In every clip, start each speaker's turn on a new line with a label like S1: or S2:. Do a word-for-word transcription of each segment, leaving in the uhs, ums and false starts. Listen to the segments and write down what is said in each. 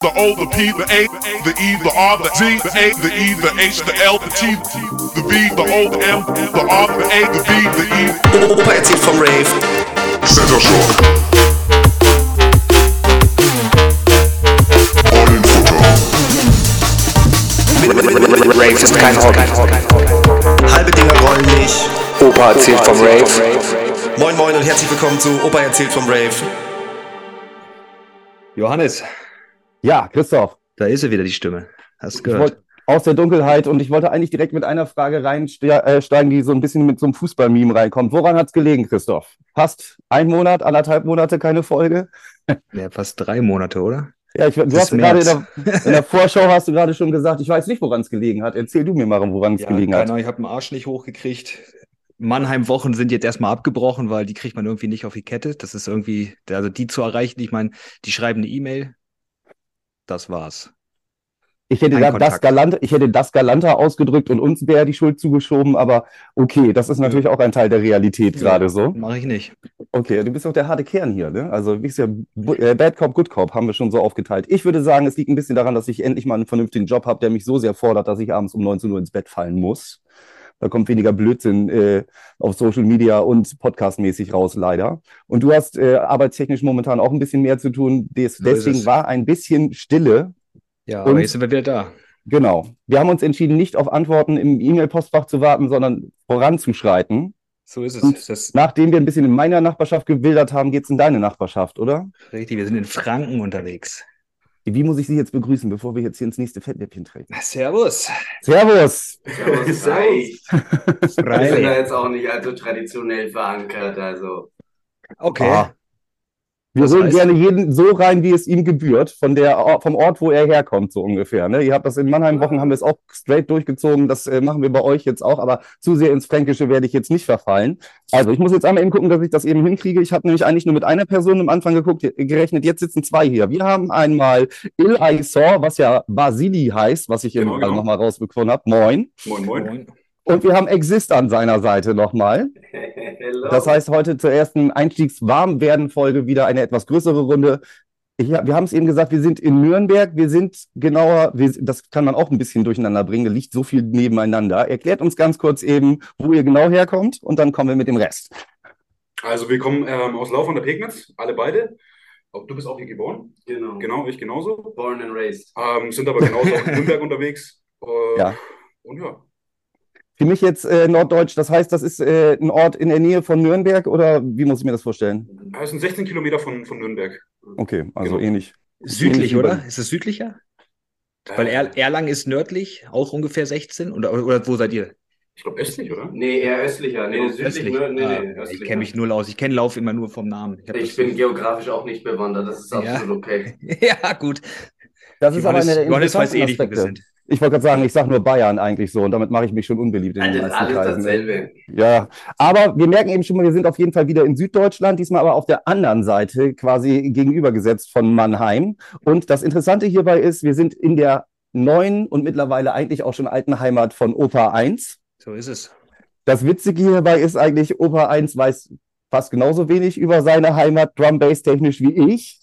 S1: The O, the P, the A, the E, the R, the Z, the A, the E, the H, the L, the T, the V, the O, the M, the R, the A, the B, the E.
S2: Opa erzählt vom Rave.
S1: Center Shock. All in Futter.
S2: Rave ist kein Hobby. Halbe Dinger rollen nicht. Opa erzählt vom Rave. Moin moin und herzlich willkommen zu Opa erzählt vom Rave.
S3: Johannes,
S4: Ja, Christoph,
S3: da ist sie wieder, die Stimme. Hast du
S4: ich
S3: gehört?
S4: wollte aus der Dunkelheit und ich wollte eigentlich direkt mit einer Frage reinsteigen, die so ein bisschen mit so einem Fußball-Meme reinkommt. Woran hat es gelegen, Christoph? Fast ein Monat, anderthalb Monate keine Folge?
S3: Ja, fast drei Monate, oder?
S4: Ja, ich, du
S3: Es
S4: hast
S3: ist
S4: gerade in
S3: März.
S4: der, in der Vorschau hast du gerade schon gesagt, ich weiß nicht, woran es gelegen hat. Erzähl du mir mal, woran es
S3: Ja,
S4: gelegen
S3: keine
S4: hat.
S3: Ahnung, ich habe den Arsch nicht hochgekriegt. Mannheim-Wochen sind jetzt erstmal abgebrochen, weil die kriegt man irgendwie nicht auf die Kette. Das ist irgendwie, also die zu erreichen, ich meine, die schreiben eine E-Mail. Das war's.
S4: Ich hätte,
S3: Kein
S4: da, das
S3: Kontakt.
S4: galante, ich hätte das galanter ausgedrückt und uns wäre die Schuld zugeschoben, aber okay, das ist natürlich auch ein Teil der Realität gerade so.
S3: Mache ich nicht.
S4: Okay, du bist auch der harte Kern hier, ne? Also, wie ist ja Bu- äh, Bad Cop, Good Cop, haben wir schon so aufgeteilt. Ich würde sagen, es liegt ein bisschen daran, dass ich endlich mal einen vernünftigen Job habe, der mich so sehr fordert, dass ich abends um neunzehn Uhr ins Bett fallen muss. Da kommt weniger Blödsinn äh, auf Social Media und podcastmäßig raus, leider. Und du hast äh, arbeitstechnisch momentan auch ein bisschen mehr zu tun. Des,
S3: So ist
S4: deswegen
S3: es.
S4: war ein bisschen Stille.
S3: Ja,
S4: Und-
S3: aber jetzt sind wir wieder da.
S4: Genau. Wir haben uns entschieden, nicht auf Antworten im E-Mail-Postfach zu warten, sondern voranzuschreiten.
S3: So ist es.
S4: Und
S3: Das ist
S4: nachdem wir ein bisschen in meiner Nachbarschaft gewildert haben, geht's in deine Nachbarschaft, oder?
S3: richtig, wir sind in Franken unterwegs.
S4: Wie muss ich Sie jetzt begrüßen, bevor wir jetzt hier ins nächste Fettnäpfchen treten?
S3: Servus.
S4: Servus!
S5: Das reicht. Wir sind da
S3: Riley.
S5: jetzt auch nicht allzu traditionell verankert, also.
S3: Okay.
S4: Ah. Wir
S3: Das
S4: holen
S3: heißt-
S4: gerne jeden so rein, wie es ihm gebührt, von der, vom Ort, wo er herkommt, so ungefähr. Ne? Ihr habt das in Mannheim-Wochen, haben wir es auch straight durchgezogen. Das äh, machen wir bei euch jetzt auch, aber zu sehr ins Fränkische werde ich jetzt nicht verfallen. Also ich muss jetzt einmal eben gucken, dass ich das eben hinkriege. Ich habe nämlich eigentlich nur mit einer Person am Anfang geguckt, gerechnet. Jetzt sitzen zwei hier. Wir haben einmal Il Aissor, was ja Basili heißt, was ich eben
S6: Genau,
S4: gerade
S6: genau.
S4: nochmal rausbekommen habe. Moin.
S6: Moin, moin.
S3: Moin.
S4: Und wir haben Exist an seiner Seite nochmal.
S5: Hello.
S4: Das heißt, heute zur ersten Einstiegs-Warmwerden-Folge wieder eine etwas größere Runde. Ich, wir haben es eben gesagt, wir sind in Nürnberg, wir sind genauer, wir, das kann man auch ein bisschen durcheinander bringen, da liegt so viel nebeneinander. Erklärt uns ganz kurz eben, wo ihr genau herkommt und dann kommen wir mit dem Rest.
S6: Also wir kommen ähm, aus Lauf an der Pegnitz, alle beide. Auch du bist auch hier geboren?
S5: Genau.
S6: Genau, ich genauso.
S5: Born and raised.
S6: Ähm, sind aber genauso auch in Nürnberg unterwegs. Äh,
S4: Ja.
S6: Und ja,
S4: Für mich jetzt äh, Norddeutsch, das heißt, das ist äh, ein Ort in der Nähe von Nürnberg oder wie muss ich mir das vorstellen?
S6: es sind sechzehn Kilometer von, von Nürnberg.
S4: Okay, also
S6: Genau.
S4: ähnlich.
S3: Südlich,
S4: Ähnlich
S3: oder?
S4: über-
S3: Ist es südlicher? Weil
S6: Äh,
S3: er Erlangen ist nördlich, auch ungefähr sechzehn. Oder, oder wo seid ihr?
S6: Ich glaube östlich, oder?
S5: Nee, eher östlicher. Nee, südlich,
S3: Östlich?
S5: ne? Nee,
S3: Ah,
S5: nee,
S3: ich
S5: östlicher.
S3: kenne mich null aus. Ich kenne Lauf immer nur vom Namen. hab
S5: Ich
S3: das-
S5: bin geografisch auch nicht bewandert, das ist
S3: Ja.
S5: absolut okay.
S3: Ja, gut.
S4: Das ist aber
S3: Johannes,
S4: einer der
S3: Johannes weiß
S4: interessanten
S3: eh nicht, wo wir
S4: Aspekte.
S3: sind.
S4: Ich wollte gerade sagen, ich sage nur Bayern eigentlich so und damit mache ich mich schon unbeliebt in den
S5: Das ist
S4: meisten
S5: alles
S4: Kreisen. ne?
S5: dasselbe.
S4: Ja, aber wir merken eben schon mal, wir sind auf jeden Fall wieder in Süddeutschland, diesmal aber auf der anderen Seite, quasi gegenübergesetzt von Mannheim. Und das Interessante hierbei ist, wir sind in der neuen und mittlerweile eigentlich auch schon alten Heimat von Opa eins.
S3: So ist es.
S4: Das Witzige hierbei ist eigentlich, Opa eins weiß fast genauso wenig über seine Heimat, Drum-Bass technisch wie ich.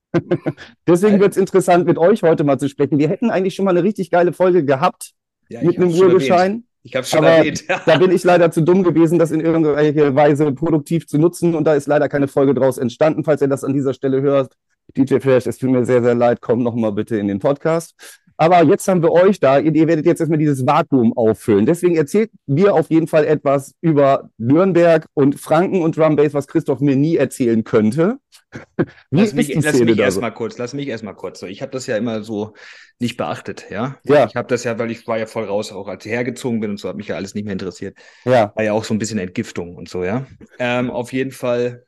S4: Deswegen wird es interessant, mit euch heute mal zu sprechen. Wir hätten eigentlich schon mal eine richtig geile Folge gehabt
S3: Ja,
S4: mit
S3: ich
S4: einem
S3: hab's schon erwähnt.
S4: Uhrbeschein.
S3: Ich habe es schon
S4: Aber
S3: erwähnt.
S4: Da bin ich leider zu dumm gewesen, das in irgendeiner Weise produktiv zu nutzen und da ist leider keine Folge draus entstanden. Falls ihr das an dieser Stelle hört, D J Flash, es tut mir sehr, sehr leid, kommt nochmal bitte in den Podcast. Aber jetzt haben wir euch da, ihr, ihr werdet jetzt erstmal dieses Vakuum auffüllen. Deswegen erzählt mir auf jeden Fall etwas über Nürnberg und Franken und Drum Bass, was Christoph mir nie erzählen könnte. Wie
S3: Lass mich,
S4: ist die
S3: lass
S4: Szene
S3: mich
S4: da so?
S3: erstmal kurz, lass mich erstmal kurz. So, ich habe das ja immer so nicht beachtet, ja.
S4: Ja.
S3: Ich habe das ja, weil ich war ja voll raus, auch als ich hergezogen bin und so, hat mich ja alles nicht mehr interessiert.
S4: Ja,
S3: War ja auch so ein bisschen Entgiftung und so, ja. Ähm, auf jeden Fall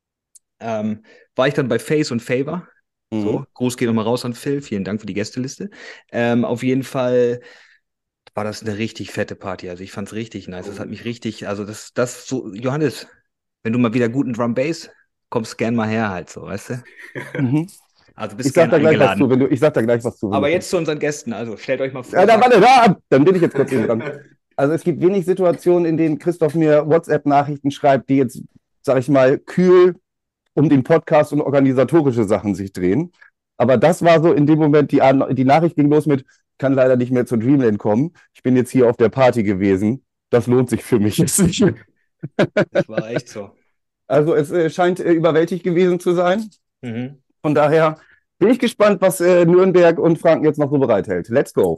S3: ähm, war ich dann bei Face und Favor. So,
S4: mhm.
S3: Gruß geht nochmal raus an Phil. Vielen Dank für die Gästeliste. Ähm, auf jeden Fall war das eine richtig fette Party. Also ich fand's richtig nice. Das hat mich richtig, also das, das so, Johannes, wenn du mal wieder guten Drum Bass, kommst gern mal her halt so, weißt du?
S4: Mhm.
S3: Also bist
S4: Ich sag
S3: gern
S4: da gleich was
S3: eingeladen.
S4: zu, wenn du, ich sag da gleich was zu. wenn
S3: Aber
S4: du-
S3: jetzt zu unseren Gästen. Also stellt euch mal vor.
S4: Ja, da, warte, da, dann bin ich jetzt kurz eben dran. Also es gibt wenig Situationen, in denen Christoph mir WhatsApp-Nachrichten schreibt, die jetzt, sag ich mal, kühl um den Podcast und organisatorische Sachen sich drehen. Aber das war so in dem Moment, die, An die Nachricht ging los mit, kann leider nicht mehr zur Dreamland kommen. Ich bin jetzt hier auf der Party gewesen. Das lohnt sich für mich jetzt nicht.
S3: Das war echt so.
S4: Also es äh, scheint äh, überwältigt gewesen zu sein.
S3: Mhm.
S4: Von daher bin ich gespannt, was äh, Nürnberg und Franken jetzt noch so bereithält. Let's go.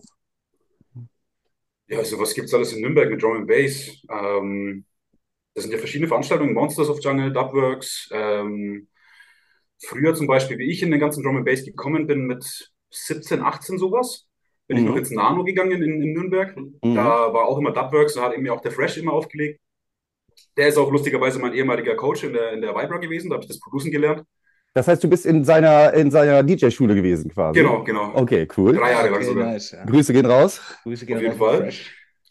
S6: Ja, also was gibt's alles in Nürnberg mit Drum and Bass? Ähm, das sind ja verschiedene Veranstaltungen, Monsters of Jungle, Dubworks. Ähm, früher zum Beispiel, wie ich in den ganzen Drum and Bass gekommen bin, mit siebzehn, achtzehn sowas, bin ich noch
S4: Mhm.
S6: ins Nano gegangen in, in Nürnberg.
S4: Mhm.
S6: Da war auch immer Dubworks, da hat eben auch der Fresh immer aufgelegt. Der ist auch lustigerweise mein ehemaliger Coach in der, in der Vibra gewesen, da habe ich das Producen gelernt.
S4: Das heißt, du bist in seiner, in seiner D J-Schule gewesen quasi.
S6: Genau, genau.
S4: Okay, cool.
S6: Drei Jahre lang
S3: Okay,
S6: sogar.
S3: nice. Ja.
S4: Grüße gehen raus.
S3: Grüße gehen
S6: Auf jeden
S3: raus an
S6: Fall.
S3: Fresh.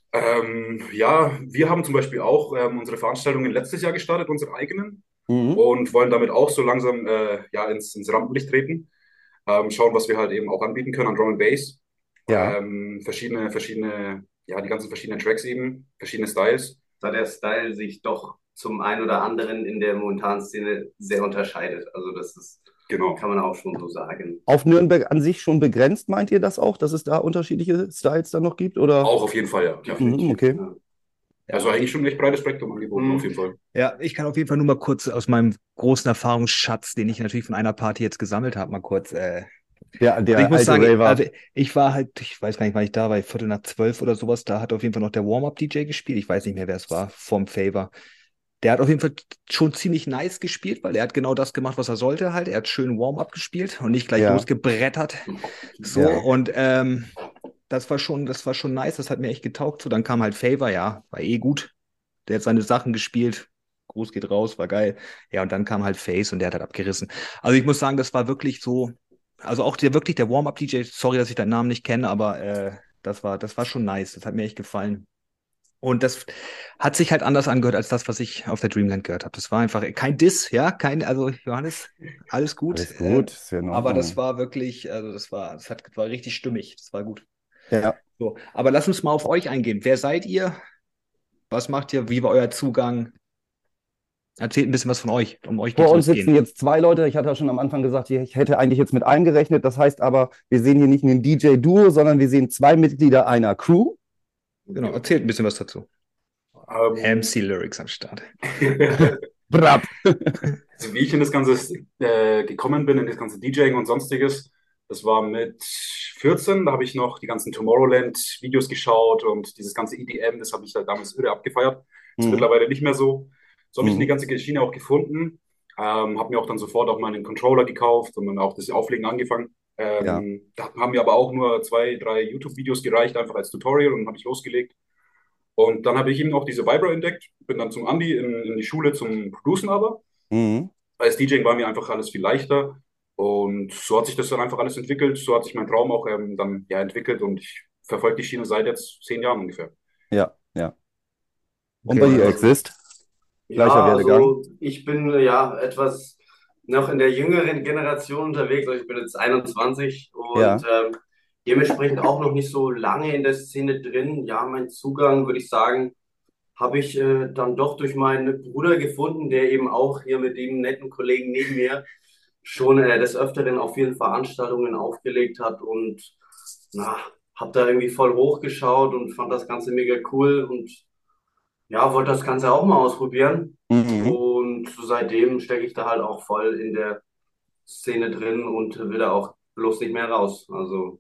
S6: Ähm, ja, wir haben zum Beispiel auch ähm, unsere Veranstaltungen letztes Jahr gestartet, unsere eigenen,
S4: Mhm.
S6: und wollen damit auch so langsam äh, ja, ins, ins Rampenlicht treten. Ähm, schauen, was wir halt eben auch anbieten können an Drum and Bass.
S4: Ja.
S6: Ähm, verschiedene, verschiedene, ja, die ganzen verschiedenen Tracks eben, verschiedene Styles.
S5: Da der Style sich doch zum einen oder anderen in der momentanen Szene sehr unterscheidet. Also das ist,
S6: Genau.
S5: kann man auch schon so sagen.
S4: Auf Nürnberg an sich schon begrenzt, meint ihr das auch, dass es da unterschiedliche Styles dann noch gibt? Oder?
S6: Auch auf jeden Fall, ja. ja.
S4: Mhm, okay.
S5: Ja.
S6: Also eigentlich schon ein echt breites Spektrum angeboten,
S5: Mhm.
S6: auf jeden Fall.
S3: Ja, ich kann auf jeden Fall nur mal kurz aus meinem großen Erfahrungsschatz, den ich natürlich von einer Party jetzt gesammelt habe, mal kurz. Äh,
S4: Der, der
S3: also ich muss
S4: alte
S3: sagen,
S4: Raver.
S3: also ich war halt, ich weiß gar nicht, wann ich da war, Viertel nach zwölf oder sowas. Da hat auf jeden Fall noch der Warm-Up-D J gespielt. Ich weiß nicht mehr, wer es war, vom Favor. Der hat auf jeden Fall schon ziemlich nice gespielt, weil er hat genau das gemacht, was er sollte halt. Er hat schön Warm-Up gespielt und nicht gleich
S4: Ja.
S3: losgebrettert. So,
S4: Ja.
S3: und ähm, das war schon, das war schon nice, das hat mir echt getaugt. So, dann kam halt Favor, ja, war eh gut. Der hat seine Sachen gespielt. Gruß geht raus, war geil. Ja, und dann kam halt Face und der hat halt abgerissen. Also ich muss sagen, das war wirklich so, also auch der wirklich der Warm-Up-D J, sorry, dass ich deinen Namen nicht kenne, aber äh, das war, das war schon nice. Das hat mir echt gefallen. Und das hat sich halt anders angehört als das, was ich auf der Dreamland gehört habe. Das war einfach kein Diss, ja, kein, also Johannes, alles gut.
S4: Alles gut,
S3: Äh,
S4: ist ja in
S3: aber das
S4: Ordnung.
S3: war wirklich, also das war, das hat, war richtig stimmig. Das war gut.
S4: Ja.
S3: So, aber lass uns mal auf euch eingehen. Wer seid ihr? Was macht ihr? Wie war euer Zugang? Erzählt ein bisschen was von euch. Um euch
S4: Vor
S3: geht's
S4: uns sitzen
S3: losgehen.
S4: jetzt zwei Leute. Ich hatte ja schon am Anfang gesagt, ich hätte eigentlich jetzt mit einem gerechnet. Das heißt aber, wir sehen hier nicht einen D J-Duo, sondern wir sehen zwei Mitglieder einer Crew.
S3: Genau, erzählt ein bisschen was dazu.
S6: Ähm,
S3: M C Lyrics am Start.
S4: Brab.
S6: Also wie ich in das Ganze äh, gekommen bin, in das ganze DJing und sonstiges, das war mit vierzehn, da habe ich noch die ganzen Tomorrowland-Videos geschaut und dieses ganze E D M, das habe ich halt damals irre abgefeiert. Ist
S4: Mhm.
S6: mittlerweile nicht mehr so. So habe ich
S4: Mhm.
S6: die ganze Schiene auch gefunden, ähm, habe mir auch dann sofort auch mal einen Controller gekauft und dann auch das Auflegen angefangen. Ähm, Da haben mir aber auch nur zwei, drei YouTube-Videos gereicht, einfach als Tutorial, und dann habe ich losgelegt. Und dann habe ich eben auch diese Vibra entdeckt, bin dann zum Andi in, in die Schule zum Producen aber.
S4: Mhm.
S6: Als DJing war mir einfach alles viel leichter, und so hat sich das dann einfach alles entwickelt. So hat sich mein Traum auch ähm, dann ja entwickelt, und ich verfolge die Schiene seit jetzt zehn Jahren ungefähr.
S4: Ja, ja. Und
S3: Okay.
S4: bei dir, Exist? Gleicher
S5: Ja,
S4: Werdegang.
S5: also ich bin äh, ja etwas noch in der jüngeren Generation unterwegs. Also ich bin jetzt einundzwanzig und
S4: Ja.
S5: ähm, dementsprechend auch noch nicht so lange in der Szene drin. Ja, mein Zugang, würde ich sagen, habe ich äh, dann doch durch meinen Bruder gefunden, der eben auch hier mit dem netten Kollegen neben mir schon äh, des Öfteren auf vielen Veranstaltungen aufgelegt hat, und na, habe da irgendwie voll hochgeschaut und fand das Ganze mega cool und ja, wollte das Ganze auch mal ausprobieren.
S4: Mhm.
S5: Und seitdem stecke ich da halt auch voll in der Szene drin und will da auch bloß nicht mehr raus. Also,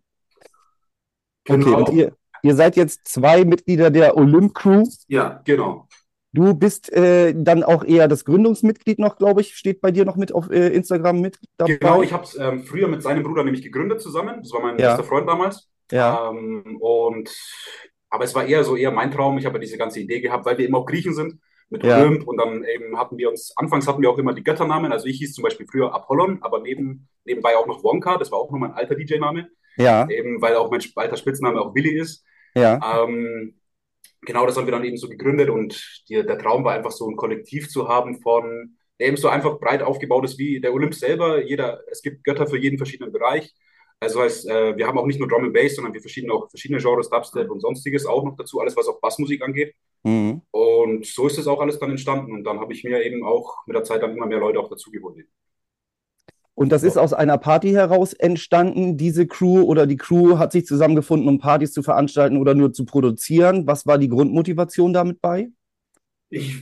S4: Okay,
S6: Genau.
S4: und ihr, ihr seid jetzt zwei Mitglieder der Olymp-Crew.
S5: ja,
S6: Genau.
S4: Du bist äh, dann auch eher das Gründungsmitglied noch, glaube ich, steht bei dir noch mit auf äh, Instagram mit dabei.
S6: Genau, ich habe es ähm, früher mit seinem Bruder nämlich gegründet zusammen. Das war mein
S4: Ja.
S6: bester Freund damals.
S4: Ja.
S6: Ähm, und, aber es war eher so eher mein Traum. Ich habe ja diese ganze Idee gehabt, weil wir eben auch Griechen sind mit
S4: Ja.
S6: Olymp, und dann eben hatten wir uns, anfangs hatten wir auch immer die Götternamen. Also ich hieß zum Beispiel früher Apollon, aber neben, nebenbei auch noch Wonka. Das war auch noch mein alter D J-Name,
S4: Ja.
S6: eben weil auch mein alter Spitzname auch Willi ist.
S4: Ja.
S6: Ähm, genau, das haben wir dann eben so gegründet, und die, der Traum war einfach so ein Kollektiv zu haben von, der eben so einfach breit aufgebaut ist wie der Olymp selber. Jeder, es gibt Götter für jeden verschiedenen Bereich. Also heißt, äh, wir haben auch nicht nur Drum and Bass, sondern wir verschiedene auch verschiedene Genres, Dubstep und sonstiges auch noch dazu, alles was auch Bassmusik angeht.
S4: Mhm.
S6: Und so ist es auch alles dann entstanden, und dann habe ich mir eben auch mit der Zeit dann immer mehr Leute auch dazu geholt.
S4: Und das ist aus einer Party heraus entstanden, diese Crew, oder die Crew hat sich zusammengefunden, um Partys zu veranstalten oder nur zu produzieren. Was war die Grundmotivation damit bei?
S5: Ich,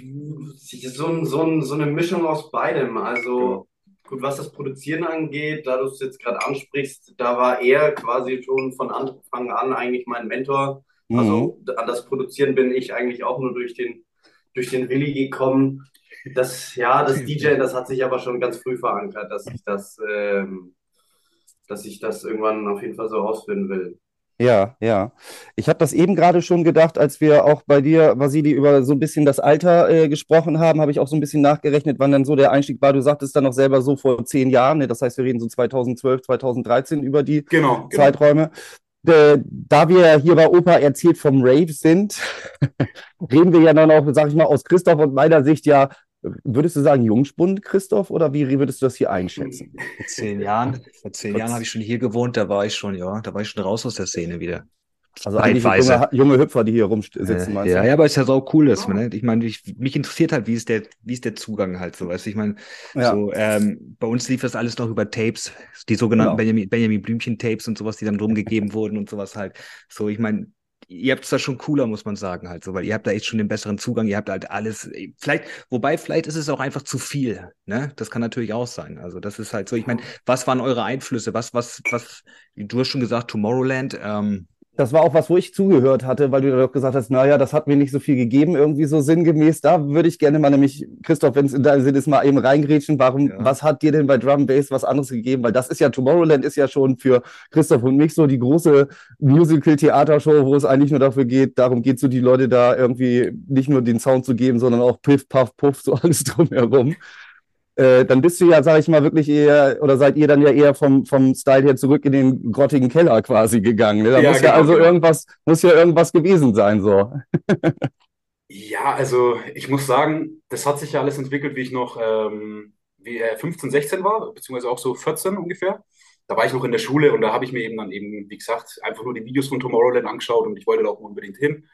S5: so, ein- so, ein- so eine Mischung aus beidem. Also gut, was das Produzieren angeht, da du es jetzt gerade ansprichst, da war er quasi schon von Anfang an eigentlich mein Mentor.
S4: Mhm.
S5: Also an das Produzieren bin ich eigentlich auch nur durch den, durch den Willi gekommen. Das, ja, das D J, das hat sich aber schon ganz früh verankert, dass ich das, ähm, dass ich das irgendwann auf jeden Fall so ausführen will.
S4: Ja, ja. Ich habe das eben gerade schon gedacht, als wir auch bei dir, Vasili, über so ein bisschen das Alter äh, gesprochen haben, habe ich auch so ein bisschen nachgerechnet, wann dann so der Einstieg war. Du sagtest dann noch selber so vor zehn Jahren, ne? Das heißt, wir reden so zweitausendzwölf, zweitausenddreizehn über die
S6: Genau, genau.
S4: Zeiträume. Äh, da wir hier bei Opa erzählt vom Rave sind, reden wir ja dann auch, sag ich mal, aus Christoph und meiner Sicht ja, würdest du sagen Jungspund, Christoph, oder wie würdest du das hier einschätzen?
S3: Vor zehn Jahren, vor zehn Jahren habe ich schon hier gewohnt, da war ich schon, ja, da war ich schon raus aus der Szene wieder.
S4: Also eigentlich junge, junge Hüpfer, die hier rumsitzen,
S3: äh,
S4: meinst
S3: ja,
S4: du?
S3: ja, aber ist ja so cool, dass man, ne? Ich meine, ich, mich interessiert halt, wie ist der, wie ist der Zugang halt so, weißt du, ich meine,
S4: Ja.
S3: so, ähm, bei uns lief das alles noch über Tapes, die sogenannten
S4: Genau.
S3: Benjamin, Benjamin Blümchen-Tapes und sowas, die dann rumgegeben wurden und sowas halt. So, ich meine, ihr habt es da schon cooler, muss man sagen, halt so, weil ihr habt da echt schon den besseren Zugang, ihr habt halt alles, vielleicht, wobei, vielleicht ist es auch einfach zu viel, ne? Das kann natürlich auch sein. Also, das ist halt so, ich meine, was waren eure Einflüsse? Was, was, was, du hast schon gesagt, Tomorrowland, ähm,
S4: Das war auch was, wo ich zugehört hatte, weil du ja doch gesagt hast, naja, das hat mir nicht so viel gegeben, irgendwie so sinngemäß. Da würde ich gerne mal nämlich, Christoph, wenn es in deinem Sinn ist, mal eben reingrätschen. Warum,
S3: Ja.
S4: was hat dir denn bei Drum Bass was anderes gegeben? Weil das ist ja, Tomorrowland ist ja schon für Christoph und mich so die große Musical-Theatershow, wo es eigentlich nur dafür geht, darum geht so die Leute da irgendwie nicht nur den Sound zu geben, sondern auch Piff, Puff, Puff, so alles drumherum. Äh, dann bist du ja, sag ich mal, wirklich eher, oder seid ihr dann ja eher vom, vom Style her zurück in den grottigen Keller quasi gegangen. Ne? Da
S6: Ja,
S4: muss ja
S6: genau,
S4: also
S6: genau.
S4: irgendwas, muss ja irgendwas gewesen sein, so.
S6: Ja, also ich muss sagen, das hat sich ja alles entwickelt, wie ich noch ähm, wie, äh, fünfzehn, sechzehn war, beziehungsweise auch so vierzehn ungefähr. Da war ich noch in der Schule und da habe ich mir eben dann eben, wie gesagt, einfach nur die Videos von Tomorrowland angeschaut und ich wollte da auch unbedingt hin.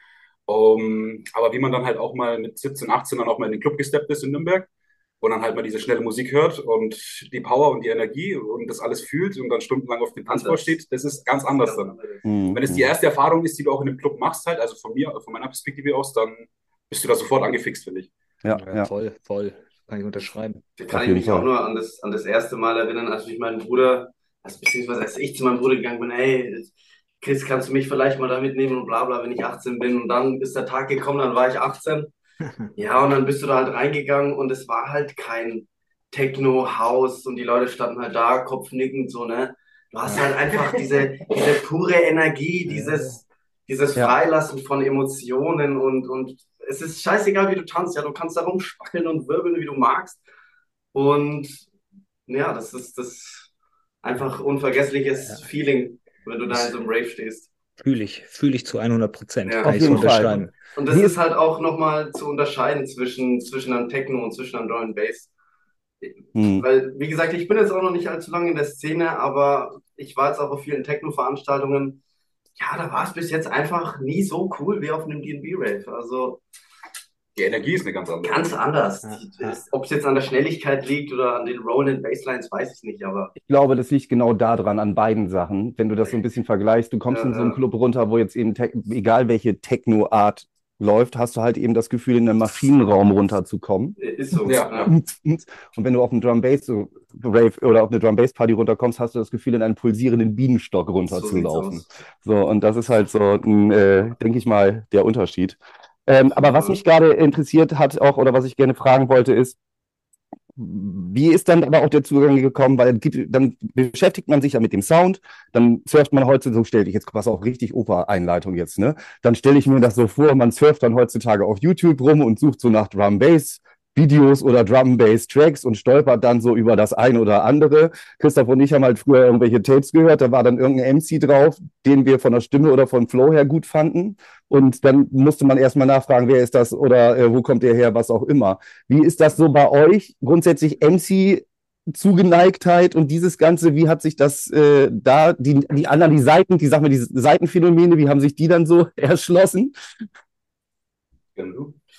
S6: Um, aber wie man dann halt auch mal mit siebzehn, achtzehn dann auch mal in den Club gesteppt ist in Nürnberg und dann halt mal diese schnelle Musik hört und die Power und die Energie und das alles fühlt und dann stundenlang auf dem Tanzfloor steht, das ist ganz anders dann.
S4: Mhm.
S6: Wenn es die erste Erfahrung ist, die du auch in einem Club machst, halt, also von mir, von meiner Perspektive aus, dann bist du da sofort angefixt, finde ich.
S4: Ja,
S3: ja,
S4: ja.
S3: voll, voll. Kann ich unterschreiben.
S5: Da
S4: Auf
S5: kann ich
S4: jeden
S5: mich auch
S4: Fall.
S5: nur an das, an das erste Mal erinnern, als ich meinen Bruder, also beziehungsweise als ich zu meinem Bruder gegangen bin, hey, Chris, kannst du mich vielleicht mal da mitnehmen und bla bla, wenn ich achtzehn bin. Und dann ist der Tag gekommen, dann war ich achtzehn. Ja, und dann bist du da halt reingegangen und es war halt kein Techno-Haus und die Leute standen halt da, kopfnickend so, ne? Du hast halt einfach diese, diese pure Energie, dieses, dieses
S4: Ja.
S5: Freilassen von Emotionen und, und es ist scheißegal, wie du tanzt, ja, du kannst da rumspackeln und wirbeln, wie du magst. Und ja, das ist das einfach unvergessliches
S3: Ja.
S5: Feeling, wenn du da in so einem Rave stehst.
S3: Fühle ich, fühle ich zu hundert Prozent.
S5: Ja.
S3: Kann
S4: Auf
S3: ich so
S4: jeden Fall.
S3: unterschreiben.
S5: Und das
S4: Wie
S5: ist
S4: ist-
S5: halt auch nochmal zu unterscheiden zwischen, zwischen einem Techno und zwischen einem Drum and Bass.
S4: Hm.
S5: Weil, wie gesagt, ich bin jetzt auch noch nicht allzu lange in der Szene, aber ich war jetzt auch auf vielen Techno-Veranstaltungen. Ja, da war es bis jetzt einfach nie so cool wie auf einem D and B-Rave. Also
S6: Die Energie ist eine ganz andere.
S5: ganz anders.
S3: Ja,
S5: Die-
S3: ja.
S5: Ob es jetzt an der Schnelligkeit liegt oder an den Rollenden Basslines, weiß ich nicht, aber
S4: Ich glaube, das liegt genau daran, an beiden Sachen. Wenn du das so ein bisschen vergleichst, du kommst
S5: Ja,
S4: in so einen
S5: ja.
S4: Club runter, wo jetzt eben, Tech- egal welche Techno-Art läuft, hast du halt eben das Gefühl, in einen Maschinenraum runterzukommen.
S5: ist so.
S6: Ja,
S5: Ja.
S4: Und wenn du auf einen Drum Bass so Rave oder auf eine Drum Bass Party runterkommst, hast du das Gefühl, in einen pulsierenden Bienenstock
S5: So sieht's
S4: runterzulaufen.
S5: aus.
S4: So, und das ist halt so, ein, äh, denke ich mal, der Unterschied. Ähm, aber was mich gerade interessiert hat auch, oder was ich gerne fragen wollte, ist, wie ist dann aber auch der Zugang gekommen? Weil gibt, dann beschäftigt man sich ja mit dem Sound, dann surft man heutzutage, so stell dich jetzt, was auch richtig Oper-Einleitung jetzt, ne? Dann stelle ich mir das so vor, man surft dann heutzutage auf YouTube rum und sucht so nach Drum Bass Videos oder Drum Bass Tracks und stolpert dann so über das ein oder andere. Christoph und ich haben halt früher irgendwelche Tapes gehört, da war dann irgendein M C drauf, den wir von der Stimme oder vom Flow her gut fanden. Und dann musste man erstmal nachfragen, wer ist das oder äh, wo kommt der her, was auch immer. Wie ist das so bei euch? Grundsätzlich M C-Zugeneigtheit und dieses Ganze, wie hat sich das äh, da, die, die anderen, die Seiten, die, sag mal, die Seitenphänomene, wie haben sich die dann so erschlossen?
S6: Genau.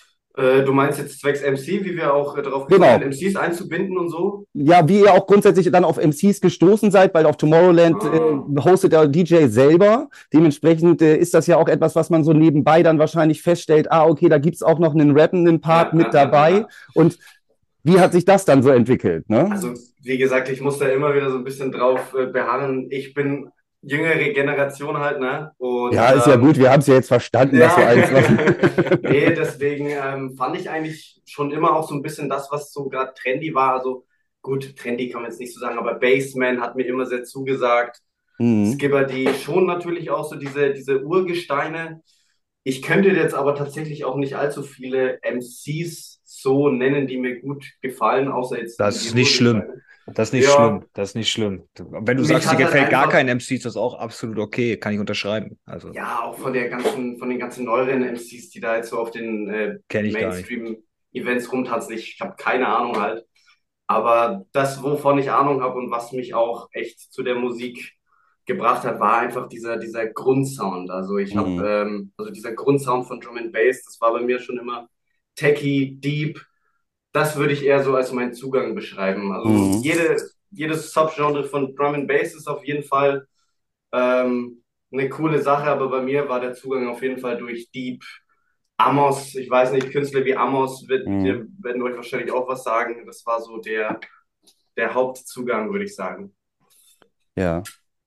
S5: Äh, du meinst jetzt zwecks M C, wie wir auch äh, darauf
S4: Genau.
S5: gekommen sind, M Cs einzubinden und so?
S4: Ja, wie ihr auch grundsätzlich dann auf M Cs gestoßen seid, weil auf Tomorrowland
S5: Ah.
S4: äh, hostet der D J selber. Dementsprechend äh, ist das ja auch etwas, was man so nebenbei dann wahrscheinlich feststellt, ah, okay, da gibt's auch noch einen rappenden Part
S5: Ja,
S4: mit
S5: ja, ja,
S4: dabei.
S5: ja.
S4: Und wie hat sich das dann so entwickelt? Ne?
S5: Also, wie gesagt, ich muss da immer wieder so ein bisschen drauf äh, beharren. Ich bin jüngere Generation halt, ne? Und,
S4: Ja, ist ja
S5: ähm,
S4: gut, wir haben es ja jetzt verstanden, dass du eins was.
S5: Nee, deswegen ähm, fand ich eigentlich schon immer auch so ein bisschen das, was so gerade trendy war. Also gut, trendy kann man jetzt nicht so sagen, aber Bassman hat mir immer sehr zugesagt.
S4: Mhm.
S5: Skipper, die schon natürlich auch so diese, diese Urgesteine. Ich könnte jetzt aber tatsächlich auch nicht allzu viele M Cs so nennen, die mir gut gefallen, außer jetzt
S3: Das
S5: die
S3: ist nicht schlimm.
S5: Urgesteine.
S3: Das ist nicht
S5: Ja.
S3: schlimm. Das ist nicht schlimm. Wenn du
S5: Mich
S3: sagst, dir
S5: hat halt
S3: gefällt gar
S5: einfach-
S3: kein M C, ist das auch absolut okay. Kann ich unterschreiben. Also
S5: Ja, auch von der ganzen, von den ganzen neueren M Cs, die da jetzt so auf den äh,
S3: kenne ich gar nicht.
S5: Mainstream-Events rumtanzen. Ich habe keine Ahnung halt. Aber das, wovon ich Ahnung habe und was mich auch echt zu der Musik gebracht hat, war einfach dieser, dieser Grundsound. Also ich habe,
S4: Mhm.
S5: ähm, also dieser Grundsound von Drum and Bass, das war bei mir schon immer techy, deep. Das würde ich eher so als meinen Zugang beschreiben. Also
S4: Mhm.
S5: jede, jedes Subgenre von Drum and Bass ist auf jeden Fall ähm, eine coole Sache, aber bei mir war der Zugang auf jeden Fall durch Deep. Amos, ich weiß nicht, Künstler wie Amos wird,
S4: Mhm.
S5: die werden euch wahrscheinlich auch was sagen. Das war so der, der Hauptzugang, würde ich sagen.
S4: Ja.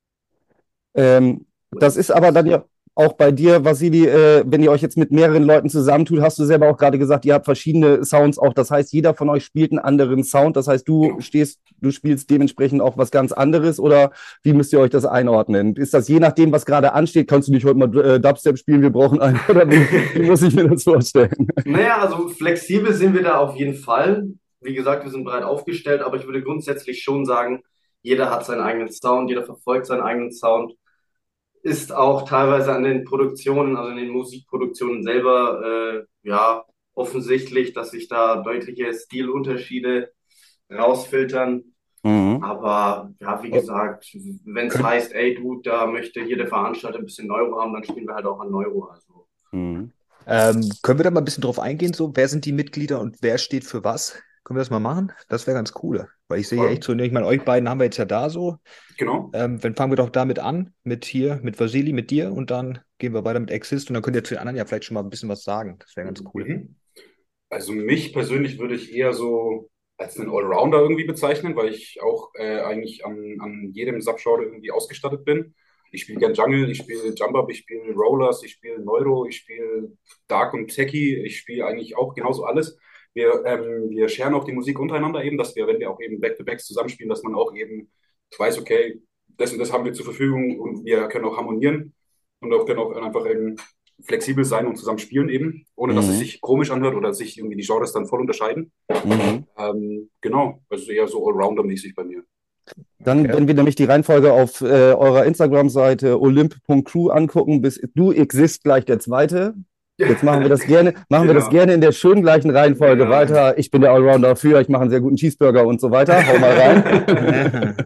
S4: Ähm, das ist aber dann ja auch bei dir, Vasili, äh, wenn ihr euch jetzt mit mehreren Leuten zusammentut, hast du selber auch gerade gesagt, ihr habt verschiedene Sounds auch. Das heißt, jeder von euch spielt einen anderen Sound. Das heißt, du
S5: Genau.
S4: stehst, du spielst dementsprechend auch was ganz anderes, oder wie müsst ihr euch das einordnen? Ist das je nachdem, was gerade ansteht? Kannst du nicht heute mal äh, Dubstep spielen? Wir brauchen einen. Oder wie, wie muss ich mir das vorstellen?
S5: Naja, also flexibel sind wir da auf jeden Fall. Wie gesagt, wir sind breit aufgestellt, aber ich würde grundsätzlich schon sagen, jeder hat seinen eigenen Sound, jeder verfolgt seinen eigenen Sound. Ist auch teilweise an den Produktionen, also in den Musikproduktionen selber, äh, ja, offensichtlich, dass sich da deutliche Stilunterschiede rausfiltern.
S4: Mhm.
S5: Aber ja, wie gesagt, wenn es
S3: Könnt-
S5: heißt, ey du, da möchte jeder Veranstalter ein bisschen Neuro haben, dann spielen wir halt auch an Neuro. Also.
S4: Mhm.
S3: Ähm, können wir da mal ein bisschen drauf eingehen, so, wer sind die Mitglieder und wer steht für was? Können wir das mal machen? Das wäre ganz cool. Weil ich sehe ja echt so, ich meine, euch beiden haben wir jetzt ja da so.
S6: Genau.
S3: Ähm, dann fangen wir doch damit an, mit hier, mit Vasili, mit dir, und dann gehen wir weiter mit Exist, und dann könnt ihr zu den anderen ja vielleicht schon mal ein bisschen was sagen. Das wäre ganz cool.
S6: Mhm. Also mich persönlich würde ich eher so als einen Allrounder irgendwie bezeichnen, weil ich auch äh, eigentlich an, an jedem Subgenre irgendwie ausgestattet bin. Ich spiele gern Jungle, ich spiele Jump-Up, ich spiele Rollers, ich spiele Neuro, ich spiele Dark und Techie, ich spiele eigentlich auch genauso alles. Wir, ähm, wir scheren auch die Musik untereinander eben, dass wir, wenn wir auch eben Back-to-Backs zusammenspielen, dass man auch eben weiß, okay, das und das haben wir zur Verfügung und wir können auch harmonieren und auch können auch einfach eben flexibel sein und zusammen spielen eben, ohne dass es
S4: Mhm.
S6: sich komisch anhört oder sich irgendwie die Genres dann voll unterscheiden.
S4: Mhm.
S6: Ähm, genau, also eher so Allrounder-mäßig bei mir.
S4: Dann,
S3: Okay.
S4: wenn wir nämlich die Reihenfolge auf äh, eurer Instagram-Seite olymp punkt crew angucken, bis du exist gleich der zweite. Jetzt machen wir das gerne, machen wir das
S5: Genau.
S4: gerne in der schönen gleichen Reihenfolge
S5: Genau.
S4: weiter. Ich bin der Allrounder für, ich mache einen sehr guten Cheeseburger und so weiter. Hau mal rein.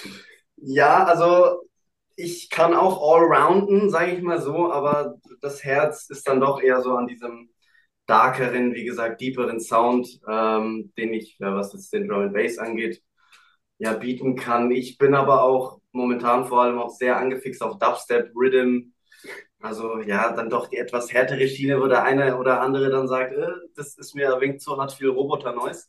S5: Ja, also ich kann auch allrounden, sage ich mal so, aber das Herz ist dann doch eher so an diesem darkeren, wie gesagt, deeperen Sound, ähm, den ich, ja, was jetzt den Drum and Bass angeht, ja, bieten kann. Ich bin aber auch momentan vor allem auch sehr angefixt auf Dubstep, Rhythm. Also ja, dann doch die etwas härtere Schiene, wo der eine oder andere dann sagt, äh, das ist mir ein wenig zu hart, viel Roboter-Noise.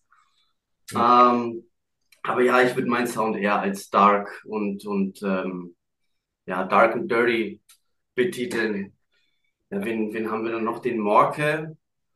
S5: Ähm, aber ja, ich würde meinen Sound eher als Dark und, und ähm, ja, Dark and Dirty betiteln. Ja, wen, wen haben wir dann noch? Den Morke.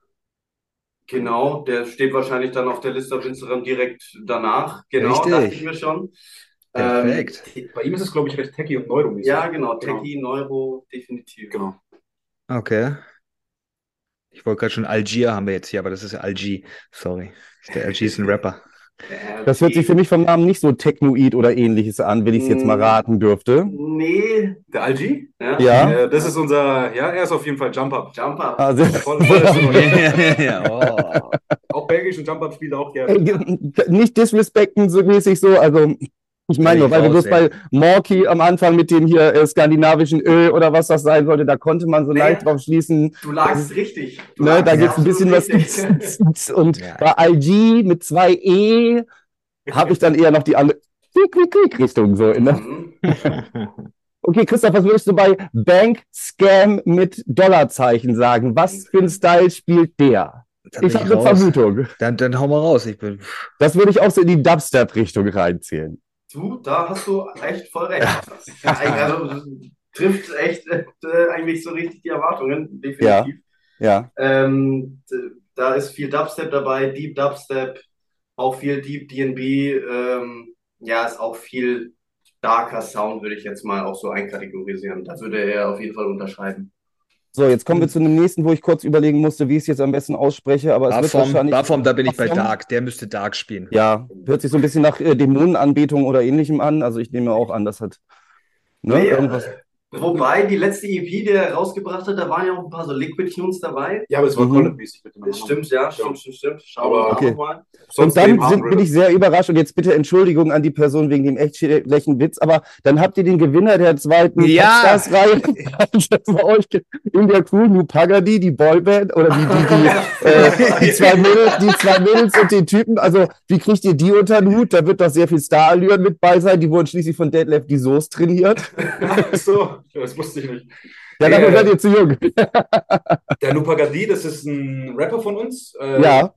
S5: Genau, der steht wahrscheinlich dann auf der Liste auf Instagram direkt danach. Genau,
S3: Richtig.
S5: dachte ich mir schon.
S3: Perfekt.
S5: Ähm,
S6: Bei ihm ist es, glaube ich, recht techy und neuromäßig.
S5: ja, genau, Techie, Neuro, definitiv.
S6: Genau.
S3: Okay. Ich wollte gerade schon Algier haben wir jetzt hier, aber das ist ja Algi. Sorry. Der Algi ist ein Rapper.
S5: Der
S4: Das hört sich für mich vom Namen nicht so technoid oder ähnliches an, wenn ich es jetzt mal raten dürfte.
S5: Nee,
S6: Der Algi?
S5: ja.
S4: Ja.
S6: Äh, das ist unser, ja, er ist auf jeden Fall Jump-Up.
S5: Jumper.
S4: Also,
S6: Voll, voll das Synonym.
S3: ja, oh.
S6: Auch belgischen Jump-Up spielt er auch gerne.
S4: Ey, nicht disrespekten so mäßig so, also Ich meine nur, weil wir bloß bei Morky am Anfang mit dem hier äh, skandinavischen Öl oder was das sein sollte, da konnte man so leicht drauf schließen.
S5: Du lagst richtig. Du
S4: Ne,
S5: lagst
S4: da gibt es ein bisschen
S5: absolut
S4: was.
S5: richtig.
S4: Und
S3: Ja.
S4: bei I G mit zwei E habe ich dann eher noch die andere Richtung so. Ne?
S5: Mhm.
S4: Okay, Christoph, was würdest du bei Bank Scam mit Dollarzeichen sagen? Was für ein Style spielt der?
S3: Da bin
S4: Ich habe eine
S3: raus.
S4: Vermutung.
S3: Dann, dann hau mal raus. Ich bin.
S4: Das würde ich auch so in die Dubstep-Richtung reinzählen.
S5: Du, da hast du echt voll recht. Ja, also, trifft echt äh, eigentlich so richtig die Erwartungen, definitiv.
S4: Ja.
S5: Ähm, d- da ist viel Dubstep dabei, Deep Dubstep, auch viel Deep D and B. Ähm, ja, ist auch viel darker Sound, würde ich jetzt mal auch so einkategorisieren. Da würde er auf jeden Fall unterschreiben.
S4: So, jetzt kommen wir zu dem nächsten, wo ich kurz überlegen musste, wie ich es jetzt am besten ausspreche, aber es wird
S3: Barform,
S4: wahrscheinlich...
S3: Barform, da bin ich bei
S4: Barform?
S3: Dark. Der müsste Dark spielen.
S4: Ja, hört sich so ein bisschen nach äh, Dämonenanbetung oder ähnlichem an. Also ich nehme auch an, das hat ne,
S5: Nee,
S4: irgendwas.
S5: äh, wobei, die letzte E P, die er rausgebracht hat, da waren ja auch ein paar so Liquid-Tunes dabei.
S6: Ja, aber es war
S4: Mhm.
S6: collabmäßig mit dem
S5: Das stimmt, ja, stimmt, stimmt, stimmt. Schauen wir
S6: Aber-
S5: uns
S4: Okay.
S5: auch mal.
S4: Und
S6: Sonst
S4: dann
S6: dem
S4: sind, bin
S6: Hardenriddle.
S4: ich sehr überrascht und jetzt bitte Entschuldigung an die Person wegen dem echt schlechten Witz, aber dann habt ihr den Gewinner der zweiten
S3: Ja.
S4: Popstars-Reihe bei euch in der Crew, Nu Pagadi, die Boyband oder die, die, die, äh, die, zwei Mädels, die zwei Mädels und den Typen. Also wie kriegt ihr die unter den Hut? Da wird doch sehr viel Starallüren mit bei sein. Die wurden schließlich von Deadlift die Soße trainiert.
S6: Ach so, das wusste ich nicht.
S4: Ja,
S6: Nee,
S4: dafür
S6: äh,
S4: seid ihr zu jung.
S6: Der Nupagadi, das ist ein Rapper von uns. Äh,
S4: Ja,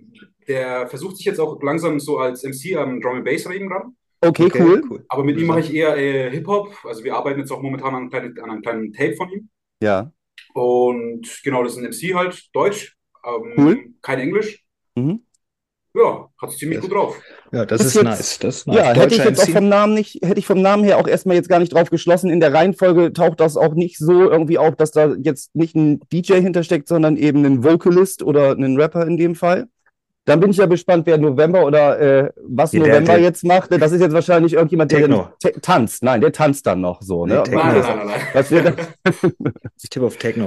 S6: Der versucht sich jetzt auch langsam so als M C am Drum and Bass Reden ran.
S4: okay, cool.
S6: Aber mit ihm mache ich eher äh, Hip-Hop. Also wir arbeiten jetzt auch momentan an, einem kleinen- an einem kleinen Tape von ihm.
S4: Ja.
S6: Und genau, das ist ein M C halt, Deutsch, ähm,
S4: Cool.
S6: kein Englisch.
S4: Mhm.
S6: Ja, hat es ziemlich
S3: Das-
S6: gut drauf.
S3: Ja, das
S4: Ist
S3: ist
S4: jetzt-
S3: nice. Das ist nice.
S4: Ja, hätte ich
S3: Deutscher
S4: jetzt auch
S3: M C.
S4: vom Namen nicht, hätte ich vom Namen her auch erstmal jetzt gar nicht drauf geschlossen. In der Reihenfolge taucht das auch nicht so irgendwie auf, dass da jetzt nicht ein D J hintersteckt, sondern eben ein Vocalist oder ein Rapper in dem Fall. Dann bin ich ja gespannt, wer November oder äh, was
S3: Ja, der-
S4: November
S3: der-
S4: jetzt macht. Das ist jetzt wahrscheinlich irgendjemand, der
S3: Techno.
S4: dann ta- tanzt. Nein, der tanzt dann noch so. Ne?
S3: Nee, Techno.
S6: Nein, nein, nein, nein, nein.
S4: Was wir dann,
S3: Ich tippe auf Techno.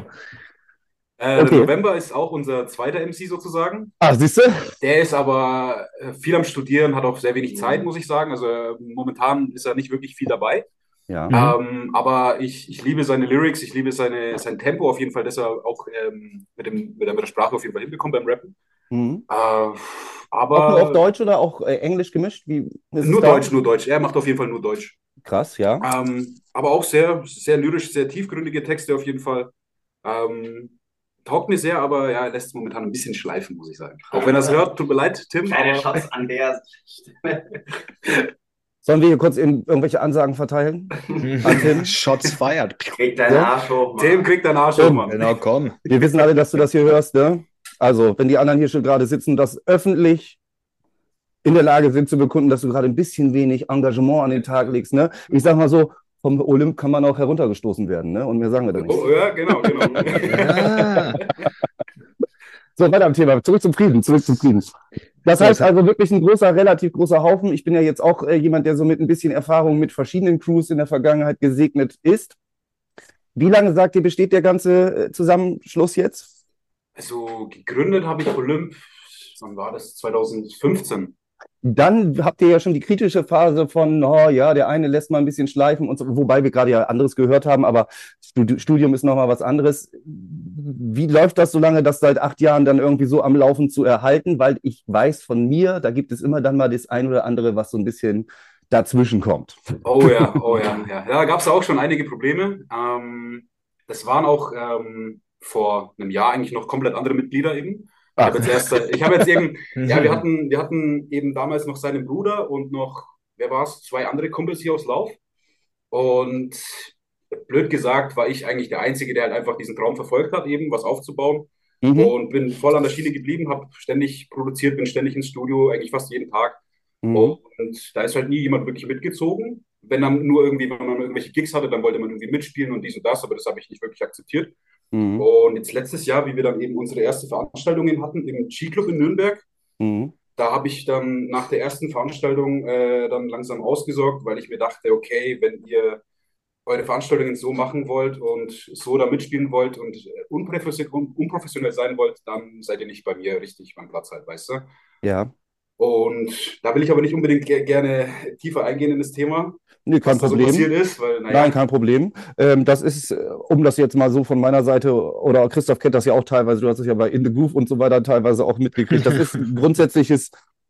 S6: Äh,
S4: Okay.
S6: Der November ist auch unser zweiter M C sozusagen.
S4: ah, siehst du?
S6: Der ist aber äh, viel am Studieren, hat auch sehr wenig Zeit, muss ich sagen. Also äh, momentan ist er nicht wirklich viel dabei.
S4: Ja.
S6: Ähm, aber ich, ich liebe seine Lyrics, ich liebe seine, sein Tempo auf jeden Fall, das er auch ähm, mit, dem, mit, der, mit der Sprache auf jeden Fall hinbekommt beim Rappen.
S4: Mhm.
S6: Äh,
S4: Auch
S6: aber
S4: nur auf Deutsch oder auch äh, Englisch gemischt? Wie ist es
S6: nur
S4: da?
S6: Deutsch, nur Deutsch. Er macht auf jeden Fall nur Deutsch.
S4: Krass, ja.
S6: Ähm, aber auch sehr, sehr lyrisch, sehr tiefgründige Texte auf jeden Fall. Ähm, taugt mir sehr, aber ja, er lässt es momentan ein bisschen schleifen, muss ich sagen. Auch wenn er es hört, tut mir leid, Tim.
S5: Kleiner
S6: Aber
S5: Schatz an der
S4: Sollen wir hier kurz in, irgendwelche Ansagen verteilen? An Tim?
S3: Shots fired.
S5: Krieg deinen
S4: Ja?
S5: Arsch hoch, Mann.
S6: Tim kriegt einen Arsch hoch, Mann.
S3: Genau, komm.
S4: Wir wissen alle, dass du das hier hörst, ne? Also, wenn die anderen hier schon gerade sitzen, das öffentlich in der Lage sind zu bekunden, dass du gerade ein bisschen wenig Engagement an den Tag legst, ne? Ich sag mal so, vom Olymp kann man auch heruntergestoßen werden, ne? Und mehr sagen wir da nicht.
S6: Oh, ja, genau, genau.
S3: Ja.
S4: So, weiter am Thema. Zurück zum Frieden, zurück zum Frieden. Das
S3: So,
S4: heißt
S3: das hat-
S4: also wirklich ein großer, relativ großer Haufen. Ich bin ja jetzt auch äh, jemand, der so mit ein bisschen Erfahrung mit verschiedenen Crews in der Vergangenheit gesegnet ist. Wie lange, sagt ihr, besteht der ganze äh, Zusammenschluss jetzt?
S6: Also gegründet habe ich Olymp, wann war das? zwanzig fünfzehn.
S4: Dann habt ihr ja schon die kritische Phase von, oh ja, der eine lässt mal ein bisschen schleifen und so, wobei wir gerade ja anderes gehört haben, aber Studi- Studium ist nochmal was anderes. Wie läuft das so lange, das seit acht Jahren dann irgendwie so am Laufen zu erhalten? Weil ich weiß von mir, da gibt es immer dann mal das ein oder andere, was so ein bisschen dazwischen kommt.
S6: Oh ja, oh ja, ja. Ja, da gab es auch schon einige Probleme. Ähm, das waren auch ähm, vor einem Jahr eigentlich noch komplett andere Mitglieder eben. Ich
S4: Ach.
S6: habe jetzt erst, äh, ich habe jetzt irgend, ja, wir hatten, wir hatten eben damals noch seinen Bruder und noch, wer war es, zwei andere Kumpels hier aus Lauf. Und blöd gesagt, war ich eigentlich der Einzige, der halt einfach diesen Traum verfolgt hat, eben was aufzubauen.
S4: Mhm.
S6: Und bin voll an der Schiene geblieben, habe ständig produziert, bin ständig ins Studio, eigentlich fast jeden Tag.
S4: Mhm.
S6: Und da ist halt nie jemand wirklich mitgezogen. Wenn dann nur irgendwie, wenn man irgendwelche Gigs hatte, dann wollte man irgendwie mitspielen und dies und das, aber das habe ich nicht wirklich akzeptiert.
S4: Mhm.
S6: Und jetzt letztes Jahr, wie wir dann eben unsere erste Veranstaltungen hatten im G-Club in Nürnberg,
S4: Mhm.
S6: da habe ich dann nach der ersten Veranstaltung äh, dann langsam ausgesorgt, weil ich mir dachte, okay, wenn ihr eure Veranstaltungen so machen wollt und so da mitspielen wollt und äh, unprofessionell, un unprofessionell sein wollt, dann seid ihr nicht bei mir richtig beim Platz halt, weißt du?
S4: Ja.
S6: Und da will ich aber nicht unbedingt ge gerne tiefer eingehen in das Thema,
S4: Nee, kein
S6: was da so
S4: Problem.
S6: passiert ist, weil,
S4: Nein,
S6: naja,
S4: kein Problem. Ähm, das ist, äh, um das jetzt mal so von meiner Seite, oder Christoph kennt das ja auch teilweise, du hast es ja bei In the Groove und so weiter teilweise auch mitgekriegt. Das ist ein grundsätzliches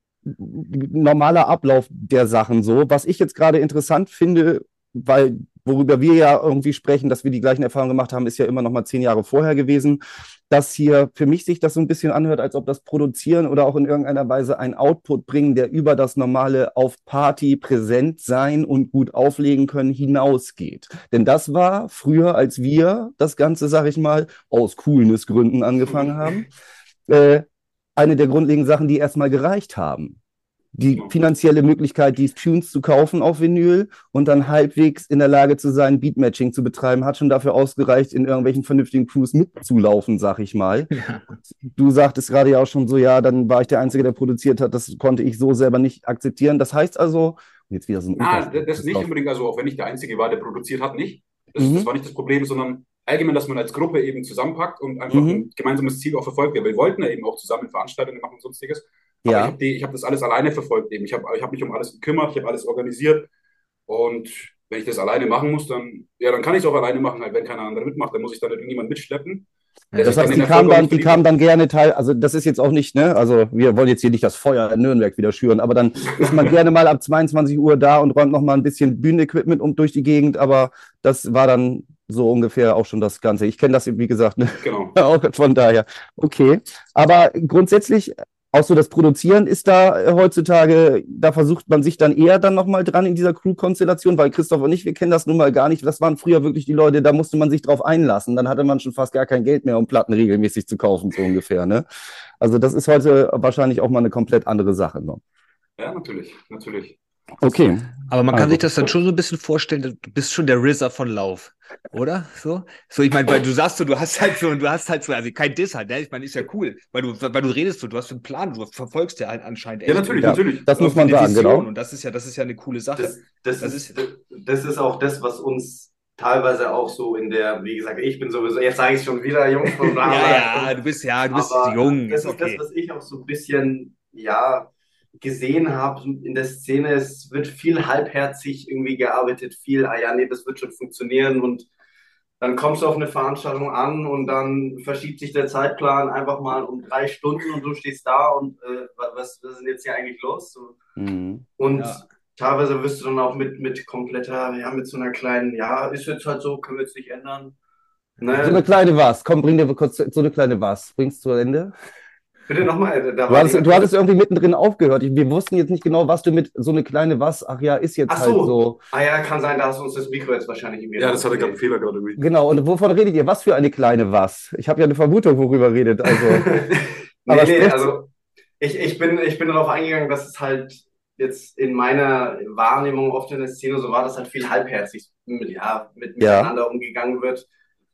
S4: normaler Ablauf der Sachen so. Was ich jetzt gerade interessant finde, weil worüber wir ja irgendwie sprechen, dass wir die gleichen Erfahrungen gemacht haben, ist ja immer noch mal zehn Jahre vorher gewesen, dass hier für mich sich das so ein bisschen anhört, als ob das Produzieren oder auch in irgendeiner Weise ein Output bringen, der über das normale auf Party präsent sein und gut auflegen können hinausgeht. Denn das war früher, als wir das Ganze, sag ich mal, aus Coolness-Gründen angefangen haben, äh, eine der grundlegenden Sachen, die erstmal gereicht haben. Die finanzielle Möglichkeit, die Tunes zu kaufen auf Vinyl und dann halbwegs in der Lage zu sein, Beatmatching zu betreiben, hat schon dafür ausgereicht, in irgendwelchen vernünftigen Crews mitzulaufen, sag ich mal.
S3: Ja.
S4: Du sagtest gerade ja auch schon so, ja, dann war ich der Einzige, der produziert hat. Das konnte ich so selber nicht akzeptieren. Das heißt also, jetzt wieder so ein
S6: na,
S4: Unterschied.
S6: das nicht unbedingt, also auch wenn ich der Einzige war, der produziert hat, nicht. Das,
S4: Mhm.
S6: das war nicht das Problem, sondern allgemein, dass man als Gruppe eben zusammenpackt und einfach
S4: Mhm.
S6: ein gemeinsames Ziel auch verfolgt. Wir wollten ja eben auch zusammen Veranstaltungen machen und sonstiges. Aber
S4: Ja.
S6: ich habe die, ich habe das alles alleine verfolgt eben. Ich habe, ich habe mich um alles gekümmert, ich habe alles organisiert. Und wenn ich das alleine machen muss, dann, ja, dann kann ich es auch alleine machen, halt, wenn keiner andere mitmacht. Dann muss ich dann nicht irgendjemand mitschleppen. der
S4: Das
S6: sich dann
S4: heißt,
S6: den
S4: die
S6: Erfolg
S4: kamen
S6: auch
S4: dann,
S6: nicht
S4: die
S6: verdient
S4: kamen
S6: hat.
S4: dann gerne teil, also das ist jetzt auch nicht, ne, also wir wollen jetzt hier nicht das Feuer in Nürnberg wieder schüren, aber dann ist man gerne mal ab zweiundzwanzig Uhr da und räumt noch mal ein bisschen Bühnenequipment um durch die Gegend, aber das war dann so ungefähr auch schon das Ganze. Ich kenne das, wie gesagt, ne,
S6: Genau.
S4: auch von daher. Okay, aber grundsätzlich auch so das Produzieren ist da äh, heutzutage, da versucht man sich dann eher dann nochmal dran in dieser Crew-Konstellation, weil Christoph und ich, wir kennen das nun mal gar nicht. Das waren früher wirklich die Leute, da musste man sich drauf einlassen. Dann hatte man schon fast gar kein Geld mehr, um Platten regelmäßig zu kaufen, so ungefähr, ne? Also das ist heute wahrscheinlich auch mal eine komplett andere Sache, ne?
S6: Ja, natürlich, natürlich.
S4: Okay.
S3: Aber man kann
S4: Also.
S3: sich das dann schon so ein bisschen vorstellen, du bist schon der R Z A von Lauf, oder? So, so ich meine, weil du sagst so, du hast halt so, du hast halt so, also kein Diss halt, ne? Ich meine, ist ja cool, weil du, weil du redest so, du hast einen Plan, du verfolgst ja halt anscheinend
S6: Ja,
S3: echt
S6: natürlich,
S4: Ja,
S6: natürlich.
S4: das muss man
S3: eine
S4: sagen,
S3: Vision
S4: genau.
S3: und das ist ja, das ist ja eine coole Sache.
S5: Das, das,
S3: Das
S5: ist,
S3: ist-
S5: das ist auch das, was uns teilweise auch so in der, wie gesagt, ich bin sowieso, jetzt sage ich schon wieder, Jungs von
S3: Ja,
S5: damals.
S3: ja, du bist ja, du bist
S5: Aber
S3: jung,
S5: das
S3: ist
S5: ist
S3: okay.
S5: das, was ich auch so ein bisschen, ja, gesehen habe in der Szene. Es wird viel halbherzig irgendwie gearbeitet, viel, ah ja, nee, das wird schon funktionieren und dann kommst du auf eine Veranstaltung an und dann verschiebt sich der Zeitplan einfach mal um drei Stunden und du stehst da und äh, was, was ist denn jetzt hier eigentlich los? So.
S4: Mhm.
S5: Und
S3: Ja.
S5: teilweise wirst du dann auch mit, mit kompletter, ja, mit so einer kleinen, ja, ist jetzt halt so, können wir jetzt nicht ändern. Ne?
S4: So eine kleine was. Komm, bring dir kurz so eine kleine was. Bring's zu Ende.
S5: Bitte nochmal, da
S4: Du
S5: war
S4: hattest,
S5: die-
S4: du hattest irgendwie mittendrin aufgehört. Ich- Wir wussten jetzt nicht genau, was du mit so eine kleine was, ach ja, ist jetzt
S5: Ach
S4: halt
S5: so.
S4: so.
S5: Ah ja, kann sein, da hast du uns das Mikro jetzt wahrscheinlich irgendwie
S6: Ja, das hatte gerade einen
S5: rausgegeben.
S6: Fehler gerade irgendwie.
S4: Genau, und wovon redet ihr? Was für eine kleine was? Ich habe ja eine Vermutung, worüber redet. Also,
S5: nee,
S4: Aber
S5: nee,
S4: sprecht-
S5: also ich, ich bin, ich bin darauf eingegangen, dass es halt jetzt in meiner Wahrnehmung oft in der Szene so war, dass halt viel halbherzig mit, ja, mit,
S4: Ja.
S5: miteinander umgegangen wird.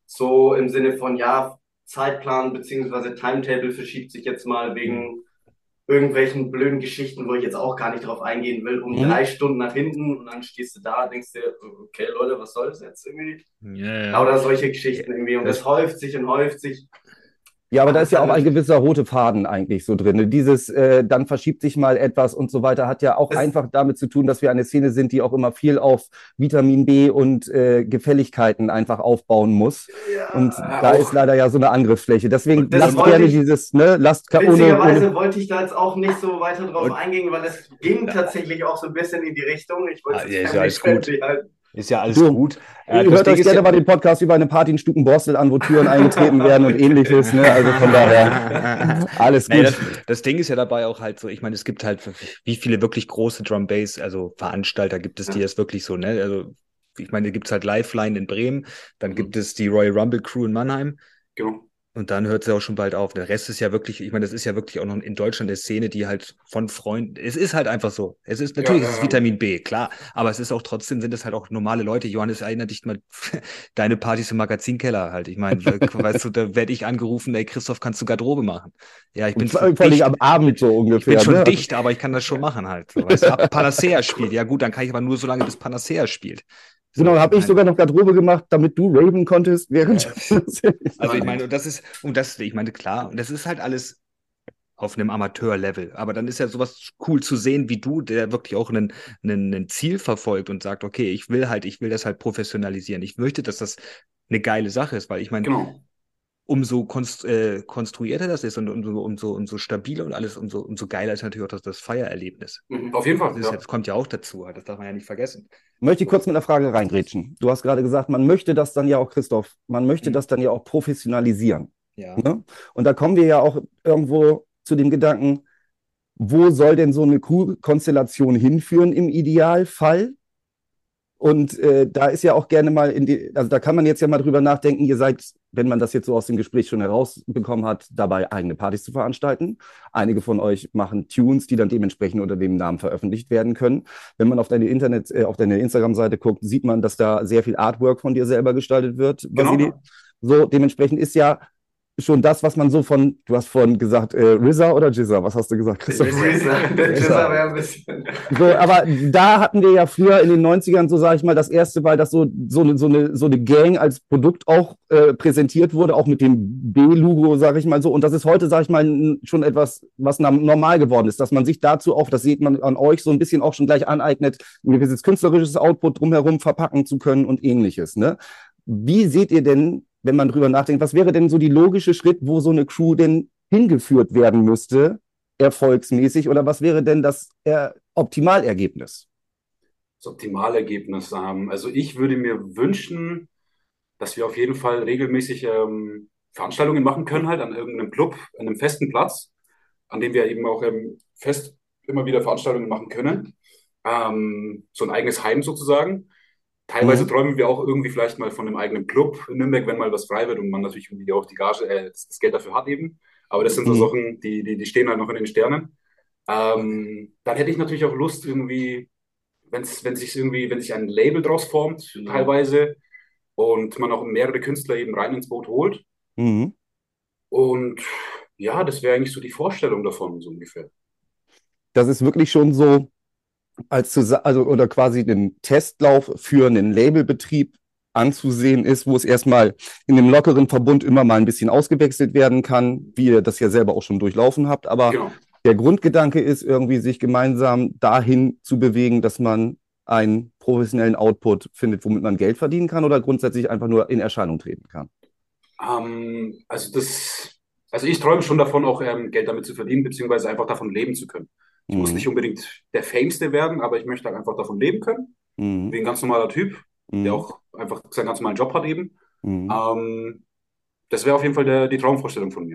S5: So im Sinne von, ja, Zeitplan beziehungsweise Timetable verschiebt sich jetzt mal wegen irgendwelchen blöden Geschichten, wo ich jetzt auch gar nicht drauf eingehen will, um
S4: Mhm.
S5: drei Stunden nach hinten und dann stehst du da, denkst dir, okay, Leute, was soll das jetzt irgendwie?
S3: Ja, ja.
S5: Oder solche Geschichten irgendwie. Und das häuft sich und häuft sich.
S4: ja, aber da ist ja auch ein
S5: Das-
S4: gewisser roter Faden eigentlich so drin. Dieses, äh, dann verschiebt sich mal etwas und so weiter, hat ja auch
S5: Es-
S4: einfach damit zu tun, dass wir eine Szene sind, die auch immer viel auf Vitamin B und äh, Gefälligkeiten einfach aufbauen muss.
S5: Ja,
S4: Und da
S5: auch.
S4: ist leider ja so eine Angriffsfläche. Deswegen
S5: Und das
S4: lasst
S5: wollte
S4: gerne
S5: ich-
S4: dieses, ne, lasst ohne,
S5: Witzigerweise
S4: ohne.
S5: wollte ich da jetzt auch nicht so weiter drauf
S3: Und-
S5: eingehen, weil es ging tatsächlich auch so ein bisschen in die Richtung. Ich wollte
S3: Ah,
S5: es
S3: ja,
S5: jetzt
S3: ist ja alles
S5: family-friendly halten.
S3: Ist ja alles
S4: Du,
S3: gut.
S4: Ihr
S3: Äh, das
S4: hört
S3: Ding
S4: euch
S3: ist
S4: gerne
S3: ja-
S4: mal den Podcast über eine Party in Stukenborstel an, wo Türen eingetreten werden und ähnliches. Ne? Also von daher, alles gut.
S3: Nee, das, das Ding ist ja dabei auch halt so, ich meine, es gibt halt, wie viele wirklich große Drum Bass, also Veranstalter gibt es, die das wirklich so, ne? Also, ich meine, da gibt es halt Lifeline in Bremen, dann gibt es die Royal Rumble Crew in Mannheim
S6: Genau.
S3: und dann hört es ja auch schon bald auf. Der Rest ist ja wirklich, ich meine, das ist ja wirklich auch noch in Deutschland eine Szene, die halt von Freunden, es ist halt einfach so. Es ist, natürlich
S6: Ja,
S3: ist es
S6: ja, ja.
S3: Vitamin B, klar, aber es ist auch trotzdem, sind es halt auch normale Leute. Johannes, erinnere dich mal, deine Partys im Magazinkeller halt. Ich meine, weißt du, da werde ich angerufen, ey, Christoph, kannst du Garderobe machen? Ja, ich bin
S4: Vor allem
S3: dicht.
S4: am Abend so
S3: Ich
S4: ungefähr.
S3: bin schon
S4: ne?
S3: dicht, aber ich kann das schon machen halt. So, weißt du, ab Panacea spielt. Ja gut, dann kann ich aber nur so lange, bis Panacea spielt. So,
S4: Genau, da habe ich
S3: nein.
S4: sogar noch Garderobe gemacht, damit du raven konntest, während.
S3: Also ich meine, und das ist, und das, ich meine, klar, und das ist halt alles auf einem Amateur-Level. Aber dann ist ja sowas cool zu sehen, wie du, der wirklich auch ein ein Ziel verfolgt und sagt, okay, ich will halt, ich will das halt professionalisieren. Ich möchte, dass das eine geile Sache ist, weil ich meine,
S6: Genau.
S3: umso konst, äh, konstruierter das ist und umso, umso, umso stabiler und alles, umso, umso geiler ist natürlich auch das, das Feiererlebnis.
S6: Mhm. Auf jeden Fall.
S3: Das, ist
S6: Ja.
S3: ja, das kommt ja auch dazu, das darf man ja nicht vergessen.
S4: Möchte ich kurz mit einer Frage reingrätschen. Du hast gerade gesagt, man möchte das dann ja auch, Christoph, man möchte
S3: Mhm.
S4: das dann ja auch professionalisieren.
S3: Ja.
S4: Ne? Und da kommen wir ja auch irgendwo zu dem Gedanken, wo soll denn so eine Crew-Konstellation hinführen im Idealfall? Und äh, da ist ja auch gerne mal in die, also da kann man jetzt ja mal drüber nachdenken, ihr seid, wenn man das jetzt so aus dem Gespräch schon herausbekommen hat, dabei eigene Partys zu veranstalten. Einige von euch machen Tunes, die dann dementsprechend unter dem Namen veröffentlicht werden können. Wenn man auf deine Internet, äh, auf deine Instagram-Seite guckt, sieht man, dass da sehr viel Artwork von dir selber gestaltet wird, Vasili.
S6: Genau.
S4: So, dementsprechend ist ja schon das, was man so von, du hast vorhin gesagt, äh, R Z A oder Jizza, was hast du gesagt, Christoph?
S5: Der Jizza wäre ein bisschen.
S4: So, aber da hatten wir ja früher in den neunzigern, so sage ich mal, das erste Mal, dass so, so, eine, so, eine, so eine Gang als Produkt auch äh, präsentiert wurde, auch mit dem B-Logo, sage ich mal so. Und das ist heute, sage ich mal, n- schon etwas, was nam- normal geworden ist, dass man sich dazu auch, das sieht man an euch, so ein bisschen auch schon gleich aneignet, ein gewisses künstlerisches Output drumherum verpacken zu können und ähnliches. Ne? Wie seht ihr denn, wenn man drüber nachdenkt, was wäre denn so die logische Schritt, wo so eine Crew denn hingeführt werden müsste, erfolgsmäßig, oder was wäre denn das äh, Optimalergebnis?
S6: Das Optimalergebnis. Ähm, also ich würde mir wünschen, dass wir auf jeden Fall regelmäßig ähm, Veranstaltungen machen können, halt an irgendeinem Club, an einem festen Platz, an dem wir eben auch ähm, fest immer wieder Veranstaltungen machen können. Ähm, so ein eigenes Heim sozusagen. Teilweise
S4: Mhm.
S6: träumen wir auch irgendwie vielleicht mal von einem eigenen Club in Nürnberg, wenn mal was frei wird und man natürlich irgendwie auch die Gage, äh, das, das Geld dafür hat eben. Aber das sind so
S4: Mhm.
S6: Sachen, die, die, die stehen halt noch in den Sternen. Ähm, dann hätte ich natürlich auch Lust, irgendwie, wenn es wenn sich irgendwie, wenn sich ein Label draus formt,
S5: Mhm.
S6: teilweise, und man auch mehrere Künstler eben rein ins Boot holt.
S4: Mhm.
S6: Und ja, das wäre eigentlich so die Vorstellung davon, so ungefähr.
S4: Das ist wirklich schon so, als zu, sa- also oder quasi den Testlauf für einen Labelbetrieb anzusehen ist, wo es erstmal in dem lockeren Verbund immer mal ein bisschen ausgewechselt werden kann, wie ihr das ja selber auch schon durchlaufen habt. Aber
S6: Genau.
S4: der Grundgedanke ist irgendwie, sich gemeinsam dahin zu bewegen, dass man einen professionellen Output findet, womit man Geld verdienen kann, oder grundsätzlich einfach nur in Erscheinung treten kann.
S6: Ähm, also das, also ich träume schon davon, auch ähm, Geld damit zu verdienen, beziehungsweise einfach davon leben zu können. Ich muss nicht
S4: Mhm.
S6: unbedingt der Fameste werden, aber ich möchte halt einfach davon leben können, wie
S4: Mhm.
S6: ein ganz normaler Typ, der
S4: Mhm.
S6: auch einfach seinen ganz normalen Job hat eben.
S4: Mhm.
S6: Ähm, das wäre auf jeden Fall der, die Traumvorstellung von mir.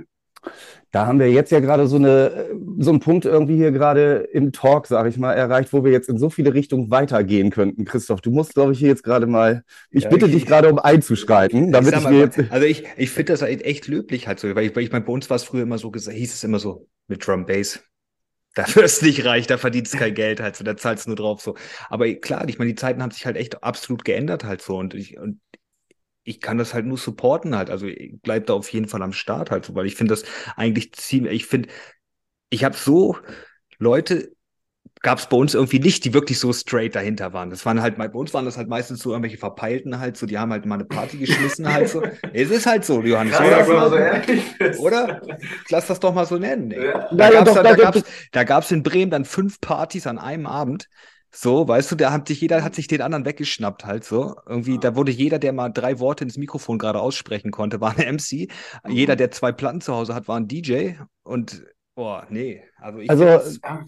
S4: Da haben wir jetzt ja gerade so eine, äh, so einen Punkt irgendwie hier gerade im Talk, sage ich mal, erreicht, wo wir jetzt in so viele Richtungen weitergehen könnten. Christoph, du musst, glaube ich, hier jetzt gerade mal, ich
S3: Ja,
S4: bitte
S3: ich-
S4: dich gerade um einzuschreiten,
S3: Ich
S4: damit
S3: sag
S4: ich
S3: mal,
S4: mir jetzt.
S3: also ich, ich finde das halt echt löblich halt so, weil ich, weil ich meine, bei uns war es früher immer so gesagt, hieß es immer so, mit Drum Bass, da wirst nicht reich, da verdienst kein Geld halt so, da zahlst du nur drauf so. Aber klar, ich meine, die Zeiten haben sich halt echt absolut geändert halt so und ich, und ich kann das halt nur supporten halt, also ich bleib da auf jeden Fall am Start halt so, weil ich finde das eigentlich ziemlich, ich finde, ich habe so Leute, gab es bei uns irgendwie nicht, die wirklich so straight dahinter waren. Das waren halt, bei uns waren das halt meistens so irgendwelche Verpeilten halt so, die haben halt mal eine Party geschmissen halt so. Es ist halt so, Johannes,
S5: Krass,
S3: oder?
S5: dass du mal so ehrlich bist.
S3: Oder? Lass das doch mal so nennen. Ey.
S5: Ja.
S3: Da
S4: Ja, ja,
S3: gab's
S4: doch,
S3: dann,
S4: da-
S3: da
S4: da-
S3: gab's, da gab's in Bremen dann fünf Partys an einem Abend. So, weißt du, da hat sich jeder hat sich den anderen weggeschnappt halt so. Irgendwie, da wurde jeder, der mal drei Worte ins Mikrofon gerade aussprechen konnte, war ein M C. Jeder, der zwei Platten zu Hause hat, war ein D J. Und boah, nee. Also ich
S4: Also,
S3: find das,
S6: Ja,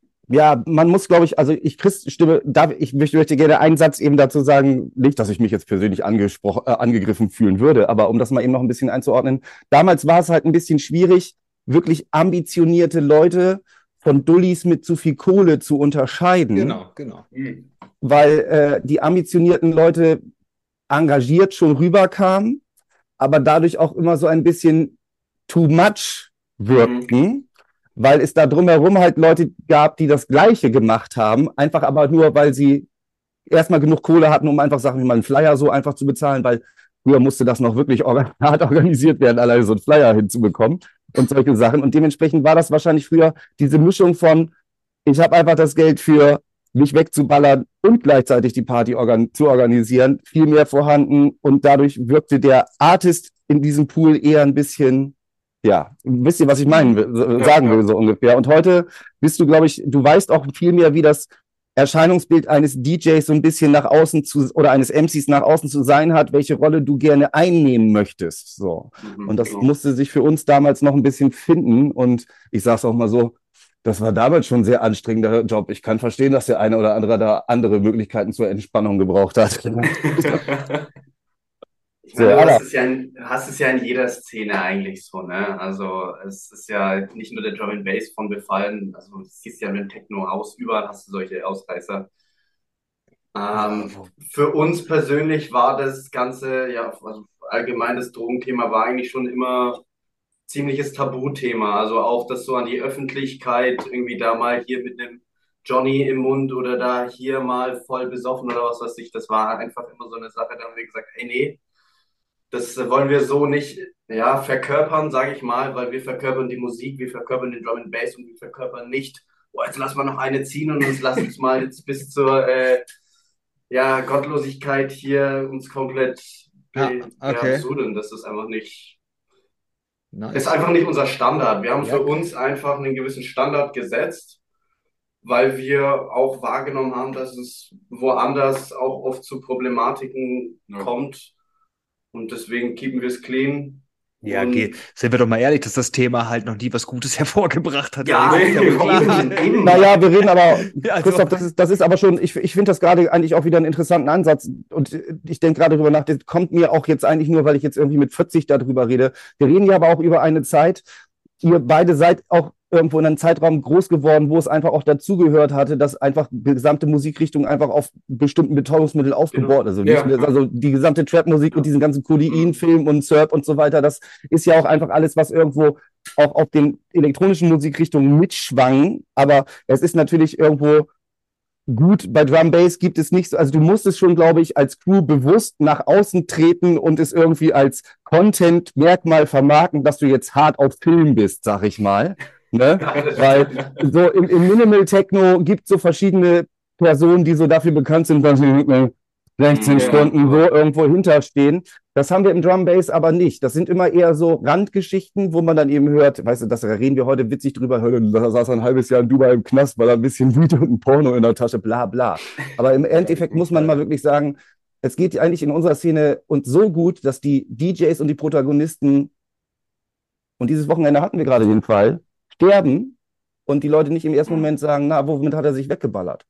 S4: Ja, man muss, glaube ich, also ich Chris, stimme, darf, ich möchte, möchte gerne einen Satz eben dazu sagen, nicht, dass ich mich jetzt persönlich angesprochen, äh, angegriffen fühlen würde, aber um das mal eben noch ein bisschen einzuordnen. Damals war es halt ein bisschen schwierig, wirklich ambitionierte Leute von Dullis mit zu viel Kohle zu unterscheiden,
S3: genau, genau.
S6: hm.
S4: weil äh, die ambitionierten Leute engagiert schon rüberkamen, aber dadurch auch immer so ein bisschen too much wirkten, weil es da drumherum halt Leute gab, die das Gleiche gemacht haben, einfach aber nur, weil sie erstmal genug Kohle hatten, um einfach, sagen wir mal, einen Flyer so einfach zu bezahlen, weil früher musste das noch wirklich organ hart organisiert werden, alleine so einen Flyer hinzubekommen und solche Sachen. Und dementsprechend war das wahrscheinlich früher diese Mischung von, ich habe einfach das Geld für mich wegzuballern und gleichzeitig die Party organ zu organisieren, viel mehr vorhanden, und dadurch wirkte der Artist in diesem Pool eher ein bisschen Ja, wisst ihr, was ich meinen will, so-
S6: Ja,
S4: sagen
S6: ja.
S4: will, so ungefähr. Und heute bist du, glaube ich, du weißt auch viel mehr, wie das Erscheinungsbild eines D Js so ein bisschen nach außen zu, oder eines M Cs nach außen zu sein hat, welche Rolle du gerne einnehmen möchtest. So.
S5: Mhm,
S4: Und das
S5: genau.
S4: musste sich für uns damals noch ein bisschen finden. Und ich sage es auch mal so, das war damals schon ein sehr anstrengender Job. Ich kann verstehen, dass der eine oder andere da andere Möglichkeiten zur Entspannung gebraucht hat.
S5: Ich
S4: So,
S5: meine, du
S4: aber-
S5: hast es ja in, hast es ja in jeder Szene eigentlich so, ne? Also es ist ja nicht nur der Drum and Bass von Befallen, also du siehst ja mit dem Techno aus, überall hast du solche Ausreißer. Ähm,
S3: wo-
S5: für uns persönlich war das Ganze, ja, also allgemein das Drogenthema war eigentlich schon immer ziemliches Tabuthema. Also auch das so an die Öffentlichkeit, irgendwie da mal hier mit einem Johnny im Mund oder da hier mal voll besoffen oder was weiß ich, das war einfach immer so eine Sache. Da haben wir gesagt, ey, nee, das äh, wollen wir so nicht, ja, verkörpern, sage ich mal, weil wir verkörpern die Musik, wir verkörpern den Drum and Bass und wir verkörpern nicht, boah, jetzt lassen wir noch eine ziehen und uns lass uns mal jetzt bis zur äh, ja, Gottlosigkeit hier uns komplett
S3: Ja,
S5: be-
S3: okay.
S5: beabsudeln. Das ist einfach nicht,
S3: Nice.
S5: ist einfach nicht unser Standard. Wir haben
S3: Ja.
S5: für uns einfach einen gewissen Standard gesetzt, weil wir auch wahrgenommen haben, dass es woanders auch oft zu Problematiken
S6: Ja.
S5: kommt. Und deswegen keepen wir es clean.
S3: Ja,
S5: Und-
S3: geh, sind wir doch mal ehrlich, dass das Thema halt noch nie was Gutes hervorgebracht hat.
S5: Ja,
S3: Also,
S6: nee,
S3: ist ja wohl klar.
S5: eben, eben.
S4: Naja, wir reden aber,
S3: Ja, also-
S4: Christoph, das ist, das ist aber schon, ich, ich finde das gerade eigentlich auch wieder einen interessanten Ansatz. Und ich denke gerade drüber nach, das kommt mir auch jetzt eigentlich nur, weil ich jetzt irgendwie mit vierzig darüber rede. Wir reden ja aber auch über eine Zeit, ihr beide seid auch irgendwo in einem Zeitraum groß geworden, wo es einfach auch dazugehört hatte, dass einfach die gesamte Musikrichtung einfach auf bestimmten Betäubungsmitteln aufgebaut ist. Also, nicht
S6: Ja.
S4: mehr, also die gesamte Trap-Musik und diesen ganzen Codein-Film und Surf und so weiter, das ist ja auch einfach alles, was irgendwo auch auf den elektronischen Musikrichtungen mitschwang. Aber es ist natürlich irgendwo gut, bei Drum Bass gibt es nicht so, also du musst es schon, glaube ich, als Crew bewusst nach außen treten und es irgendwie als Content-Merkmal vermarkten, dass du jetzt hart auf Film bist, sag ich mal. Ne? Weil so im, im Minimal Techno gibt es so verschiedene Personen, die so dafür bekannt sind, dass sie mit einer sechzehn
S5: Ja.
S4: Stunden so irgendwo hinterstehen. Das haben wir im Drum Bass aber nicht. Das sind immer eher so Randgeschichten, wo man dann eben hört, weißt du, das, da reden wir heute witzig drüber, da saß er ein halbes Jahr in Dubai im Knast, weil er ein bisschen Weed und ein Porno in der Tasche, bla bla. Aber im Endeffekt muss man mal wirklich sagen, es geht eigentlich in unserer Szene uns so gut, dass die D Js und die Protagonisten, und dieses Wochenende hatten wir gerade den Fall, sterben und die Leute nicht im ersten Moment sagen, na, womit hat er sich weggeballert?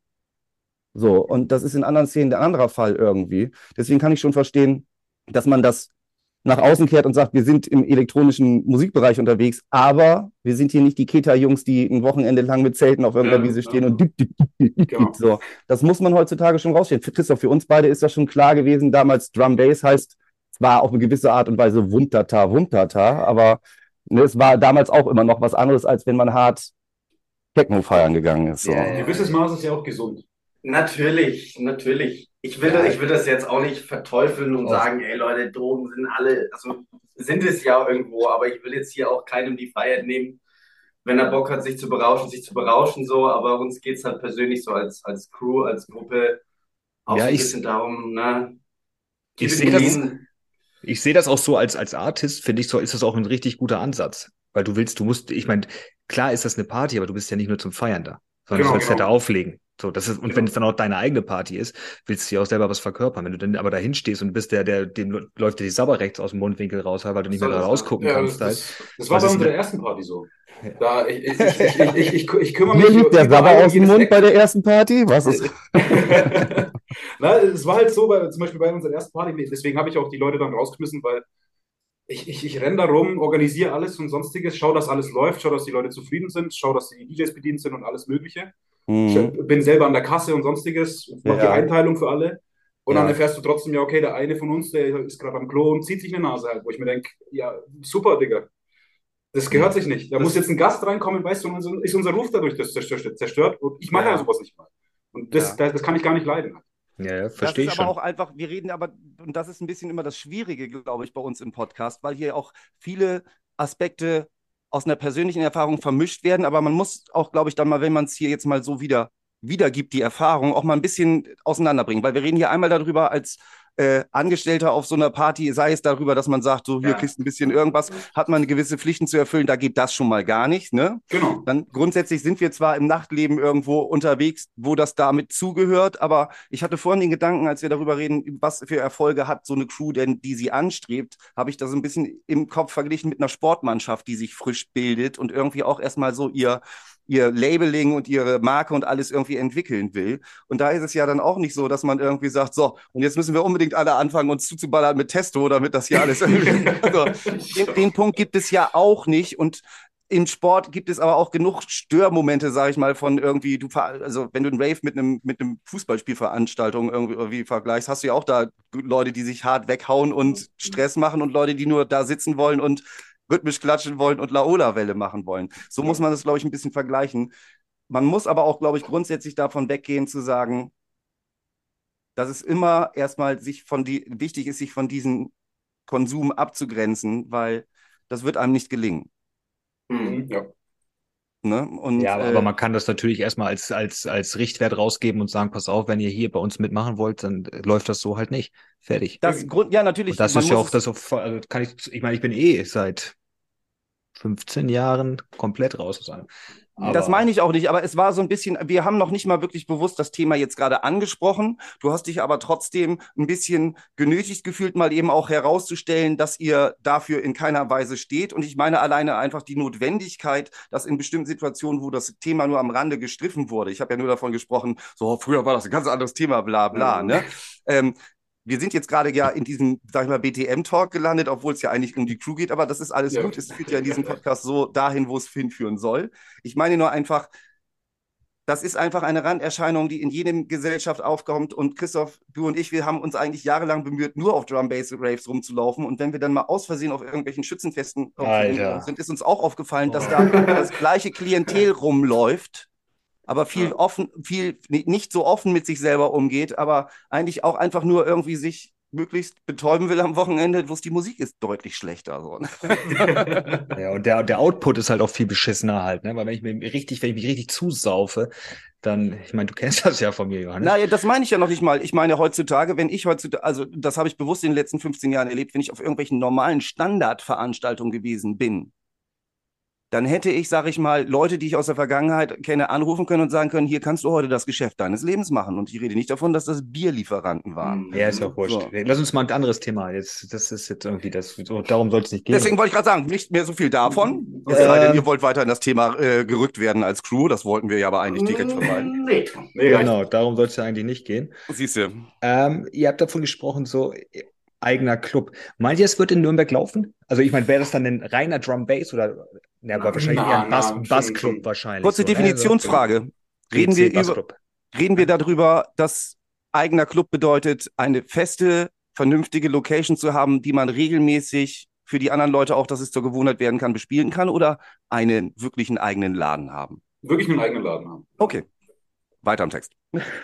S4: So, und das ist in anderen Szenen ein anderer Fall irgendwie. Deswegen kann ich schon verstehen, dass man das nach außen kehrt und sagt, wir sind im elektronischen Musikbereich unterwegs, aber wir sind hier nicht die Keta-Jungs, die ein Wochenende lang mit Zelten auf irgendeiner
S5: Ja,
S4: Wiese
S5: ja.
S4: stehen und dip, dip, dip, dip, dip,
S6: Genau.
S4: so. Das muss man heutzutage schon rausstellen. Für Christoph, für uns beide ist das schon klar gewesen. Damals Drum Bass heißt zwar auf eine gewisse Art und Weise Wundtata, Wundtata, aber ne, es war damals auch immer noch was anderes, als wenn man hart Techno feiern gegangen ist. So.
S5: Ja,
S6: Ein
S5: ja.
S6: gewisses Maß ist ja auch gesund.
S5: Natürlich, natürlich. Ich will,
S4: Ja.
S5: ich will das jetzt auch nicht verteufeln und
S4: Auch.
S5: sagen, ey Leute, Drogen sind alle, also sind es ja irgendwo, aber ich will jetzt hier auch keinem die Freiheit nehmen, wenn er Bock hat, sich zu berauschen, sich zu berauschen, so, aber uns geht's halt persönlich so als, als Crew, als Gruppe auch
S3: Ja,
S5: so ein
S3: ich-
S5: bisschen darum, ne?
S3: Ich
S5: keep it
S3: sehe das-
S5: clean.
S3: Ich sehe das auch so als, als Artist, finde ich, so ist das auch ein richtig guter Ansatz. Weil du willst, du musst, ich meine, klar ist das eine Party, aber du bist ja nicht nur zum Feiern da, sondern
S6: Genau,
S3: du willst ja
S6: genau.
S3: da auflegen. So, das ist, und
S6: Genau.
S3: wenn es dann auch deine eigene Party ist, willst du ja auch selber was verkörpern. Wenn du dann aber da hinstehst und bist der, der, dem läuft dir die Sabber rechts aus dem Mundwinkel raus, weil du nicht mehr
S5: Soll das
S3: da
S5: sein?
S3: rausgucken
S6: Ja,
S3: kannst.
S6: das,
S3: Halt.
S6: das, das war
S3: Was
S6: bei
S3: ist
S6: unserer
S3: denn-
S6: ersten Party so.
S3: Ja.
S6: Da, ich, ich, ich, ich, ich, ich, ich kümmere mich
S4: Mir liegt der
S6: überall
S4: Sabber
S6: um
S4: aus dem
S6: jedes
S4: Mund
S6: Eck.
S4: bei der ersten Party? Was ist?
S6: Na, es war halt so, bei, zum Beispiel bei unserer ersten Party, deswegen habe ich auch die Leute dann rausgeschmissen, weil ich, ich, ich renne da rum, organisiere alles und sonstiges, schaue, dass alles läuft, schaue, dass die Leute zufrieden sind, schaue, dass die D Js bedient sind und alles Mögliche. Ich
S4: Mhm.
S6: bin selber an der Kasse und sonstiges, mache die
S4: Ja.
S6: Einteilung für alle. Und
S4: Ja.
S6: dann erfährst du trotzdem, ja, okay, der eine von uns, der ist gerade am Klo und zieht sich eine Nase halt, wo ich mir denke, ja, super, Digga. Das gehört sich nicht. Da
S5: Das-
S6: muss jetzt ein Gast reinkommen, weißt du, und dann ist unser Ruf dadurch das zerstört. zerstört. Und ich mache
S5: Ja.
S6: ja sowas nicht mal. Und das,
S5: Ja.
S6: das, das kann ich gar nicht leiden.
S3: Ja, ja,
S7: Das
S3: verstehe
S7: ist
S3: ich
S7: aber
S3: schon.
S7: auch einfach, wir reden aber, und das ist ein bisschen immer das Schwierige, glaube ich, bei uns im Podcast, weil hier auch viele Aspekte aus einer persönlichen Erfahrung vermischt werden, aber man muss auch, glaube ich, dann mal, wenn man es hier jetzt mal so wieder wiedergibt, die Erfahrung, auch mal ein bisschen auseinanderbringen, weil wir reden hier einmal darüber als, äh, Angestellter auf so einer Party, sei es darüber, dass man sagt, so hier
S6: Ja.
S7: kriegst du ein bisschen irgendwas, hat man gewisse Pflichten zu erfüllen, da geht das schon mal gar nicht. Ne?
S6: Genau.
S7: Dann grundsätzlich sind wir zwar im Nachtleben irgendwo unterwegs, wo das damit zugehört, aber ich hatte vorhin den Gedanken, als wir darüber reden, was für Erfolge hat so eine Crew denn, die sie anstrebt, habe ich das so ein bisschen im Kopf verglichen mit einer Sportmannschaft, die sich frisch bildet und irgendwie auch erstmal so ihr, ihr Labeling und ihre Marke und alles irgendwie entwickeln will. Und da ist es ja dann auch nicht so, dass man irgendwie sagt, so, und jetzt müssen wir unbedingt alle anfangen, uns zuzuballern mit Testo, damit das hier alles irgendwie... Also, den, den Punkt gibt es ja auch nicht und im Sport gibt es aber auch genug Störmomente, sage ich mal, von irgendwie, du, also wenn du einen Rave mit einem mit einem Fußballspielveranstaltung irgendwie, irgendwie vergleichst, hast du ja auch da Leute, die sich hart weghauen und Stress machen und Leute, die nur da sitzen wollen und rhythmisch klatschen wollen und Laola-Welle machen wollen. So muss man das, glaube ich, ein bisschen vergleichen. Man muss aber auch, glaube ich, grundsätzlich davon weggehen zu sagen, dass es immer erstmal sich von die, wichtig ist, sich von diesem Konsum abzugrenzen, weil das wird einem nicht gelingen.
S6: Mhm. Ja.
S7: Ne? Und,
S3: Ja, aber,
S7: äh,
S3: aber man kann das natürlich erstmal als, als, als Richtwert rausgeben und sagen, pass auf, wenn ihr hier bei uns mitmachen wollt, dann äh, läuft das so halt nicht. Fertig.
S7: das Grund, ja, natürlich.
S3: Und das
S7: man
S3: ist ja
S7: muss
S3: auch das, auf, also kann ich, ich meine, ich bin eh seit fünfzehn Jahren komplett raus aus allem.
S7: Das meine ich auch nicht, aber es war so ein bisschen, wir haben noch nicht mal wirklich bewusst das Thema jetzt gerade angesprochen. Du hast dich aber trotzdem ein bisschen genötigt gefühlt, mal eben auch herauszustellen, dass ihr dafür in keiner Weise steht. Und ich meine alleine einfach die Notwendigkeit, dass in bestimmten Situationen, wo das Thema nur am Rande gestriffen wurde, ich habe ja nur davon gesprochen, so früher war das ein ganz anderes Thema, bla bla, ne? Ähm, wir sind jetzt gerade ja in diesem, sag ich mal, B T M-Talk gelandet, obwohl es ja eigentlich um die Crew geht, aber das ist alles
S6: Ja.
S7: gut. Es führt ja in diesem Podcast so dahin, wo es hinführen soll. Ich meine nur einfach, das ist einfach eine Randerscheinung, die in jedem Gesellschaft aufkommt. Und Christoph, du und ich, wir haben uns eigentlich jahrelang bemüht, nur auf Drum-Bass-Raves rumzulaufen. Und wenn wir dann mal aus Versehen auf irgendwelchen Schützenfesten
S3: Alter.
S7: sind, ist uns auch aufgefallen, dass da das gleiche Klientel rumläuft, aber viel
S6: Ja.
S7: offen, viel nicht so offen mit sich selber umgeht, aber eigentlich auch einfach nur irgendwie sich möglichst betäuben will am Wochenende, wo es die Musik ist deutlich schlechter. So.
S3: Ja, und der, der Output ist halt auch viel beschissener halt, ne? Weil wenn ich mir richtig, wenn ich mich richtig zusaufe, dann, ich meine, du kennst das ja von mir, Johannes.
S7: Naja, das meine ich ja noch nicht mal. Ich meine heutzutage, wenn ich heutzutage, also das habe ich bewusst in den letzten fünfzehn Jahren erlebt, wenn ich auf irgendwelchen normalen Standardveranstaltungen gewesen bin, dann hätte ich, sage ich mal, Leute, die ich aus der Vergangenheit kenne, anrufen können und sagen können, hier kannst du heute das Geschäft deines Lebens machen. Und ich rede nicht davon, dass das Bierlieferanten waren.
S3: Ja, ist ja auch wurscht.
S7: So.
S3: Lass uns mal ein anderes Thema. Jetzt, das ist jetzt irgendwie das, so, darum soll es nicht gehen.
S7: Deswegen wollte ich gerade sagen, nicht mehr so viel davon. Es
S3: Ähm.
S7: sei denn, ihr wollt weiter in das Thema äh, gerückt werden als Crew. Das wollten wir ja aber eigentlich direkt vermeiden.
S5: Nee.
S6: Nee,
S3: Genau, darum soll es ja eigentlich nicht gehen.
S7: Siehst du.
S3: Ähm, ihr habt davon gesprochen, so äh, eigener Club. Meint ihr, es wird in Nürnberg laufen? Also ich meine, wäre das dann ein reiner Drum Bass oder ja, aber wahrscheinlich
S6: Na,
S3: eher ein
S6: na,
S3: Bass,
S6: schon,
S3: Bassclub
S6: schon.
S3: wahrscheinlich.
S7: Kurze
S3: so, ne?
S7: Definitionsfrage.
S3: So,
S7: Reden wir,
S3: W C
S7: über,
S3: Bassclub.
S7: reden wir darüber, dass eigener Club bedeutet, eine feste, vernünftige Location zu haben, die man regelmäßig für die anderen Leute auch, dass es zur Gewohnheit werden kann, bespielen kann oder einen wirklichen eigenen Laden haben?
S6: Wirklich einen eigenen Laden haben.
S7: Okay. Weiter am Text.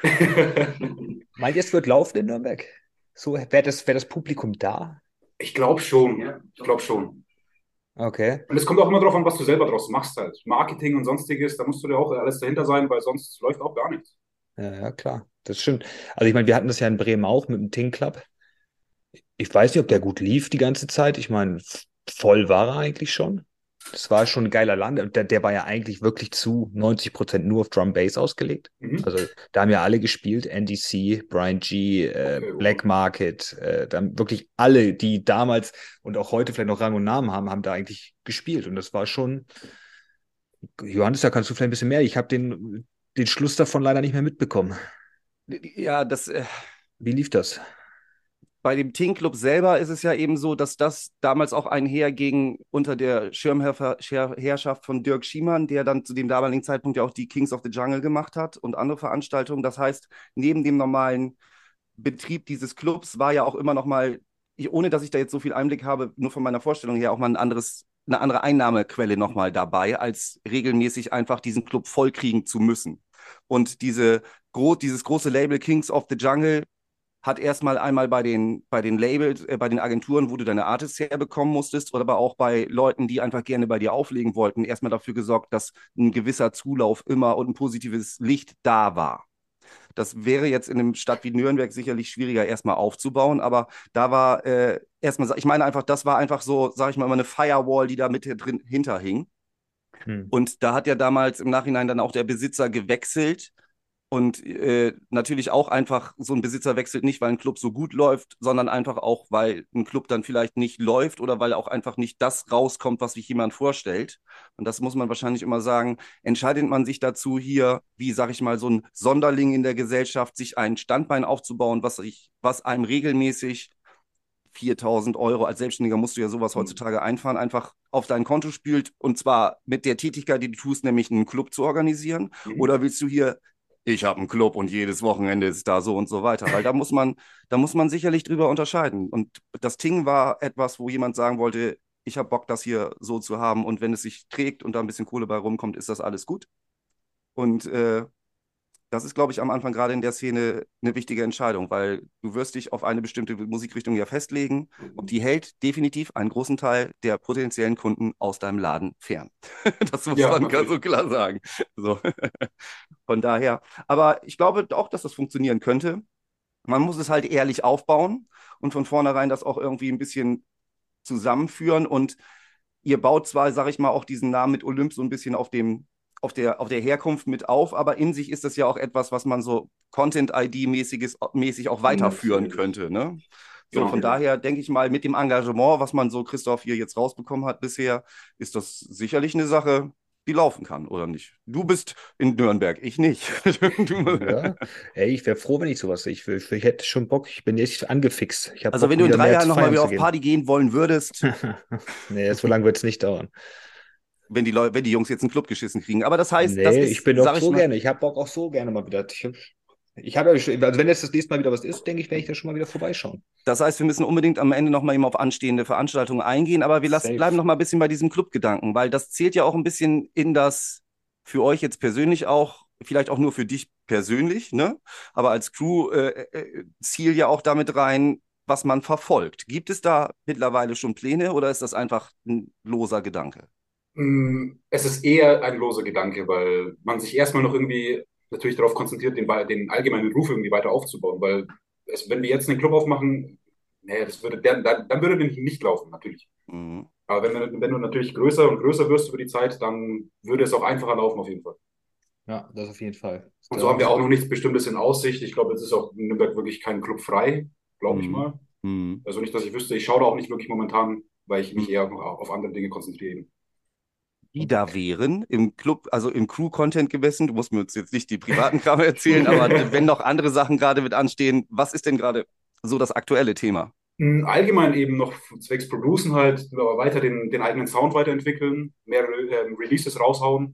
S3: Meint ihr, es wird laufen in Nürnberg? So, wäre das, wär das Publikum da?
S6: Ich glaube schon.
S5: Ja.
S6: Ich glaube schon.
S3: Okay.
S6: Und es kommt auch immer darauf an, was du selber draus machst halt. Marketing und sonstiges, da musst du dir auch alles dahinter sein, weil sonst läuft auch gar nichts.
S3: Ja, ja, klar. Das stimmt. Also ich meine, wir hatten das ja in Bremen auch mit dem Ting Club. Ich weiß nicht, ob der gut lief die ganze Zeit. Ich meine, voll war er eigentlich schon. Das war schon ein geiler Land. Und der, der war ja eigentlich wirklich zu neunzig Prozent nur auf Drum Bass ausgelegt.
S6: Mhm.
S3: Also da haben ja alle gespielt. N D C, Brian G, äh,
S6: Okay, wow.
S3: Black Market. Äh, da haben wirklich alle, die damals und auch heute vielleicht noch Rang und Namen haben, haben da eigentlich gespielt. Und das war schon... Johannes, da kannst du vielleicht ein bisschen mehr. Ich habe den, den Schluss davon leider nicht mehr mitbekommen.
S7: Ja, das... Äh
S3: Wie lief das?
S7: Bei dem Ting Club selber ist es ja eben so, dass das damals auch einherging unter der Schirmherrschaft von Dirk Schiemann, der dann zu dem damaligen Zeitpunkt ja auch die Kings of the Jungle gemacht hat und andere Veranstaltungen. Das heißt, neben dem normalen Betrieb dieses Clubs war ja auch immer noch mal, ich, ohne dass ich da jetzt so viel Einblick habe, nur von meiner Vorstellung her auch mal ein anderes, eine andere Einnahmequelle noch mal dabei, als regelmäßig einfach diesen Club vollkriegen zu müssen. Und diese, gro dieses große Label Kings of the Jungle hat erstmal einmal bei den, bei den Labels, äh, bei den Agenturen, wo du deine Artists herbekommen musstest, oder aber auch bei Leuten, die einfach gerne bei dir auflegen wollten, erstmal dafür gesorgt, dass ein gewisser Zulauf immer und ein positives Licht da war. Das wäre jetzt in einer Stadt wie Nürnberg sicherlich schwieriger erstmal aufzubauen, aber da war äh, erstmal, ich meine einfach, das war einfach so, sag ich mal, immer eine Firewall, die da mit drin hinterhing.
S3: Hm.
S7: Und da hat ja damals im Nachhinein dann auch der Besitzer gewechselt. Und äh, natürlich auch einfach, so ein Besitzer wechselt nicht, weil ein Club so gut läuft, sondern einfach auch, weil ein Club dann vielleicht nicht läuft oder weil auch einfach nicht das rauskommt, was sich jemand vorstellt. Und das muss man wahrscheinlich immer sagen, entscheidet man sich dazu hier, wie, sag ich mal, so ein Sonderling in der Gesellschaft, sich ein Standbein aufzubauen, was, ich, was einem regelmäßig viertausend Euro, als Selbstständiger musst du ja sowas heutzutage einfahren, einfach auf dein Konto spült und zwar mit der Tätigkeit, die du tust, nämlich einen Club zu organisieren.
S6: Mhm.
S7: Oder willst du hier ich habe einen Club und jedes Wochenende ist da so und so weiter. Weil da muss man, da muss man sicherlich drüber unterscheiden. Und das Ting war etwas, wo jemand sagen wollte, ich habe Bock, das hier so zu haben. Und wenn es sich trägt und da ein bisschen Kohle bei rumkommt, ist das alles gut. Und äh, das ist, glaube ich, am Anfang gerade in der Szene eine wichtige Entscheidung, weil du wirst dich auf eine bestimmte Musikrichtung ja festlegen und die hält definitiv einen großen Teil der potenziellen Kunden aus deinem Laden fern. Das muss
S6: Ja,
S7: man ganz
S6: natürlich.
S7: so klar sagen. So. Von daher, aber ich glaube auch, dass das funktionieren könnte. Man muss es halt ehrlich aufbauen und von vornherein das auch irgendwie ein bisschen zusammenführen und ihr baut zwar, sage ich mal, auch diesen Namen mit Olymp so ein bisschen auf dem auf der, auf der Herkunft mit auf, aber in sich ist das ja auch etwas, was man so Content-I D-mäßiges mäßig auch weiterführen
S6: Natürlich.
S7: könnte. Ne? So,
S6: Genau.
S7: von daher denke ich mal, mit dem Engagement, was man so Christoph hier jetzt rausbekommen hat bisher, ist das sicherlich eine Sache, die laufen kann, oder nicht? Du bist in Nürnberg, ich nicht. Du,
S3: Ja, ey, ich wäre froh, wenn ich sowas sehe. Ich, will- ich hätte schon Bock, ich bin echt angefixt. Ich hab
S7: also
S3: Bock,
S7: wenn du in
S3: wieder
S7: drei
S3: mehr
S7: Jahren nochmal
S3: feiern
S7: wieder
S3: zu
S7: auf
S3: gehen.
S7: Party gehen wollen würdest,
S3: Nee, so lange wird es nicht dauern.
S7: wenn die, Leu wenn die Jungs jetzt einen Club geschissen kriegen. Aber das heißt, das
S3: Nee,
S7: ist,
S3: ich bin doch
S7: sag ich
S3: so
S7: mal,
S3: gerne. Ich habe Bock auch so gerne mal wieder. Ich, ich habe ja schon, also wenn jetzt das nächste Mal wieder was ist, denke ich, werde ich da schon mal wieder vorbeischauen.
S7: das heißt, wir müssen unbedingt am Ende nochmal eben auf anstehende Veranstaltungen eingehen, aber wir lassen,
S3: Safe.
S7: bleiben nochmal ein bisschen bei diesem Clubgedanken, weil das zählt ja auch ein bisschen in das, für euch jetzt persönlich auch, vielleicht auch nur für dich persönlich, ne? Aber als Crew äh, äh, Ziel ja auch damit rein, was man verfolgt. Gibt es da mittlerweile schon Pläne oder ist das einfach ein loser Gedanke?
S6: Mm, Es ist eher ein loser Gedanke, weil man sich erstmal noch irgendwie natürlich darauf konzentriert, den, den allgemeinen Ruf irgendwie weiter aufzubauen. Weil es, wenn wir jetzt einen Club aufmachen, nee, das würde, der, dann, dann würde der nicht laufen, natürlich.
S7: Mhm.
S6: Aber wenn, wir- wenn du natürlich größer und größer wirst über die Zeit, dann würde es auch einfacher laufen, auf jeden Fall.
S3: Ja, das auf jeden Fall.
S6: Und so haben wir auch noch nichts Bestimmtes in Aussicht. Ich glaube, jetzt ist auch in Nürnberg wirklich kein Club frei, glaube ich
S7: Mhm.
S6: mal.
S7: Mhm.
S6: Also nicht, dass ich wüsste, ich schaue da auch nicht wirklich momentan, weil ich mich
S7: Mhm.
S6: eher noch auf andere Dinge konzentriere.
S7: Die da wären im Club, also im Crew-Content gewesen. Du musst mir jetzt nicht die privaten Kram erzählen, aber wenn noch andere Sachen gerade mit anstehen, was ist denn gerade so das aktuelle Thema?
S6: Mm, Allgemein eben noch zwecks Producen halt, aber weiter den, den eigenen Sound weiterentwickeln, mehr ähm, Releases raushauen,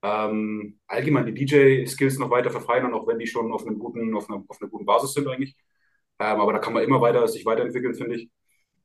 S6: ähm, allgemein die D J-Skills noch weiter verfeinern, auch wenn die schon auf einem guten, auf einer, auf einer guten Basis sind eigentlich. Ähm, aber da kann man immer weiter sich weiterentwickeln, finde ich.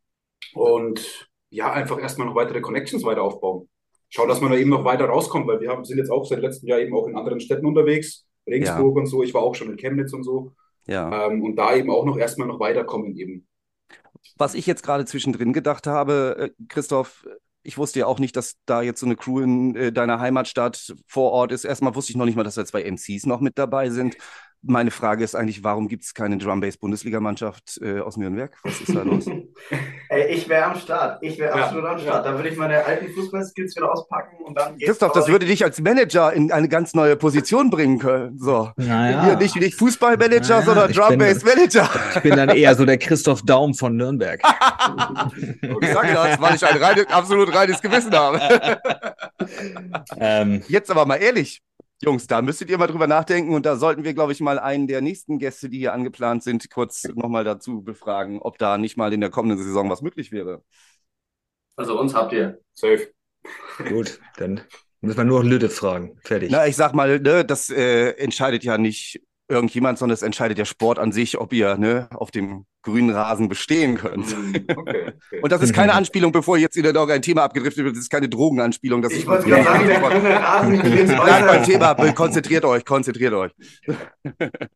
S6: Und ja, einfach erstmal noch weitere Connections weiter aufbauen. Schau, dass man da eben noch weiter rauskommt, weil wir haben, sind jetzt auch seit letztem Jahr eben auch in anderen Städten unterwegs, Regensburg und so. Ich war auch schon in Chemnitz und so.
S7: Ja.
S6: Ähm, und da eben auch noch erstmal noch weiterkommen eben.
S7: Was ich jetzt gerade zwischendrin gedacht habe, äh, Christoph, ich wusste ja auch nicht, dass da jetzt so eine Crew in äh, deiner Heimatstadt vor Ort ist. Erstmal wusste ich noch nicht mal, dass da zwei M Cs noch mit dabei sind. Meine Frage ist eigentlich, warum gibt es keine Drum-Bass-Bundesligamannschaft äh, aus Nürnberg? Was ist da los?
S5: Ey, ich wäre am Start. Ich wäre
S6: Ja,
S5: absolut am Start. Da würde ich meine alten Fußballskills wieder auspacken und dann geht's
S7: Christoph, das
S5: aber-
S7: würde dich als Manager in eine ganz neue Position bringen können. So.
S3: Naja.
S7: Hier nicht, nicht Fußballmanager,
S3: Naja,
S7: sondern
S3: ich
S7: Drum-Bass-Manager.
S3: Ich bin dann eher so der Christoph Daum von Nürnberg.
S7: Ich sage das, weil ich ein reines, absolut reines Gewissen habe.
S3: ähm,
S7: Jetzt aber mal ehrlich, Jungs, da müsstet ihr mal drüber nachdenken und da sollten wir, glaube ich, mal einen der nächsten Gäste, die hier angeplant sind, kurz nochmal dazu befragen, ob da nicht mal in der kommenden Saison was möglich wäre.
S5: Also uns habt ihr.
S6: Safe.
S3: gut, dann müssen wir nur noch Lütte fragen. Fertig.
S7: Na, ich sag mal, ne, das äh, entscheidet ja nicht irgendjemand, sondern es entscheidet der Sport an sich, ob ihr ne, auf dem grünen Rasen bestehen könnt.
S6: Okay, okay.
S7: Und das ist keine Anspielung, bevor jetzt wieder noch ein Thema abgedriftet wird, das ist keine Drogenanspielung. Das
S5: Ich
S7: ist
S5: wollte gerade sagen, der grüne Rasen klingt
S7: Bleibt beim
S5: weiter.
S7: Thema, konzentriert euch, konzentriert euch.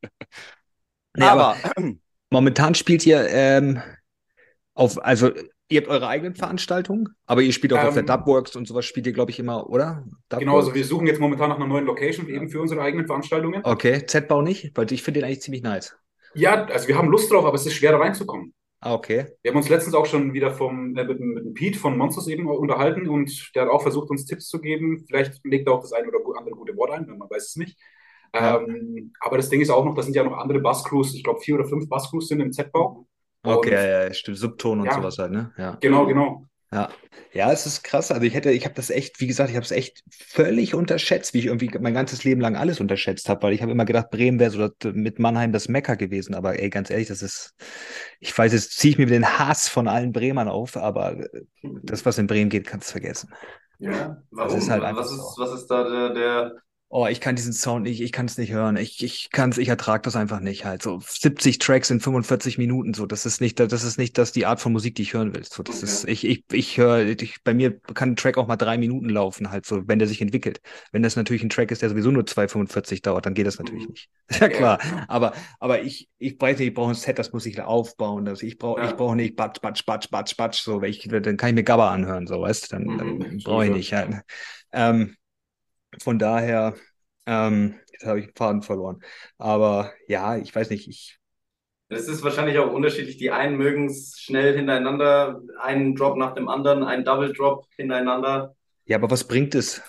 S3: Nee, aber momentan spielt ihr ähm, auf, also Ihr habt eure eigenen Veranstaltungen, aber ihr spielt auch
S6: Ähm,
S3: auf der Dubworks und sowas spielt ihr, glaube ich, immer, oder?
S6: Genau, also wir
S3: Dubworks?
S6: suchen jetzt momentan nach einer neuen Location eben für unsere eigenen Veranstaltungen.
S3: Okay, Z-Bau nicht? Weil ich finde den eigentlich ziemlich nice.
S6: Ja, also wir haben Lust drauf, aber es ist schwer da reinzukommen.
S3: Ah, okay.
S6: Wir haben uns letztens auch schon wieder vom, äh, mit, dem- mit dem Pete von Monsters eben unterhalten und der hat auch versucht, uns Tipps zu geben. Vielleicht legt er auch das ein oder gu- andere gute Wort ein, man weiß es nicht.
S3: Ja.
S6: Ähm, aber das Ding ist auch noch, da sind ja noch andere Basscrews, ich glaube vier oder fünf Basscrews sind im Z-Bau.
S3: Okay,
S6: Und
S3: ja, ja, stimmt. Subton und
S6: ja,
S3: sowas halt, ne? Ja.
S6: genau, genau.
S3: Ja, ja, es ist krass. Also ich hätte, ich habe das echt, wie gesagt, ich habe es echt völlig unterschätzt, wie ich irgendwie mein ganzes Leben lang alles unterschätzt habe, weil ich habe immer gedacht, Bremen wäre so das, mit Mannheim das Mekka gewesen. Aber ey, ganz ehrlich, das ist, ich weiß, jetzt ziehe ich mir den Hass von allen Bremern auf, aber das, was in Bremen geht, kannst du vergessen.
S5: Ja,
S3: Das ist
S5: warum?
S3: halt einfach
S5: Was
S3: so.
S5: ist, was ist da der, der
S3: Oh, ich kann diesen Sound nicht, ich kann es nicht hören. Ich, ich kann's, ich ertrage das einfach nicht halt. So siebzig Tracks in fünfundvierzig Minuten, so. Das ist nicht, das ist nicht das die Art von Musik, die ich hören will. So, das ist,
S5: Okay.
S3: ich, ich, ich höre, ich, bei mir kann ein Track auch mal drei Minuten laufen, halt so, wenn der sich entwickelt. Wenn das natürlich ein Track ist, der sowieso nur zwei fünfundvierzig dauert, dann geht das natürlich
S5: Mhm.
S3: nicht. Ist ja
S6: Ja,
S3: klar.
S6: ja.
S3: Aber, aber ich, ich weiß nicht, ich brauche ein Set, das muss ich aufbauen. Das, ich brauche, ich
S5: Ja.
S3: brauche nicht batsch, batsch, batsch, batsch, batsch, so, weil ich, dann kann ich mir Gabba anhören, so, weißt du, dann,
S5: Mhm.
S3: dann brauche ich
S6: Sowieso.
S3: nicht halt. Ähm, von daher, ähm, jetzt habe ich den Faden verloren. Aber ja, ich weiß nicht, ich,
S5: Es ist wahrscheinlich auch unterschiedlich. Die einen mögen es schnell hintereinander, einen Drop nach dem anderen, einen Double Drop hintereinander.
S3: ja, aber was bringt es?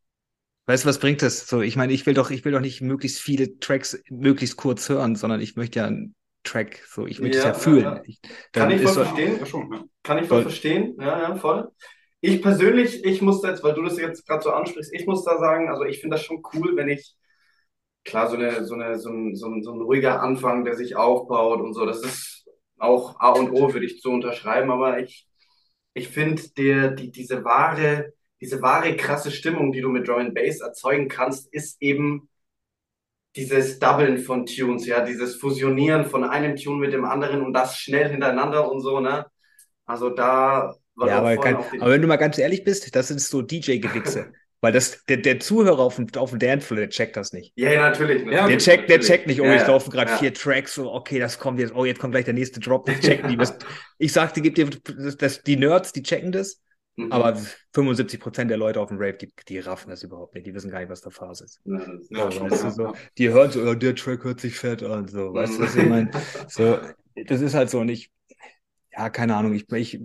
S3: Weißt du, was bringt es? So, ich meine, ich will doch, ich will doch nicht möglichst viele Tracks möglichst kurz hören, sondern ich möchte ja einen Track, so, ich möchte es ja
S5: Ja, ja,
S3: fühlen.
S5: ja.
S3: Ich,
S5: Kann
S3: dann
S5: ich
S3: ist
S5: voll
S3: so,
S6: Ja,
S5: verstehen.
S6: ja schon. Ja.
S5: Kann ich voll
S3: soll,
S5: verstehen. Ja, ja, voll. Ich persönlich, ich muss da jetzt, weil du das jetzt gerade so ansprichst, ich muss da sagen, also ich finde das schon cool, wenn ich, klar, so eine, so eine, so ein, so ein, so ein ruhiger Anfang, der sich aufbaut und so, das ist auch A und O, würde ich so unterschreiben, aber ich, ich finde, der, die, diese wahre, diese wahre krasse Stimmung, die du mit Drum and Bass erzeugen kannst, ist eben dieses Doublen von Tunes, ja, dieses Fusionieren von einem Tune mit dem anderen und das schnell hintereinander und so, ne? Also da, weil du
S3: ja,
S5: auch
S3: aber
S5: vorhin
S3: kann,
S5: auf
S3: aber
S5: den,
S3: wenn du mal ganz ehrlich bist, das sind so D J-Gewichse. Weil das, der, der Zuhörer auf dem, auf dem Dancefloor, der checkt das nicht.
S5: ja, ja, natürlich,
S6: Ja,
S3: Der
S5: natürlich,
S3: checkt, der
S5: natürlich.
S3: checkt nicht, oh,
S5: Ja,
S3: jetzt
S5: ja,
S3: laufen gerade vier
S5: ja.
S3: Tracks, so, okay, das kommt jetzt, oh, jetzt kommt gleich der nächste Drop, das checken die. Das,
S5: Ja.
S3: ich sagte, gibt dir, das, das, die Nerds, die checken das, aber
S5: Mhm.
S3: fünfundsiebzig Prozent der Leute auf dem Rave, die, die raffen das überhaupt nicht, die wissen gar nicht, was da Phase ist.
S5: Ja, das
S6: ja,
S3: So,
S6: schon.
S3: weißt du,
S6: Ja,
S3: so,
S6: ja.
S3: die hören so, oh, der Track hört sich fett an, so, weißt du, was ich meine? So, das ist halt so nicht, ja, keine Ahnung, ich, ich,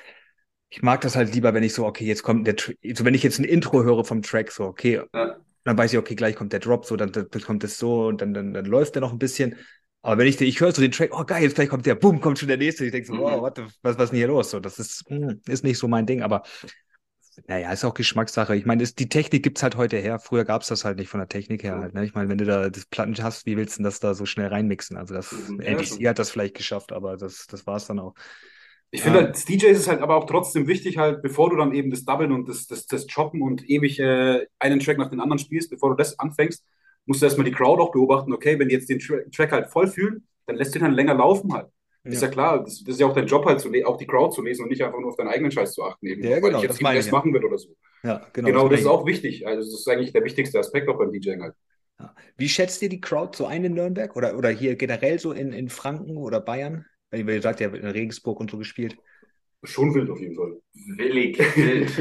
S3: ich mag das halt lieber, wenn ich so, okay, jetzt kommt der, Tr- so, wenn ich jetzt ein Intro höre vom Track, so, okay,
S5: ja.
S3: dann weiß ich, okay, gleich kommt der Drop, so, dann, dann kommt es so und dann, dann, dann läuft der noch ein bisschen. Aber wenn ich, den- ich höre so den Track, oh geil, jetzt gleich kommt der, boom, kommt schon der nächste. Ich denke so, wow,
S5: Mhm.
S3: what the, was, was ist denn hier los? So, das ist, hm, ist nicht so mein Ding, aber naja, ist auch Geschmackssache. Ich meine, ist, die Technik gibt's halt heute her. Früher gab's das halt nicht von der Technik her halt. Ne? Ich meine, wenn du da das Platten hast, wie willst du denn das da so schnell reinmixen? Also das
S5: Mhm.
S6: Ja,
S3: L D C
S6: schon.
S3: hat das vielleicht geschafft, aber das, das war's dann auch.
S6: Ich finde,
S3: Ähm,
S6: als D J ist es halt aber auch trotzdem wichtig, halt, bevor du dann eben das Doublen und das, das, das Choppen und ewig äh, einen Track nach dem anderen spielst, bevor du das anfängst, musst du erstmal die Crowd auch beobachten, okay, wenn die jetzt den Tra Track halt voll fühlen, dann lässt den halt länger laufen halt. Ist
S3: ja.
S6: ja klar, das, das ist ja auch dein Job halt, zu le- auch die Crowd zu lesen und nicht einfach nur auf deinen eigenen Scheiß zu achten, eben,
S3: Ja,
S6: weil ich
S3: genau,
S6: jetzt
S3: das
S6: eben
S3: meine ich
S6: das
S3: ja.
S6: machen will oder so.
S3: Ja, genau, das
S6: Genau, das
S3: meine
S6: ist
S3: ich.
S6: auch wichtig. Also, das ist eigentlich der wichtigste Aspekt auch beim DJing halt.
S3: Ja. Wie schätzt ihr die Crowd so ein in Nürnberg oder, oder hier generell so in, in Franken oder Bayern? Weil ihr sagt, ihr habt in Regensburg und so gespielt.
S6: Schon wild auf jeden Fall.
S5: Willig, wild.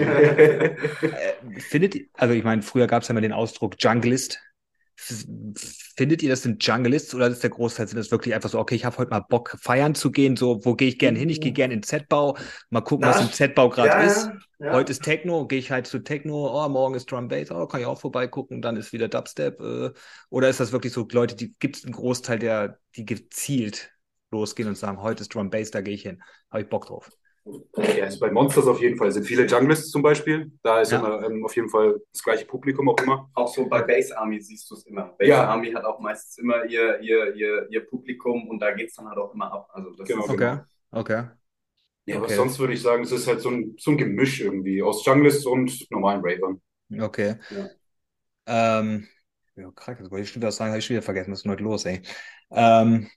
S3: Äh, findet ihr, also ich meine, früher gab es ja mal den Ausdruck Junglist. F- Findet ihr, das sind Jungleists oder ist der Großteil, sind das wirklich einfach so, okay, ich habe heute mal Bock feiern zu gehen, so, wo gehe ich gern hin? Ich gehe gern in Z-Bau, mal gucken, was im
S5: Das,
S3: Z-Bau gerade
S5: ja,
S3: ist.
S5: ja,
S3: Heute
S5: ja.
S3: ist Techno, gehe ich halt zu Techno, oh, morgen ist Drum Bass, oh, kann ich auch vorbeigucken, dann ist wieder Dubstep. Äh, oder ist das wirklich so Leute, die gibt es einen Großteil, der, die gezielt losgehen und sagen, heute ist Drum Bass, da gehe ich hin. Habe ich Bock drauf.
S6: Ja, also bei Monsters auf jeden Fall sind viele Junglists zum Beispiel. Da ist
S3: Ja.
S6: immer ähm, auf jeden Fall das gleiche Publikum auch immer.
S5: Auch so bei Bass Army siehst du es immer. Bass
S6: Ja.
S5: Army hat auch meistens immer ihr, ihr, ihr, ihr Publikum und da geht es dann halt auch immer ab. Also das
S6: Genau,
S5: ist,
S6: genau.
S3: Okay, okay.
S6: Ja, aber
S3: Okay.
S6: sonst würde ich sagen, es ist halt so ein, so ein Gemisch irgendwie aus Junglists und normalen Ravern.
S3: Okay.
S5: Ja.
S3: Ähm, ja, krass, das wollte ich schon wieder sagen, habe ich schon wieder vergessen, was ist denn heute los, ey? Ähm,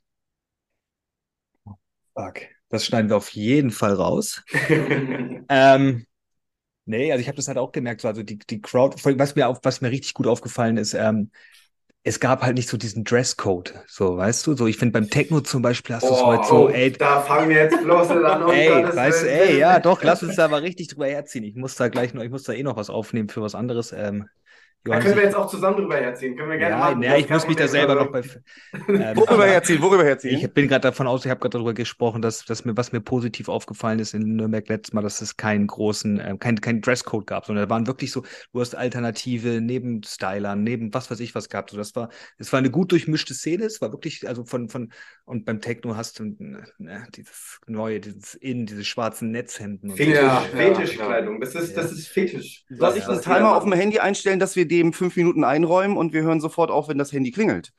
S3: fuck, das schneiden wir auf jeden Fall raus. Ähm, nee, also ich habe das halt auch gemerkt, so, also die, die Crowd, vor allem, was mir auf, was mir richtig gut aufgefallen ist, ähm, es gab halt nicht so diesen Dresscode, so, weißt du? So, ich finde beim Techno zum Beispiel hast du es
S5: Oh,
S3: heute so,
S5: oh,
S3: ey,
S5: da fangen wir jetzt bloß nicht an, um
S3: ey,
S5: Gottes
S3: weißt du,
S5: Willen.
S3: ey, ja, doch, lass uns da mal richtig drüber herziehen. Ich muss da gleich noch, ich muss da eh noch was aufnehmen für was anderes. Ähm,
S5: Da
S3: Johannes,
S5: können wir
S3: ich,
S5: jetzt auch zusammen drüber herziehen. Können wir gerne
S3: ja,
S5: machen.
S3: ja,
S5: Das
S3: ich
S5: ist kein
S3: muss mich da
S5: Problem.
S3: selber
S5: Also,
S3: noch bei, ähm,
S7: Worüber
S3: aber
S7: herziehen, worüber herziehen?
S3: ich bin gerade davon aus, ich habe gerade darüber gesprochen, dass, dass mir, was mir positiv aufgefallen ist in Nürnberg letztes Mal, dass es keinen großen, äh, kein, kein Dresscode gab, sondern da waren wirklich so, du hast Alternative neben Stylern, neben was weiß ich was gehabt. So, das war, es war eine gut durchmischte Szene, es war wirklich, also von, von, und beim Techno hast du äh, dieses neue, dieses In, diese schwarzen Netzhemden und so.
S5: Fetisch,
S6: Ja, ja,
S5: Fetischkleidung. Das ist, das
S3: Ja.
S5: ist Fetisch.
S7: Soll
S5: Was-
S7: ich
S5: was
S7: einen
S5: die da
S7: Timer auf dem
S5: machen.
S7: Handy einstellen, dass wir dem fünf Minuten einräumen und wir hören sofort auf, wenn das Handy klingelt?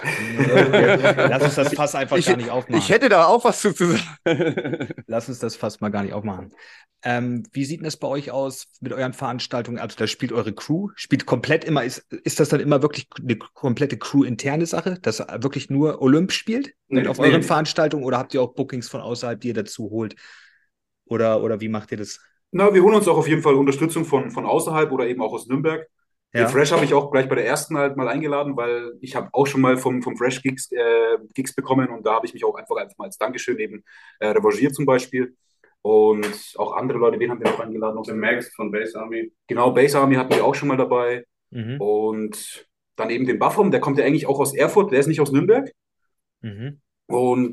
S3: Lass uns das Fass einfach
S7: Ich,
S3: gar nicht aufmachen.
S7: ich hätte da auch was zu zu sagen.
S3: Lass uns das Fass mal gar nicht aufmachen. Ähm, wie sieht denn das bei euch aus mit euren Veranstaltungen? Also da spielt eure Crew, spielt komplett immer, ist, ist das dann immer wirklich eine komplette Crew-interne Sache, dass wirklich nur Olymp spielt
S5: Nee,
S3: auf
S5: nee.
S3: euren Veranstaltungen oder habt ihr auch Bookings von außerhalb, die ihr dazu holt? Oder, oder wie macht ihr das?
S6: Na, wir holen uns auch auf jeden Fall Unterstützung von, von außerhalb oder eben auch aus Nürnberg.
S3: Ja.
S6: Den Fresh habe ich auch gleich bei der ersten halt mal eingeladen, weil ich habe auch schon mal vom, vom Fresh Gigs, äh, Gigs bekommen und da habe ich mich auch einfach, einfach mal als Dankeschön eben äh, revanchiert zum Beispiel. Und auch andere Leute, wen haben wir noch eingeladen? Noch
S5: Der Max von Base Army.
S6: Genau, Base Army hatten wir auch schon mal dabei.
S3: Mhm.
S6: Und dann eben den Buffum, der kommt ja eigentlich auch aus Erfurt, der ist nicht aus Nürnberg.
S3: Mhm.
S6: Und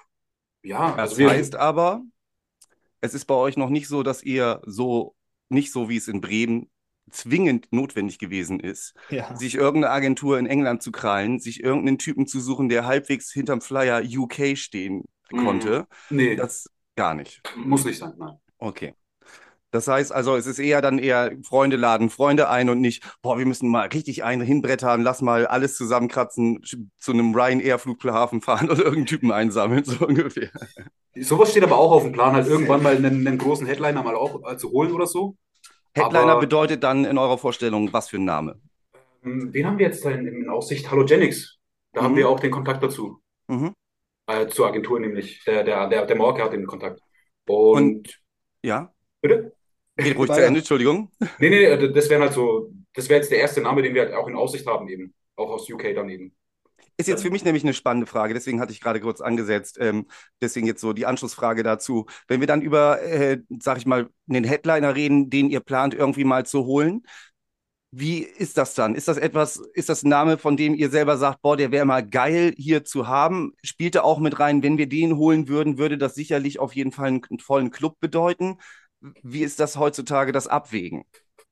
S6: ja,
S7: Das
S6: also wir,
S7: heißt aber, es ist bei euch noch nicht so, dass ihr so, nicht so wie es in Bremen zwingend notwendig gewesen ist,
S3: Ja.
S7: sich irgendeine Agentur in England zu krallen, sich irgendeinen Typen zu suchen, der halbwegs hinterm Flyer U K stehen
S5: Mhm.
S7: konnte.
S6: nee,
S7: Das gar nicht.
S6: muss nicht sein, nein.
S7: Okay. Das heißt also, es ist eher dann eher Freunde laden Freunde ein und nicht, boah, wir müssen mal richtig einen hinbrettern, lass mal alles zusammenkratzen, sch- zu einem Ryanair-Flughafen fahren und irgendeinen Typen einsammeln, so ungefähr.
S6: Sowas steht aber auch auf dem Plan, halt irgendwann mal einen, einen großen Headliner mal auch äh, zu holen oder so.
S7: Headliner
S6: Aber-
S7: bedeutet dann in eurer Vorstellung, was für ein Name?
S6: Ähm, Wen haben wir jetzt da in, in Aussicht? Halogenics. Da
S7: Mhm.
S6: haben wir auch den Kontakt dazu.
S7: Mhm.
S6: Äh, zur Agentur nämlich. Der, der, der, der Morke hat den Kontakt. Und,
S7: Und- Ja,
S6: bitte?
S7: geht ruhig zu
S3: Weiter.
S7: Ende, Entschuldigung.
S6: Nee, nee, nee, das wäre halt so, das wäre jetzt der erste Name, den wir halt auch in Aussicht haben eben. Auch aus U K dann eben.
S7: Ist jetzt für mich nämlich eine spannende Frage, deswegen hatte ich gerade kurz angesetzt. Ähm, deswegen jetzt so die Anschlussfrage dazu. Wenn wir dann über, äh, sag ich mal, einen Headliner reden, den ihr plant, irgendwie mal zu holen, wie ist das dann? Ist das etwas, ist das ein Name, von dem ihr selber sagt, boah, der wäre mal geil hier zu haben? Spielt er auch mit rein, wenn wir den holen würden, würde das sicherlich auf jeden Fall einen, einen vollen Club bedeuten? Wie ist das heutzutage, das Abwägen?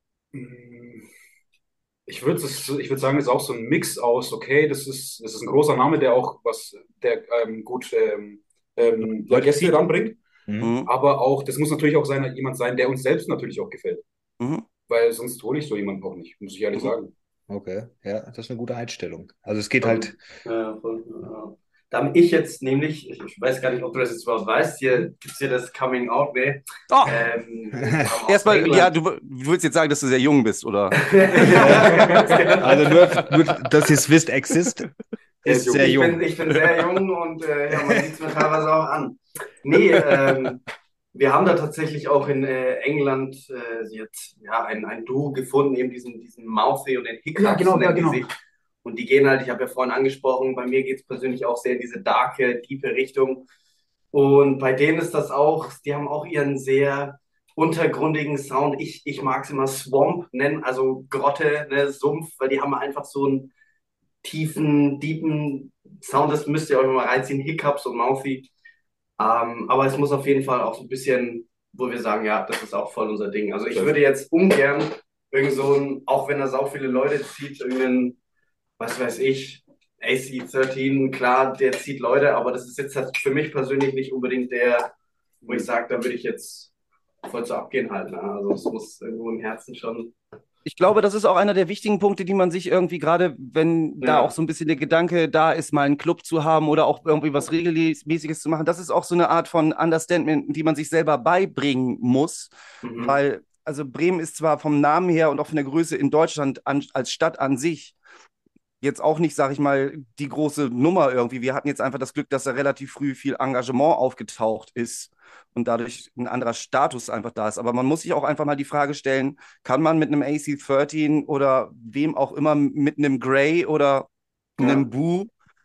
S6: Ich würde ich würd sagen, es ist auch so ein Mix aus, okay, das ist, das ist ein großer Name, der auch was, der ähm, gut ähm, ähm,
S3: Leute
S6: Gäste
S3: zieht.
S6: ranbringt.
S3: Mhm.
S7: Mhm.
S6: Aber auch, das muss natürlich auch sein, jemand sein, der uns selbst natürlich auch gefällt.
S7: Mhm.
S6: Weil sonst hole ich so jemanden auch nicht, muss ich ehrlich
S7: Mhm.
S6: sagen.
S3: Okay, ja, das ist eine gute Einstellung. Also es geht
S5: Ähm,
S3: halt,
S5: Ja, voll, ja. Da habe ich jetzt nämlich, ich, ich weiß gar nicht, ob du das jetzt überhaupt weißt, hier gibt es hier das Coming Out Day.
S7: Oh,
S5: Ähm, das kam aus
S7: erstmal,
S5: England.
S7: ja, du, du willst jetzt sagen, dass du sehr jung bist, oder?
S3: also nur, nur dass ihr es wisst, Exist ist
S6: jung.
S3: sehr
S5: ich,
S3: jung.
S5: bin, ich bin sehr jung und äh, ja, man sieht es mir teilweise auch an. Nee, ähm, wir haben da tatsächlich auch in äh, England äh, jetzt ja, ein, ein Duo gefunden, eben diesen, diesen Mouthy und den Hiccups
S6: Ja, genau, ja,
S5: nennen die
S6: genau.
S5: sich. Und die gehen halt, ich habe ja vorhin angesprochen, bei mir geht es persönlich auch sehr in diese darke, tiefe Richtung. Und bei denen ist das auch, die haben auch ihren sehr untergrundigen Sound. Ich, ich mag es immer Swamp nennen, also Grotte, ne, Sumpf, weil die haben einfach so einen tiefen, deepen Sound, das müsst ihr euch mal reinziehen, Hiccups und Mouthy. Ähm, aber es muss auf jeden Fall auch so ein bisschen, wo wir sagen, ja, das ist auch voll unser Ding. Also ich würde jetzt ungern irgend so ein, auch wenn er sau viele Leute zieht, irgendeinen, was weiß ich, A C dreizehn, klar, der zieht Leute, aber das ist jetzt halt für mich persönlich nicht unbedingt der, wo ich sage, da würde ich jetzt voll zu abgehen halt. Ne? Also es muss irgendwo im Herzen schon.
S7: Ich glaube, das ist auch einer der wichtigen Punkte, die man sich irgendwie gerade, wenn da
S5: Ja.
S7: auch so ein bisschen der Gedanke da ist, mal einen Club zu haben oder auch irgendwie was Regelmäßiges zu machen, das ist auch so eine Art von Understanding, die man sich selber beibringen muss,
S5: Mhm.
S7: weil, also Bremen ist zwar vom Namen her und auch von der Größe in Deutschland an, als Stadt an sich jetzt auch nicht, sag ich mal, die große Nummer irgendwie. Wir hatten jetzt einfach das Glück, dass da relativ früh viel Engagement aufgetaucht ist und dadurch ein anderer Status einfach da ist. Aber man muss sich auch einfach mal die Frage stellen, kann man mit einem A C dreizehn oder wem auch immer, mit einem Grey oder einem Bu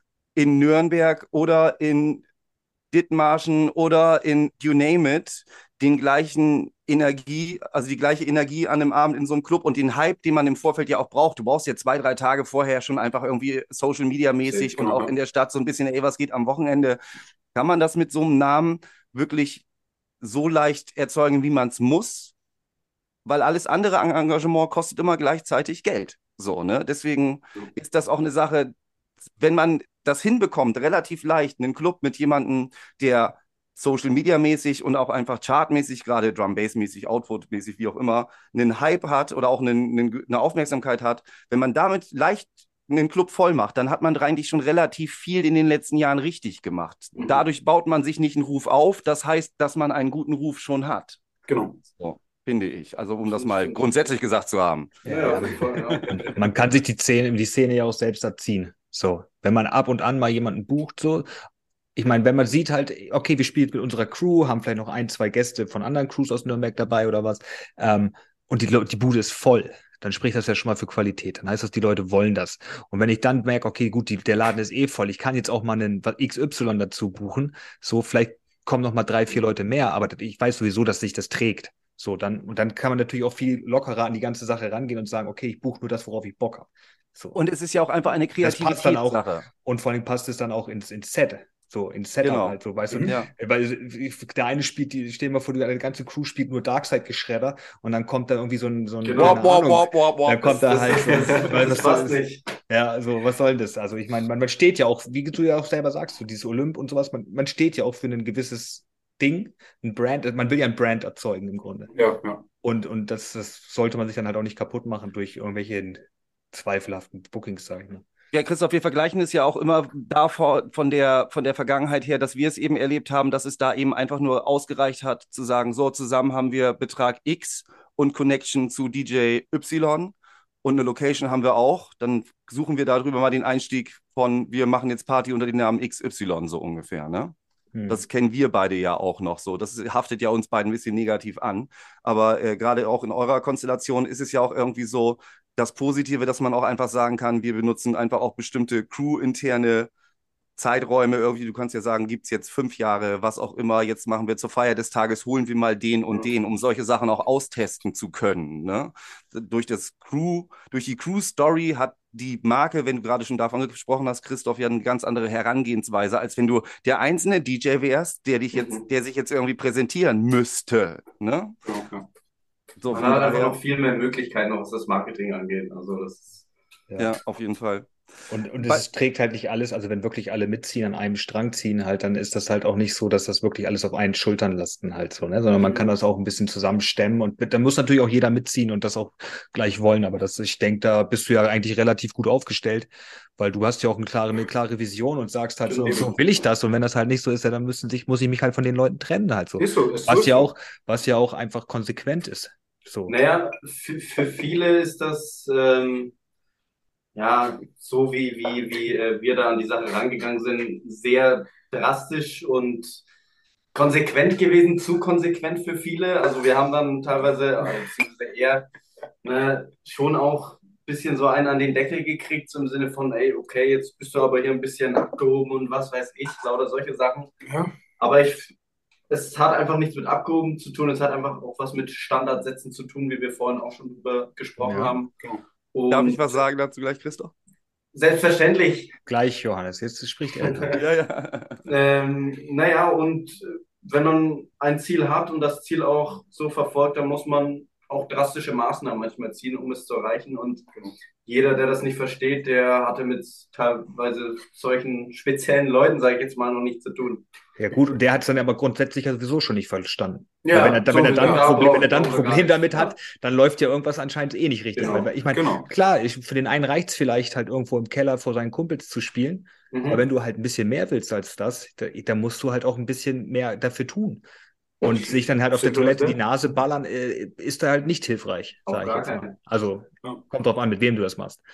S7: in Nürnberg oder in Dithmarschen oder in you name it, den gleichen Energie, also die gleiche Energie an einem Abend in so einem Club und den Hype, den man im Vorfeld ja auch braucht. Du brauchst ja zwei, drei Tage vorher schon einfach irgendwie Social Media mäßig und auch in der Stadt so ein bisschen, ey, was geht am Wochenende? Kann man das mit so einem Namen wirklich so leicht erzeugen, wie man es muss? Weil alles andere an Engagement kostet immer gleichzeitig Geld. So, ne? Deswegen ist das auch eine Sache, wenn man das hinbekommt, relativ leicht, einen Club mit jemandem, der Social Media mäßig und auch einfach chartmäßig, gerade Drum Bass mäßig, Output mäßig, wie auch immer, einen Hype hat oder auch einen, einen, eine Aufmerksamkeit hat, wenn man damit leicht einen Club voll macht, dann hat man eigentlich schon relativ viel in den letzten Jahren richtig gemacht. Dadurch baut man sich nicht einen Ruf auf, das heißt, dass man einen guten Ruf schon hat.
S6: Genau.
S7: So, finde ich. Also um das mal grundsätzlich gesagt zu haben.
S5: Ja, auf jeden Fall, ja.
S3: Man kann sich die Szene, die Szene ja auch selbst erziehen. So, wenn man ab und an mal jemanden bucht, so, ich meine, wenn man sieht halt, okay, wir spielen mit unserer Crew, haben vielleicht noch ein, zwei Gäste von anderen Crews aus Nürnberg dabei oder was, ähm, und die, die Bude ist voll, dann spricht das ja schon mal für Qualität. Dann heißt das, die Leute wollen das. Und wenn ich dann merke, okay, gut, die, der Laden ist eh voll, ich kann jetzt auch mal einen X Y dazu buchen, so, vielleicht kommen noch mal drei, vier Leute mehr, aber ich weiß sowieso, dass sich das trägt. So, dann, und dann kann man natürlich auch viel lockerer an die ganze Sache rangehen und sagen, okay, ich buche nur das, worauf ich Bock habe. So.
S7: Und es ist ja auch einfach eine Kreativitätssache.
S3: Und vor allem passt es dann auch ins, ins Set. So, ins Setup
S7: Genau.
S3: halt so, weißt
S7: Mhm.
S3: du?
S7: Ja.
S3: Weil der eine spielt, die, stell dir mal vor, die ganze Crew spielt nur Darkside-Geschredder und dann kommt da irgendwie so ein, so ein
S5: Genau.
S3: keine
S7: Wow,
S3: Ahnung,
S7: wow, wow, wow.
S3: dann kommt da halt so, weil
S5: Das
S3: das
S5: passt
S3: so ist,
S5: nicht.
S3: ja, also was soll das? Also ich meine, man, man steht ja auch, wie du ja auch selber sagst, so dieses Olymp und sowas, man, man steht ja auch für ein gewisses Ding, ein Brand, man will ja ein Brand erzeugen im Grunde.
S6: Ja, ja.
S3: Und, und das, das sollte man sich dann halt auch nicht kaputt machen durch irgendwelche zweifelhaften Bookings, sag ich mal.
S7: Ja, Christoph, wir vergleichen es ja auch immer davor von der, von der Vergangenheit her, dass wir es eben erlebt haben, dass es da eben einfach nur ausgereicht hat, zu sagen, so, zusammen haben wir Betrag X und Connection zu D J Y und eine Location haben wir auch. Dann suchen wir darüber mal den Einstieg von, wir machen jetzt Party unter dem Namen X Y, so ungefähr, ne?
S3: Hm.
S7: Das kennen wir beide ja auch noch so. Das haftet ja uns beiden ein bisschen negativ an. Aber äh, gerade auch in eurer Konstellation ist es ja auch irgendwie so, das Positive, dass man auch einfach sagen kann, wir benutzen einfach auch bestimmte Crew-interne Zeiträume irgendwie. Du kannst ja sagen, gibt es jetzt fünf Jahre, was auch immer, jetzt machen wir zur Feier des Tages, holen wir mal den und den, um solche Sachen auch austesten zu können. Ne? Durch das Crew, durch die Crew-Story hat die Marke, wenn du gerade schon davon gesprochen hast, Christoph, ja eine ganz andere Herangehensweise, als wenn du der einzelne D J wärst, der dich jetzt, der sich jetzt irgendwie präsentieren müsste. Ne?
S6: Ja.
S7: So,
S5: Man
S7: von
S5: hat einfach
S7: daher,
S5: noch viel mehr Möglichkeiten, was das Marketing angeht. Also das ist
S7: ja, auf jeden Fall.
S3: Und, und
S7: Weil-
S3: es trägt halt nicht alles, also wenn wirklich alle mitziehen, an einem Strang ziehen halt, dann ist das halt auch nicht so, dass das wirklich alles auf einen Schultern lasten halt so, ne? Sondern man kann das auch ein bisschen zusammenstemmen und mit, dann muss natürlich auch jeder mitziehen und das auch gleich wollen, aber das, ich denke, da bist du ja eigentlich relativ gut aufgestellt, weil du hast ja auch eine klare, eine klare Vision und sagst halt so, so will ich das und wenn das halt nicht so ist, ja, dann müssen sich, muss ich mich halt von den Leuten trennen halt so.
S6: Ist so, ist
S3: Was
S6: so.
S3: ja auch, was ja auch einfach konsequent ist. So.
S5: Naja, für, für viele ist das ähm, ja so, wie, wie, wie äh, wir da an die Sache rangegangen sind, sehr drastisch und konsequent gewesen, zu konsequent für viele. Also wir haben dann teilweise, also beziehungsweise eher ne, schon auch ein bisschen so einen an den Deckel gekriegt, so im Sinne von, ey, okay, jetzt bist du aber hier ein bisschen abgehoben und was weiß ich, lauter solche Sachen.
S6: Ja.
S5: Aber ich Es hat einfach nichts mit Abgehoben zu tun, es hat einfach auch was mit Standardsätzen zu tun, wie wir vorhin auch schon drüber gesprochen
S3: Ja.
S5: haben.
S6: Genau.
S5: Und
S7: Darf ich was sagen dazu gleich, Christoph?
S5: Selbstverständlich.
S3: Gleich, Johannes, jetzt spricht er.
S7: Ja, ja.
S5: Ähm, naja, und wenn man ein Ziel hat und das Ziel auch so verfolgt, dann muss man auch drastische Maßnahmen manchmal ziehen, um es zu erreichen. Und jeder, der das nicht versteht, der hatte mit teilweise solchen speziellen Leuten, sage ich jetzt mal, noch nichts zu tun.
S3: Ja gut, und der hat es dann aber grundsätzlich ja sowieso schon nicht verstanden.
S5: Ja,
S3: Weil wenn er, da- wenn er
S5: so,
S3: dann,
S5: ja,
S3: ein Problem,
S5: aber-
S3: wenn er dann ein
S5: aber
S3: Problem
S5: gar nicht,
S3: damit
S5: ja.
S3: hat, dann läuft ja irgendwas anscheinend eh nicht richtig.
S5: Genau,
S3: Weil ich meine,
S6: genau.
S3: klar, ich, für den einen reicht es vielleicht halt irgendwo im Keller vor seinen Kumpels zu spielen,
S5: Mhm.
S3: aber wenn du halt ein bisschen mehr willst als das, da, da musst du halt auch ein bisschen mehr dafür tun. Und sich dann halt auf der
S5: Absolut,
S3: Toilette die
S5: ja.
S3: Nase ballern, äh, ist da halt nicht hilfreich,
S5: Auf
S3: sage ich
S5: gar
S3: jetzt mal.
S5: keinen.
S3: Also Kommt drauf an, mit wem du das machst.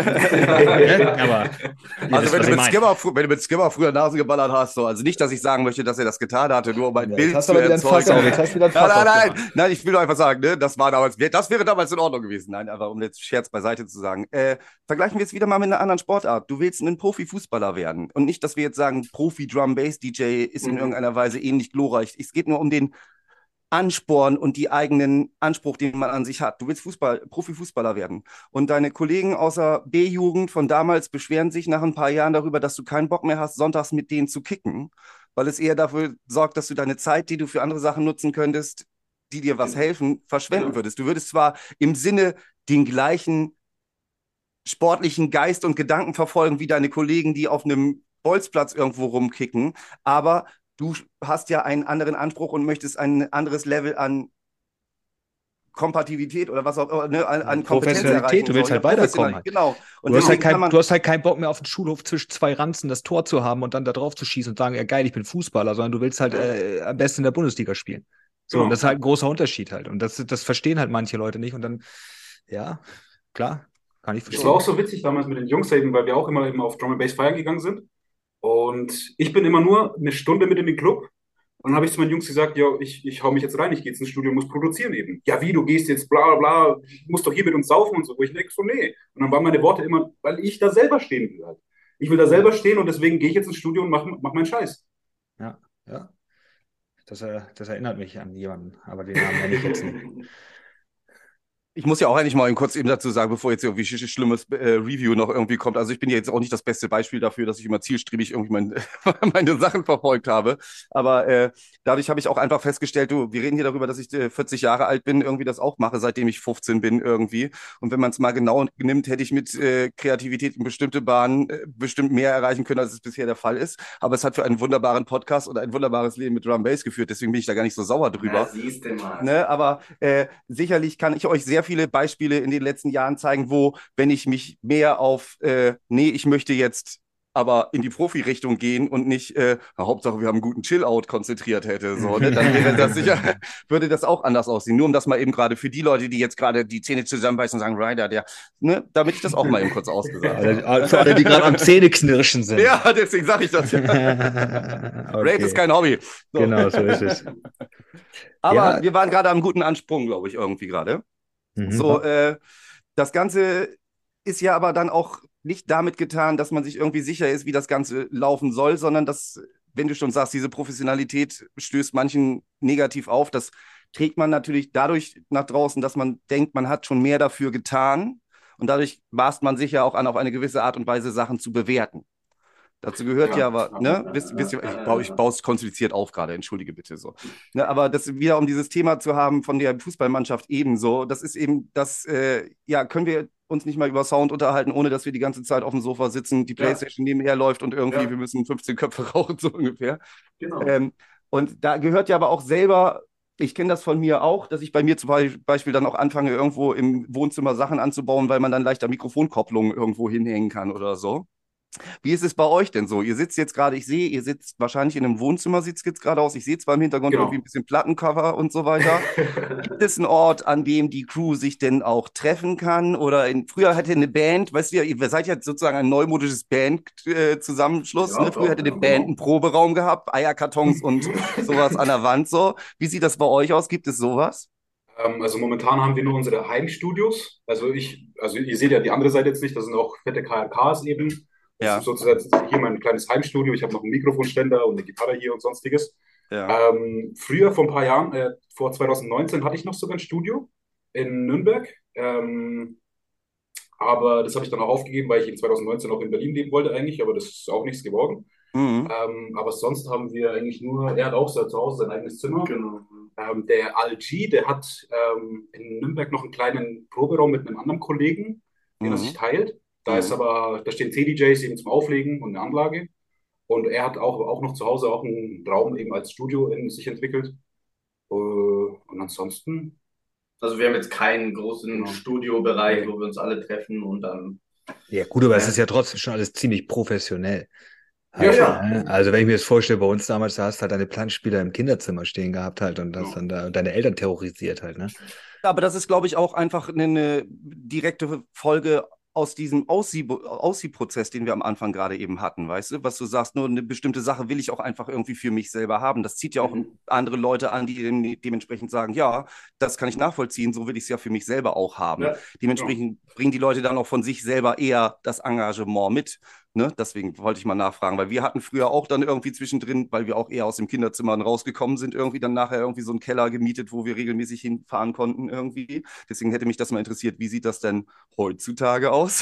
S3: Ne? Aber
S7: Also
S3: wisst,
S7: wenn
S3: was
S7: du,
S3: ich
S7: mit
S3: meine.
S7: Skimmer, fr- wenn du mit Skimmer früher Nase geballert hast, so, also nicht, dass ich sagen möchte, dass er das getan hatte, nur um ein
S4: Ja,
S7: Bild
S4: jetzt hast
S7: zu
S4: du aber wieder ein Fass
S7: erzeugen.
S4: auf, jetzt hast du wieder ein
S7: Nein,
S4: Fass
S7: nein, nein,
S4: aufgemacht.
S7: nein, ich will nur einfach sagen, ne, das war damals, das wäre damals in Ordnung gewesen. Nein, aber um jetzt Scherz beiseite zu sagen. Äh, vergleichen wir es wieder mal mit einer anderen Sportart. Du willst ein Profifußballer werden. Und nicht, dass wir jetzt sagen, Profi-Drum-Bass-D J ist in
S5: Mhm.
S7: irgendeiner Weise ähnlich glorreich. Es geht nur um den Ansporn und die eigenen Anspruch, den man an sich hat. Du willst Fußball, Profifußballer werden. Und deine Kollegen aus der B-Jugend von damals beschweren sich nach ein paar Jahren darüber, dass du keinen Bock mehr hast, sonntags mit denen zu kicken, weil es eher dafür sorgt, dass du deine Zeit, die du für andere Sachen nutzen könntest, die dir was helfen, verschwenden
S5: Ja.
S7: würdest. Du würdest zwar im Sinne den gleichen sportlichen Geist und Gedanken verfolgen wie deine Kollegen, die auf einem Bolzplatz irgendwo rumkicken, aber du hast ja einen anderen Anspruch und möchtest ein anderes Level an Kompatibilität oder was auch immer, ne, an, an Kompetenz
S3: Professionalität,
S7: erreichen.
S3: du willst
S7: so.
S3: halt
S7: Ja,
S3: weiterkommen
S7: professionell, Genau. Und
S3: Du hast, halt
S7: deswegen kann
S3: kein,
S7: man,
S3: du hast halt keinen Bock mehr auf den Schulhof zwischen zwei Ranzen das Tor zu haben und dann da drauf zu schießen und sagen, ja geil, ich bin Fußballer, sondern du willst halt äh, am besten in der Bundesliga spielen. So,
S6: Genau.
S3: und das ist halt ein großer Unterschied halt. Und das, das verstehen halt manche Leute nicht. Und dann, ja, klar, kann ich
S6: Das war
S3: verstehen.
S6: auch so witzig damals mit den Jungs eben, weil wir auch immer, immer auf Drum and Bass feiern gegangen sind. Und ich bin immer nur eine Stunde mit in den Club. Und dann habe ich zu meinen Jungs gesagt, ja, ich, ich hau mich jetzt rein, ich gehe jetzt ins Studio und muss produzieren eben. Ja, wie, du gehst jetzt bla bla bla, musst doch hier mit uns saufen und so. Wo ich denke, so, nee. Und dann waren meine Worte immer, weil ich da selber stehen will halt. Ich will da selber stehen und deswegen gehe ich jetzt ins Studio und mache mach meinen Scheiß.
S3: Ja, ja. Das, äh, das erinnert mich an jemanden, aber den Namen nenne ich jetzt nicht.
S7: ich muss ja auch eigentlich mal kurz eben dazu sagen, bevor jetzt irgendwie sch schlimmes äh, Review noch irgendwie kommt. Also ich bin ja jetzt auch nicht das beste Beispiel dafür, dass ich immer zielstrebig irgendwie mein, meine Sachen verfolgt habe. Aber äh, dadurch habe ich auch einfach festgestellt, du, wir reden hier darüber, dass ich äh, vierzig Jahre alt bin, irgendwie das auch mache, seitdem ich fünfzehn bin irgendwie. Und wenn man es mal genau nimmt, hätte ich mit äh, Kreativität in bestimmte Bahnen äh, bestimmt mehr erreichen können, als es bisher der Fall ist. Aber es hat für einen wunderbaren Podcast und ein wunderbares Leben mit Drum Bass geführt. Deswegen bin ich da gar nicht so sauer drüber.
S5: Na, siehst du mal.
S7: Ne, aber äh, sicherlich kann ich euch sehr viele Beispiele in den letzten Jahren zeigen, wo, wenn ich mich mehr auf, äh, nee, ich möchte jetzt aber in die Profi-Richtung gehen und nicht, äh, na, Hauptsache wir haben einen guten Chill-Out konzentriert hätte, so, ne, dann wäre das sicher, würde das auch anders aussehen. Nur um das mal eben gerade für die Leute, die jetzt gerade die Zähne zusammenbeißen und sagen, Ryder, der, ne, damit ich das auch mal eben kurz ausgesagt habe.
S3: Alle, für alle, die gerade am Zähneknirschen sind.
S7: Ja, deswegen sage ich das ja.
S3: Okay.
S7: Rave ist kein Hobby. So.
S3: Genau, so ist es.
S7: Aber
S3: Ja.
S7: wir waren gerade am guten Ansprung, glaube ich, irgendwie gerade.
S3: Mhm.
S7: So, äh, das Ganze ist ja aber dann auch nicht damit getan, dass man sich irgendwie sicher ist, wie das Ganze laufen soll, sondern dass, wenn du schon sagst, diese Professionalität stößt manchen negativ auf. Das trägt man natürlich dadurch nach draußen, dass man denkt, man hat schon mehr dafür getan. Und dadurch maßt man sich ja auch an, auf eine gewisse Art und Weise Sachen zu bewerten. Dazu gehört ja,
S6: Ja.
S7: aber, ne, wisst, wisst ihr, ich baue ich baue es kompliziert auf gerade, entschuldige bitte so. Ne, aber das wieder um dieses Thema zu haben von der Fußballmannschaft ebenso, das ist eben, das, äh, ja, können wir uns nicht mal über Sound unterhalten, ohne dass wir die ganze Zeit auf dem Sofa sitzen, die
S5: Ja.
S7: Playstation nebenher läuft und irgendwie,
S5: Ja.
S7: wir müssen fünfzehn Köpfe rauchen, so ungefähr.
S5: Genau.
S7: Ähm, und da gehört ja aber auch selber, ich kenne das von mir auch, dass ich bei mir zum Beispiel dann auch anfange, irgendwo im Wohnzimmer Sachen anzubauen, weil man dann leichter Mikrofonkopplungen irgendwo hinhängen kann oder so. Wie ist es bei euch denn so? Ihr sitzt jetzt gerade, ich sehe, ihr sitzt wahrscheinlich in einem Wohnzimmer, sieht es jetzt gerade aus. Ich sehe zwar im Hintergrund
S6: Genau.
S7: irgendwie ein bisschen Plattencover und so weiter. Gibt es einen Ort, an dem die Crew sich denn auch treffen kann? Oder in, früher hatte eine Band, weißt du, ihr ihr seid ja sozusagen ein neumodisches Band-Zusammenschluss.
S5: Ja,
S7: Ne? Früher
S5: doch,
S7: hatte eine
S5: ja,
S7: Band
S5: genau.
S7: einen Proberaum gehabt, Eierkartons und sowas an der Wand so. Wie sieht das bei euch aus? Gibt es sowas?
S6: Ähm, also momentan haben wir nur unsere Heimstudios. Also ich, also ihr seht ja die andere Seite jetzt nicht, das sind auch fette K R Ks eben. Das
S7: Ja.
S6: ist sozusagen hier mein kleines Heimstudio. Ich habe noch einen Mikrofonständer und eine Gitarre hier und sonstiges.
S7: Ja.
S6: Ähm, früher, vor ein paar Jahren, äh, vor zwanzig neunzehn, hatte ich noch sogar ein Studio in Nürnberg. Ähm, aber das habe ich dann auch aufgegeben, weil ich in zwanzig neunzehn auch in Berlin leben wollte eigentlich, aber das ist auch nichts geworden.
S7: Mhm.
S6: Ähm, aber sonst haben wir eigentlich nur, er hat auch so zu Hause sein eigenes Zimmer.
S5: Genau.
S6: Ähm, der Al G, der hat ähm, in Nürnberg noch einen kleinen Proberaum mit einem anderen Kollegen, den er
S7: Mhm.
S6: sich teilt. Da
S7: Mhm.
S6: ist aber, da stehen C D Js eben zum Auflegen und eine Anlage. Und er hat auch, auch noch zu Hause auch einen Raum eben als Studio in sich entwickelt. Äh, und ansonsten,
S5: Also wir haben jetzt keinen großen
S6: Genau.
S5: Studiobereich,
S6: Nee.
S5: wo wir uns alle treffen und dann.
S3: Ja, gut, aber es
S5: Ja.
S3: ist ja trotzdem schon alles ziemlich professionell. Halt,
S5: Ja,
S3: ne? Also wenn ich mir das vorstelle, bei uns damals, da hast du halt deine Planschspieler im Kinderzimmer stehen gehabt halt und hast dann da deine Eltern terrorisiert halt, ne?
S7: Aber das ist, glaube ich, auch einfach eine, eine direkte Folge aus diesem Aussie- Aussie-Prozess, den wir am Anfang gerade eben hatten, weißt du? Was du sagst, nur eine bestimmte Sache will ich auch einfach irgendwie für mich selber haben. Das zieht ja auch
S5: Mhm.
S7: andere Leute an, die dem, dementsprechend sagen, ja, das kann ich nachvollziehen, so will ich es ja für mich selber auch haben.
S5: Ja.
S7: Dementsprechend bringen die Leute dann auch von sich selber eher das Engagement mit. Ne? Deswegen wollte ich mal nachfragen, weil wir hatten früher auch dann irgendwie zwischendrin, weil wir auch eher aus dem Kinderzimmer rausgekommen sind, irgendwie dann nachher irgendwie so einen Keller gemietet, wo wir regelmäßig hinfahren konnten irgendwie. Deswegen hätte mich das mal interessiert, wie sieht das denn heutzutage aus?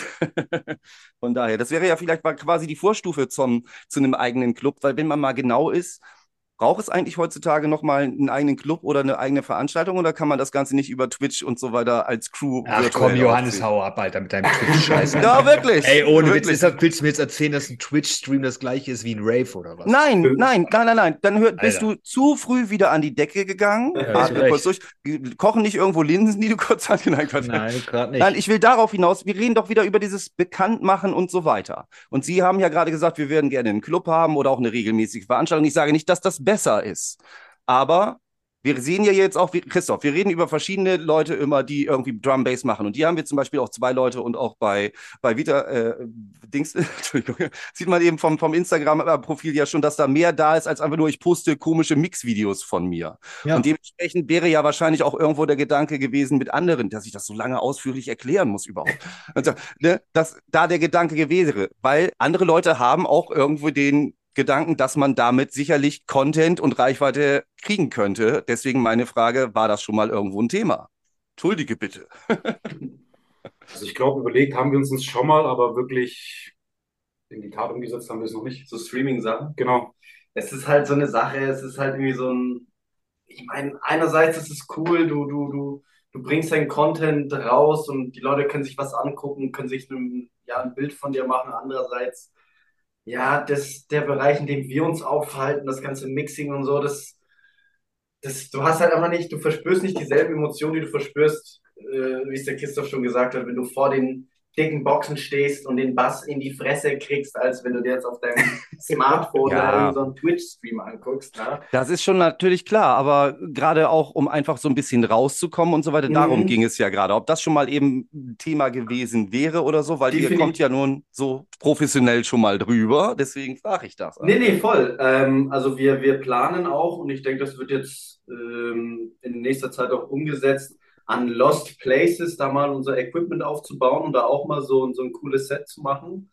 S7: Von daher, das wäre ja vielleicht mal quasi die Vorstufe zum, zu einem eigenen Club, weil wenn man mal genau ist, braucht es eigentlich heutzutage nochmal einen eigenen Club oder eine eigene Veranstaltung oder kann man das Ganze nicht über Twitch und so weiter als Crew
S3: Ach
S7: virtuell
S3: komm, Johannes,
S7: aufziehen?
S3: hau ab, Alter, mit deinem Twitch-Scheiß.
S7: Ja, wirklich.
S3: Ey, ohne Witz,
S7: wirklich.
S3: ist das, willst du mir jetzt erzählen, dass ein Twitch-Stream das gleiche ist wie ein Rave oder was?
S7: Nein, nein, nein, nein, nein. Dann hör, bist
S3: Alter.
S7: du zu früh wieder an die Decke gegangen.
S3: Ja, zu
S7: Atme kurz durch.
S3: Recht.
S7: Kochen nicht irgendwo Linsen, die du kurz hast. Nein, Quatsch.
S3: Nein, gerade nicht.
S7: Nein, ich will darauf hinaus, wir reden doch wieder über dieses Bekanntmachen und so weiter. Und Sie haben ja gerade gesagt, wir würden gerne einen Club haben oder auch eine regelmäßige Veranstaltung. Ich sage nicht, dass das besser ist. Aber wir sehen ja jetzt auch, wie, Christoph, wir reden über verschiedene Leute immer, die irgendwie Drum Bass machen. Und die haben wir zum Beispiel auch zwei Leute und auch bei, bei Vita, äh, Dings, Entschuldigung, sieht man eben vom, vom Instagram-Profil ja schon, dass da mehr da ist, als einfach nur, ich poste komische Mix-Videos von mir.
S3: Ja.
S7: Und dementsprechend wäre ja wahrscheinlich auch irgendwo der Gedanke gewesen mit anderen, dass ich das so lange ausführlich erklären muss überhaupt. Also, ne, dass da der Gedanke gewesen, weil andere Leute haben auch irgendwo den Gedanken, dass man damit sicherlich Content und Reichweite kriegen könnte. Deswegen meine Frage, war das schon mal irgendwo ein Thema? Entschuldige bitte.
S6: Also ich glaube, überlegt haben wir uns das schon mal, aber wirklich in die Tat umgesetzt haben wir es noch nicht.
S5: So Streaming-Sachen.
S6: Genau.
S5: Es ist halt so eine Sache, es ist halt irgendwie so ein, ich meine, einerseits ist es cool, du, du, du, du bringst deinen Content raus und die Leute können sich was angucken, können sich ein, ja, ein Bild von dir machen. Andererseits, ja, das, der Bereich, in dem wir uns aufhalten, das ganze Mixing und so, das, das, du hast halt einfach nicht, du verspürst nicht dieselben Emotionen, die du verspürst, äh, wie es der Christoph schon gesagt hat, wenn du vor den dicken Boxen stehst und den Bass in die Fresse kriegst, als wenn du dir jetzt auf deinem Smartphone
S7: Ja.
S5: oder irgendeinen so einen Twitch-Stream anguckst. Ne?
S7: Das ist schon natürlich klar, aber gerade auch, um einfach so ein bisschen rauszukommen und so weiter, darum
S5: Mhm.
S7: ging es ja gerade. Ob das schon mal eben ein Thema gewesen wäre oder so, weil ihr
S5: Definitiv.
S7: kommt ja nun so professionell schon mal drüber, deswegen frage ich das.
S5: Nee, nee, voll. Ähm, also wir, wir planen auch und ich denke, das wird jetzt ähm, in nächster Zeit auch umgesetzt, an Lost Places da mal unser Equipment aufzubauen und da auch mal so, so ein cooles Set zu machen.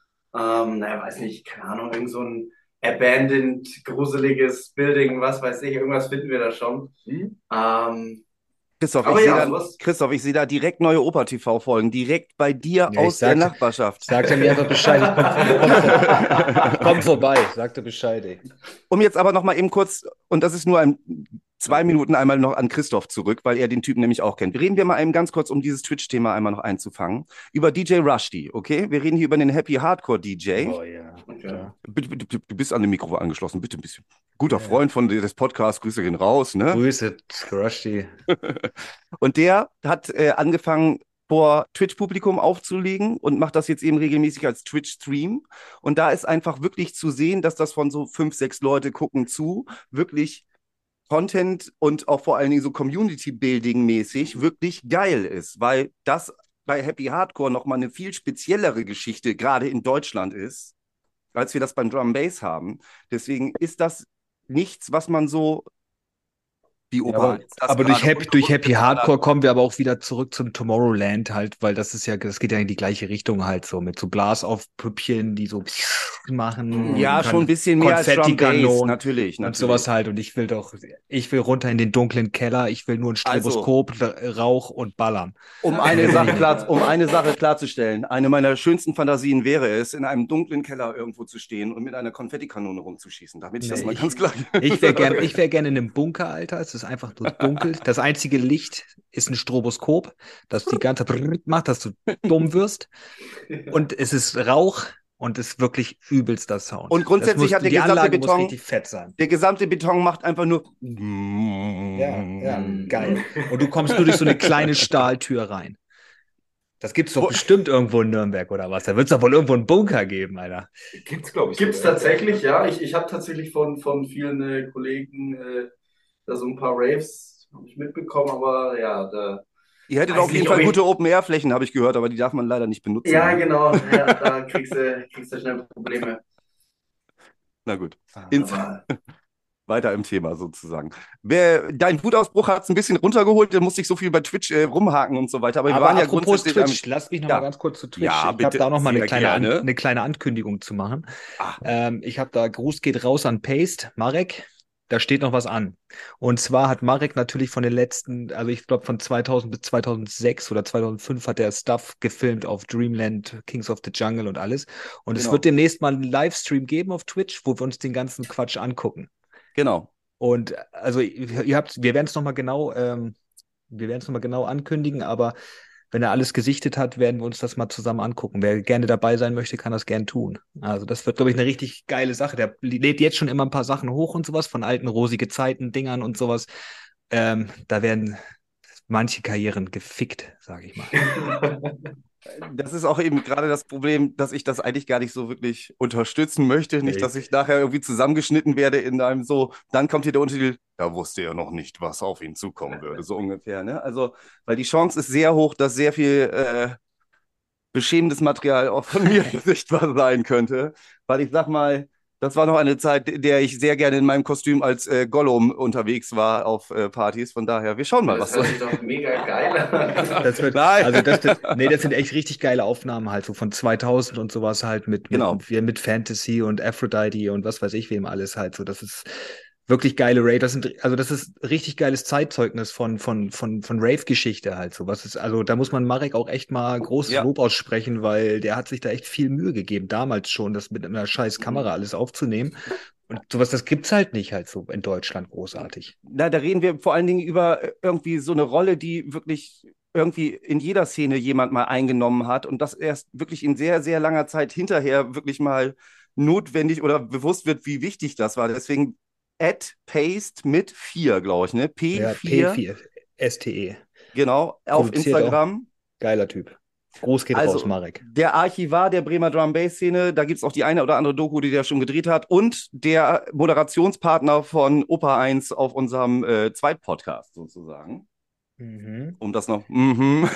S5: Ähm, naja, weiß nicht, keine Ahnung, irgend so ein abandoned, gruseliges Building, was weiß ich, irgendwas finden wir da schon.
S6: Hm?
S5: Ähm,
S7: Christoph,
S5: Aber
S7: ich
S5: ja,
S7: sehe da,
S5: sowas-
S7: Christoph, ich sehe da direkt neue Oper-T V-Folgen, direkt bei dir
S3: Ja, ich
S7: aus der
S3: sagte-
S7: Nachbarschaft.
S3: Sagte mir einfach Bescheid, ich komm, komm, vor- komm vorbei, sagte Bescheid, ey.
S7: Um jetzt aber noch mal eben kurz, und das ist nur ein, zwei Minuten einmal noch an Christoph zurück, weil er den Typen nämlich auch kennt. Reden wir mal eben ganz kurz, um dieses Twitch-Thema einmal noch einzufangen, über D J Rushdie, okay? Wir reden hier über den Happy Hardcore D J.
S3: Oh ja.
S5: Okay.
S7: Bitte, bitte, bitte, du bist an dem Mikro angeschlossen, bitte ein bisschen. Guter
S3: Ja.
S7: Freund von des Podcasts, Grüße gehen raus, ne?
S3: Grüße, Rushdie.
S7: Und der hat äh, angefangen, vor Twitch-Publikum aufzulegen und macht das jetzt eben regelmäßig als Twitch-Stream. Und da ist einfach wirklich zu sehen, dass das von so fünf, sechs Leute gucken zu, wirklich Content und auch vor allen Dingen so Community-Building-mäßig wirklich geil ist, weil das bei Happy Hardcore nochmal eine viel speziellere Geschichte, gerade in Deutschland ist, als wir das beim Drum Bass haben. Deswegen ist das nichts, was man so wie
S3: Ja,
S7: Opa.
S3: aber
S7: jetzt das
S3: aber durch,
S7: gerade
S3: Happy, durch Happy
S7: unbewusst
S3: Hardcore kommen wir aber auch wieder zurück zum Tomorrowland halt, weil das ist ja, das geht ja in die gleiche Richtung halt so, mit so Blasaufpüppchen, die so machen.
S7: Ja,
S3: und
S7: schon ein bisschen mehr als Drum Bass,
S3: Konfettikanonen
S7: natürlich,
S3: und
S7: natürlich.
S3: sowas halt. Und ich will doch, ich will runter in den dunklen Keller, ich will nur ein
S7: Also-
S3: Stroboskop, Rauch und ballern.
S7: Um eine, Sache klar, um eine Sache klarzustellen, eine meiner schönsten Fantasien wäre es, in einem dunklen Keller irgendwo zu stehen und mit einer Konfettikanone rumzuschießen, damit ich das
S3: Nee,
S7: mal
S3: ich-
S7: ganz klar...
S3: Ich wäre gerne ich wär gern in einem Bunker, Alter. Es ist einfach nur dunkel. Das einzige Licht ist ein Stroboskop, das die ganze Zeit macht, dass du dumm wirst. Und es ist Rauch und es ist wirklich übelster Sound.
S7: Und grundsätzlich
S3: Das muss,
S7: hat der
S3: die
S7: gesamte
S3: Anlage
S7: Beton-
S3: muss richtig fett sein.
S7: Der gesamte Beton macht einfach nur...
S3: Ja, ja, geil. Und du kommst nur durch so eine kleine Stahltür rein. Das gibt's doch
S7: Wo-
S3: bestimmt irgendwo in Nürnberg oder was? Da wird's doch wohl irgendwo einen Bunker geben, Alter.
S6: Gibt's, glaube ich.
S5: Gibt es
S6: sogar.
S5: tatsächlich, ja. Ich, ich habe tatsächlich von, von vielen äh, Kollegen äh, da so ein paar Raves hab ich mitbekommen, aber ja, da.
S7: Ihr hättet
S5: Weiß
S7: auf jeden
S5: nicht,
S7: Fall
S5: ob ich-
S7: gute Open-Air-Flächen, habe ich gehört, aber die darf man leider nicht benutzen.
S5: Ja,
S7: ne?
S5: genau, ja, da kriegst du, kriegst du schnell Probleme.
S7: Na gut. Ins
S5: Aber
S7: Weiter im Thema sozusagen. Wer, dein Wutausbruch hat es ein bisschen runtergeholt, dann musste ich so viel bei Twitch äh, rumhaken und so weiter. Aber, wir
S3: Aber
S7: waren ja
S3: apropos
S7: grundsätzlich am-
S3: Twitch, lass mich noch
S7: Ja.
S3: mal ganz kurz zu Twitch.
S7: Ja,
S3: ich habe
S7: bitte,
S3: da noch mal eine
S7: sehr
S3: kleine, An
S7: gerne.
S3: eine kleine Ankündigung zu machen.
S7: Ah.
S3: Ähm, ich habe da, Gruß geht raus an Paste, Marek. Da steht noch was an. Und zwar hat Marek natürlich von den letzten, also ich glaube von zweitausend bis zweitausendsechs oder zweitausendfünf hat er Stuff gefilmt auf Dreamland, Kings of the Jungle und alles. Und es
S7: Genau.
S3: wird demnächst mal einen Livestream geben auf Twitch, wo wir uns den ganzen Quatsch angucken.
S7: Genau.
S3: Und also ihr ihr habt, wir werden es nochmal genau, ähm, wir werden es nochmal genau ankündigen, aber wenn er alles gesichtet hat, werden wir uns das mal zusammen angucken. Wer gerne dabei sein möchte, kann das gern tun. Also das wird, glaube ich, eine richtig geile Sache. Der lädt jetzt schon immer ein paar Sachen hoch und sowas, von alten rosige Zeiten, Dingern und sowas. Ähm, da werden manche Karrieren gefickt, sage ich mal.
S7: Das ist auch eben gerade das Problem, dass ich das eigentlich gar nicht so wirklich unterstützen möchte. Nicht,
S3: Nee.
S7: dass ich nachher irgendwie zusammengeschnitten werde in einem so, dann kommt hier der Untertitel, da wusste er noch nicht, was auf ihn zukommen würde, so ungefähr. Ne? Also, weil die Chance ist sehr hoch, dass sehr viel äh, beschämendes Material auch von mir sichtbar sein könnte. Weil ich sag mal, das war noch eine Zeit, in der ich sehr gerne in meinem Kostüm als äh, Gollum unterwegs war auf äh, Partys. Von daher, wir schauen mal, was
S5: das
S7: so.
S5: hört sich doch mega geil an.
S3: Das wird,
S7: Nein.
S3: also das, das, nee, das sind echt richtig geile Aufnahmen halt, so von zweitausend und sowas halt mit,
S7: Genau.
S3: mit, mit, mit Fantasy und Aphrodite und was weiß ich wem alles halt so. Das ist wirklich geile Rave. Das sind, also das ist richtig geiles Zeitzeugnis von, von, von, von Rave-Geschichte halt so. Was ist, also da muss man Marek auch echt mal großes
S7: Ja.
S3: Lob aussprechen, weil der hat sich da echt viel Mühe gegeben, damals schon, das mit einer scheiß Kamera alles aufzunehmen. Und sowas, das gibt's halt nicht halt so in Deutschland großartig.
S7: Na, da reden wir vor allen Dingen über äh, irgendwie so eine Rolle, die wirklich irgendwie in jeder Szene jemand mal eingenommen hat und das erst wirklich in sehr, sehr langer Zeit hinterher wirklich mal notwendig oder bewusst wird, wie wichtig das war. Deswegen at paste mit vier, glaube ich, ne? P
S3: Ja,
S7: vier,
S3: P vier, S T E.
S7: genau, auf
S3: Produziert
S7: Instagram.
S3: Geiler Typ. Groß geht
S7: Also,
S3: raus, Marek.
S7: Der Archivar der Bremer Drum-Bass-Szene, da gibt es auch die eine oder andere Doku, die der schon gedreht hat. Und der Moderationspartner von Opa eins auf unserem äh, Zweitpodcast sozusagen.
S3: Mhm.
S7: Um das noch, mhm,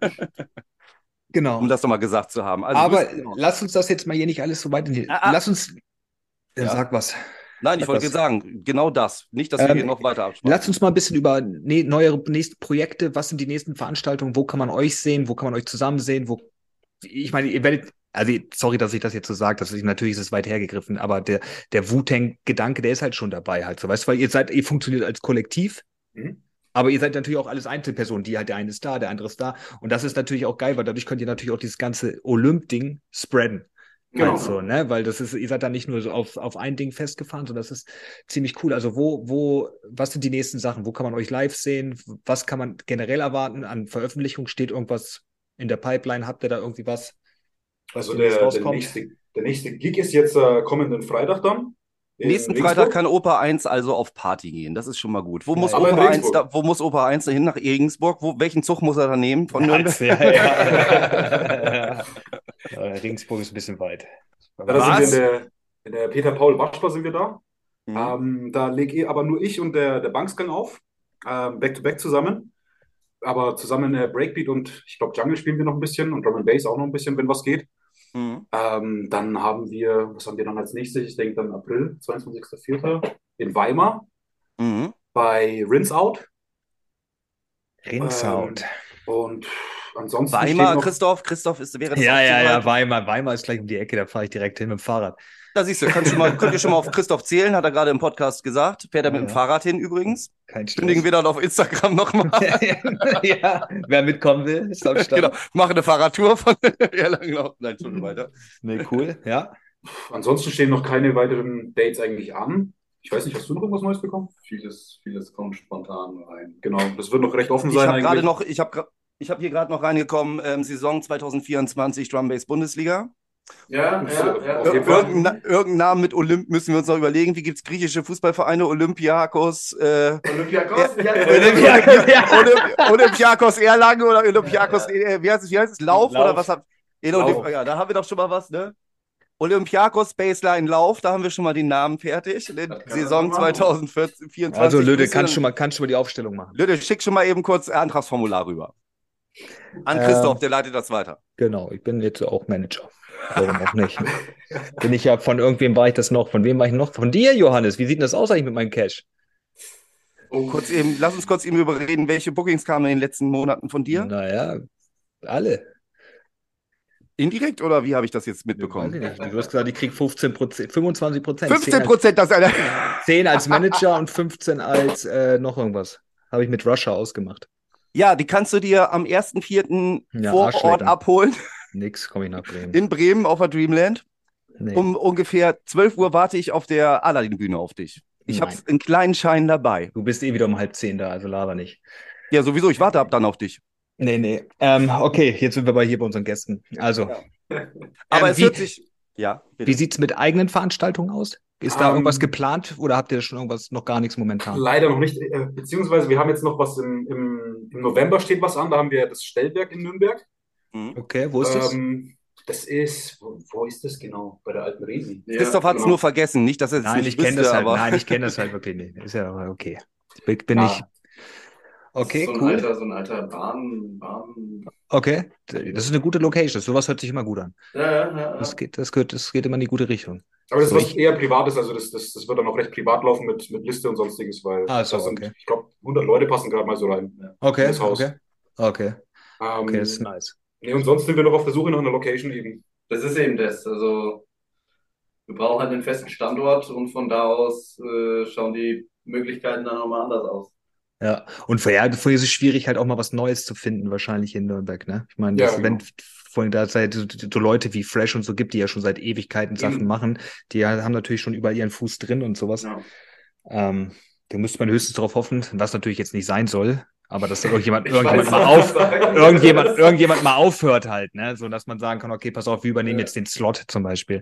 S3: Genau.
S7: um das nochmal gesagt zu haben. Also,
S3: Aber
S7: du bist-
S3: lass uns das jetzt mal hier nicht alles so weit in die.
S7: Ah, ah.
S3: Lass uns. Ja,
S7: Ja.
S3: sag was.
S7: Nein, ich
S3: sag
S7: wollte
S3: was.
S7: sagen, genau das. Nicht, dass wir
S3: Ähm,
S7: hier noch weiter absprechen.
S3: Lasst uns mal ein bisschen über ne, neuere nächste Projekte. Was sind die nächsten Veranstaltungen? Wo kann man euch sehen? Wo kann man euch zusammen sehen? Wo, ich meine, ihr werdet. Also, sorry, dass ich das jetzt so sage, das ist, natürlich ist es weit hergegriffen, aber der, der Wu-Tang-Gedanke, der ist halt schon dabei halt so, weißt du, weil ihr seid, ihr funktioniert als Kollektiv,
S6: Mhm.
S3: aber ihr seid natürlich auch alles Einzelpersonen, die halt, der eine ist da, der andere ist da und das ist natürlich auch geil, weil dadurch könnt ihr natürlich auch dieses ganze Olymp-Ding spreaden.
S5: Genau.
S3: Halt so, ne? Weil das ist, ihr seid da nicht nur so auf, auf ein Ding festgefahren, sondern das ist ziemlich cool. Also wo, wo, was sind die nächsten Sachen? Wo kann man euch live sehen? Was kann man generell erwarten an Veröffentlichung? Steht irgendwas in der Pipeline? Habt ihr da irgendwie was? was
S6: Also
S3: demnächst
S6: der, der,
S3: rauskommt?
S6: nächste, der nächste Gig ist jetzt äh, kommenden Freitag dann. in
S7: Nächsten
S6: Regensburg.
S7: Freitag kann Opa eins also auf Party gehen. Das ist schon mal gut. Wo,
S3: Ja,
S7: muss,
S3: ja.
S6: Aber in
S7: Opa eins
S6: Regensburg.
S7: da, wo muss Opa eins hin? Nach Regensburg? Wo, welchen Zug muss er da nehmen? Von Nürnberg?
S3: Ja, ja. Ja, Regensburg ist ein bisschen weit.
S6: Ja, da
S7: Was?
S6: sind wir in der, in der Peter-Paul-Waschbar sind wir da.
S7: Mhm.
S6: Ähm, da lege ich aber nur ich und der, der Banksgang auf. Ähm, Back-to-back zusammen. Aber zusammen äh, Breakbeat und ich glaube Jungle spielen wir noch ein bisschen und Drum and Bass auch noch ein bisschen, wenn was geht.
S7: Mhm.
S6: Ähm, dann haben wir, was haben wir dann als nächstes? Ich denke dann April, zweiundzwanzigster vierter in Weimar
S7: Mhm.
S6: bei Rinse Out.
S3: Rinsout.
S6: Ähm, und ansonsten steht
S7: Weimar,
S6: noch,
S7: Christoph, Christoph ist, wäre das
S3: Ja,
S7: auch
S3: ja,
S7: zu
S3: ja,
S7: weit?
S3: Weimar. Weimar ist gleich um die Ecke, da fahre ich direkt hin mit dem Fahrrad.
S7: Da siehst du, kannst schon mal, könnt ihr schon mal auf Christoph zählen, hat er gerade im Podcast gesagt. Fährt er mit
S3: Ja,
S7: dem
S3: ja.
S7: Fahrrad hin übrigens.
S3: Kein
S7: Kündigen wir dann auf Instagram nochmal.
S3: Ja, wer mitkommen will, ist am Start.
S7: Genau, mache eine Fahrradtour von Erlangen auf. Nein, schon weiter.
S3: Nee, cool, ja.
S6: ansonsten stehen noch keine weiteren Dates eigentlich an. Ich weiß nicht, hast du noch irgendwas Neues bekommen?
S5: Vieles, vieles kommt spontan rein.
S6: Genau, das wird noch recht offen
S7: Ich
S6: sein
S7: habe gerade
S6: eigentlich.
S7: noch, ich habe ich habe hier gerade noch reingekommen, ähm, Saison zwanzig vierundzwanzig Drum Bass Bundesliga.
S5: Ja, ja, ja.
S6: Auf jeden Fall.
S7: Irgendein, irgendeinen Namen mit Olymp müssen wir uns noch überlegen. Wie gibt es griechische Fußballvereine? Olympiakos, äh,
S5: Olympiakos? Ja,
S7: Olympiakos, Olymp Olympiakos Erlangen oder Olympiakos, äh, wie heißt es, wie heißt es? Lauf,
S3: Lauf.
S7: oder was? Hab,
S3: Lauf.
S7: Ja, da haben wir doch schon mal was, ne? Olympiakos Baseline Lauf, da haben wir schon mal den Namen fertig.
S5: kann man
S7: Saison
S5: doch machen.
S7: zwanzig vierundzwanzig.
S3: Also Lüde,
S7: Grüße.
S3: kannst schon mal, kannst schon mal die Aufstellung machen.
S7: Lüde, schick schon mal eben kurz Antragsformular rüber. An Christoph,
S3: Ähm,
S7: der leitet das weiter.
S3: Genau, ich bin jetzt auch Manager. Warum auch nicht? Bin ich ja von irgendwem war ich das noch? Von wem war ich noch? Von dir, Johannes. Wie sieht denn das aus eigentlich mit meinem Cash?
S5: Oh,
S7: Kurz eben, lass uns kurz eben überreden, welche Bookings kamen in den letzten Monaten von dir?
S3: Naja, alle.
S7: Indirekt oder wie habe ich das jetzt
S3: Weiß
S7: mitbekommen?
S3: ich nicht. Du hast gesagt, ich krieg fünfzehn Prozent, fünfundzwanzig Prozent.
S7: fünfzehn Prozent, das Alter.
S3: zehn als Manager und fünfzehn als äh, noch irgendwas. Habe ich mit Russia ausgemacht.
S7: Ja, die kannst du dir am ersten vierten
S3: Ja,
S7: vor
S3: Arschlecken.
S7: Ort abholen,
S3: Nix, komme ich nach Bremen.
S7: in Bremen auf der Dreamland.
S3: Nee.
S7: Um ungefähr zwölf Uhr warte ich auf der Aladdin-Bühne auf dich. Ich habe
S3: Nein.
S7: einen kleinen Schein dabei.
S3: Du bist eh wieder um halb zehn da, also laber nicht.
S7: Ja, sowieso, ich warte ab dann auf dich.
S3: Nee, nee. Ähm, okay, jetzt sind wir bei hier bei unseren Gästen. Also,
S7: Aber
S3: Ähm,
S7: es
S3: wie-
S7: hört sich... Ja, bitte.
S3: wie sieht's mit eigenen Veranstaltungen aus? Ist da
S6: Ähm,
S3: irgendwas geplant oder habt ihr schon irgendwas, noch gar nichts momentan?
S6: Leider noch nicht, äh, beziehungsweise wir haben jetzt noch was im, im, im November steht was an, da haben wir das Stellwerk in Nürnberg.
S7: Mhm.
S3: Okay, wo ist das?
S6: Ähm, das ist, wo, wo ist das genau? Bei der alten Resi.
S5: ja,
S7: Christoph hat es
S5: genau.
S7: nur vergessen, nicht, dass er es
S3: Nein,
S7: nicht
S3: ich kenne
S7: wüsste,
S3: das halt.
S7: aber...
S3: Nein, ich kenne das halt wirklich nicht. Ist ja aber okay. Bin, bin
S6: Ah.
S3: ich. Okay,
S5: so ein
S3: cool.
S5: alter, so ein alter Bahn, Bahn.
S3: Okay, das ist eine gute Location. Sowas hört sich immer gut an.
S5: Ja, ja, ja, ja.
S3: Das geht, das geht, das geht immer in die gute Richtung.
S6: Aber das ist
S3: So,
S6: was
S3: ich-
S6: eher Privates, also das, das, das wird dann auch recht privat laufen mit, mit Liste und sonstiges, weil
S3: Ah, so,
S6: da sind,
S3: okay.
S6: ich glaube, hundert Leute passen gerade mal so rein.
S3: Okay,
S6: in das Haus.
S3: okay, okay,
S6: Ähm,
S3: okay, das ist nice.
S6: nee, und sonst sind wir noch auf der Suche nach einer Location eben.
S5: Das ist eben das. Also, wir brauchen halt einen festen Standort und von da aus äh, schauen die Möglichkeiten dann nochmal anders aus.
S3: Ja, und für, ja, vorher ist es schwierig, halt auch mal was Neues zu finden, wahrscheinlich in Nürnberg, ne? Ich meine,
S6: Ja,
S3: das,
S6: genau.
S3: wenn vorhin da seit so, so Leute wie Fresh und so gibt, die ja schon seit Ewigkeiten Sachen
S5: Eben.
S3: machen, die ja- haben natürlich schon überall ihren Fuß drin und sowas.
S5: Ja.
S3: Ähm, da müsste man höchstens darauf hoffen, was natürlich jetzt nicht sein soll, aber dass da irgendjemand,
S5: Ich
S3: irgendjemand
S5: weiß,
S3: mal
S5: was
S3: auf,
S5: du sagen
S3: irgendjemand,
S5: willst.
S3: irgendjemand mal aufhört halt, ne? So dass man sagen kann, okay, pass auf, wir übernehmen
S5: Ja.
S3: jetzt den Slot zum Beispiel.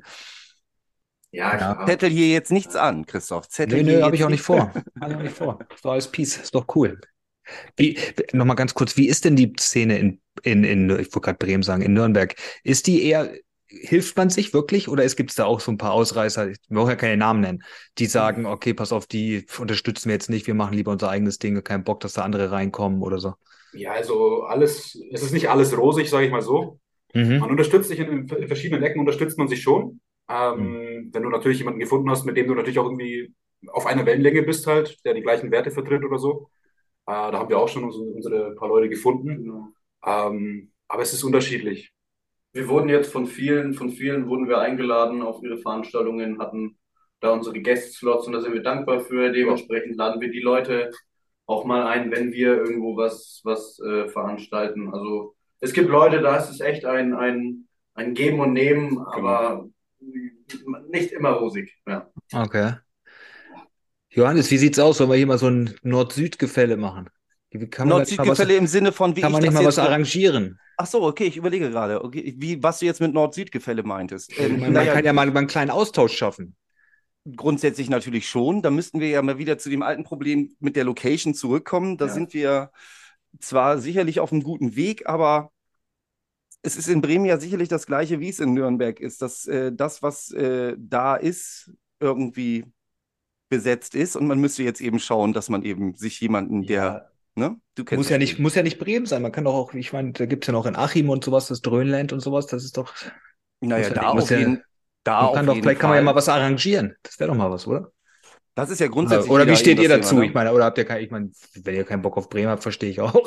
S5: Ja,
S3: Ja.
S5: klar.
S7: Zettel hier jetzt nichts an, Christoph. Zettel
S3: Nö,
S7: hier
S3: nö, habe
S7: jetzt
S3: ich auch nicht vor. Hab ich auch nicht vor. Ist doch alles Peace, ist doch cool. Wie, nochmal ganz kurz, wie ist denn die Szene in, in, in, ich wollte gerade Bremen sagen, in Nürnberg? Ist die eher, hilft man sich wirklich oder es gibt da auch so ein paar Ausreißer, ich will auch ja keine Namen nennen, die sagen, okay, pass auf, die unterstützen wir jetzt nicht, wir machen lieber unser eigenes Ding, keinen Bock, dass da andere reinkommen oder so.
S6: Ja, also alles, es ist nicht alles rosig, sage ich mal so. Man
S3: Mhm.
S6: unterstützt sich in, in verschiedenen Ecken, unterstützt man sich schon. Ähm, Wenn du natürlich jemanden gefunden hast, mit dem du natürlich auch irgendwie auf einer Wellenlänge bist halt, der die gleichen Werte vertritt oder so. Äh, da haben wir auch schon unsere, unsere paar Leute gefunden.
S5: Genau.
S6: Ähm, aber es ist unterschiedlich.
S5: Wir wurden jetzt von vielen, von vielen wurden wir eingeladen auf ihre Veranstaltungen, hatten da unsere Guest-Slots und da sind wir dankbar für. Dementsprechend laden wir die Leute auch mal ein, wenn wir irgendwo was, was äh, veranstalten. Also es gibt Leute, da ist es echt ein, ein, ein Geben und Nehmen, aber nicht immer rosig. Ja.
S3: Okay. Johannes, wie sieht's aus? Sollen wir hier mal so ein Nord-Süd-Gefälle machen? Wie kann man nicht mal was,
S7: Nord-Süd-Gefälle im Sinne von, wie
S3: kann
S7: ich
S3: man nicht
S7: das
S3: mal was
S7: jetzt...
S3: arrangieren?
S7: Ach so, okay, ich überlege gerade, okay, wie, was du jetzt mit Nord-Süd-Gefälle meintest.
S3: Ich
S7: Ähm,
S3: meine, man
S7: naja,
S3: kann ja mal einen kleinen Austausch schaffen.
S7: grundsätzlich natürlich schon. Da müssten wir ja mal wieder zu dem alten Problem mit der Location zurückkommen. Da
S5: Ja.
S7: sind wir zwar sicherlich auf einem guten Weg, aber es ist in Bremen ja sicherlich das Gleiche, wie es in Nürnberg ist, dass äh, das, was äh, da ist, irgendwie besetzt ist und man müsste jetzt eben schauen, dass man eben sich jemanden, der, ne, du kennst
S3: Muss
S7: das
S3: ja nicht,
S7: Spiel.
S3: muss ja nicht Bremen sein. Man kann doch auch, ich meine, da gibt es ja noch in Achim und sowas, das Dröhnland und sowas, das ist doch.
S7: Naja,
S3: muss ja
S7: da
S3: nicht- muss
S7: auf
S3: ja-
S7: jeden, da
S3: Man
S7: auf
S3: kann doch,
S7: jeden
S3: vielleicht kann man ja
S7: Fall.
S3: mal was arrangieren. Das wäre doch mal was, oder?
S7: Das ist ja grundsätzlich
S3: Oder wie
S7: wieder
S3: steht
S7: eben
S3: ihr
S7: das
S3: dazu?
S7: Thema,
S3: Ich meine, oder habt ihr kein, ich meine, wenn ihr keinen Bock auf Bremen habt, verstehe ich auch.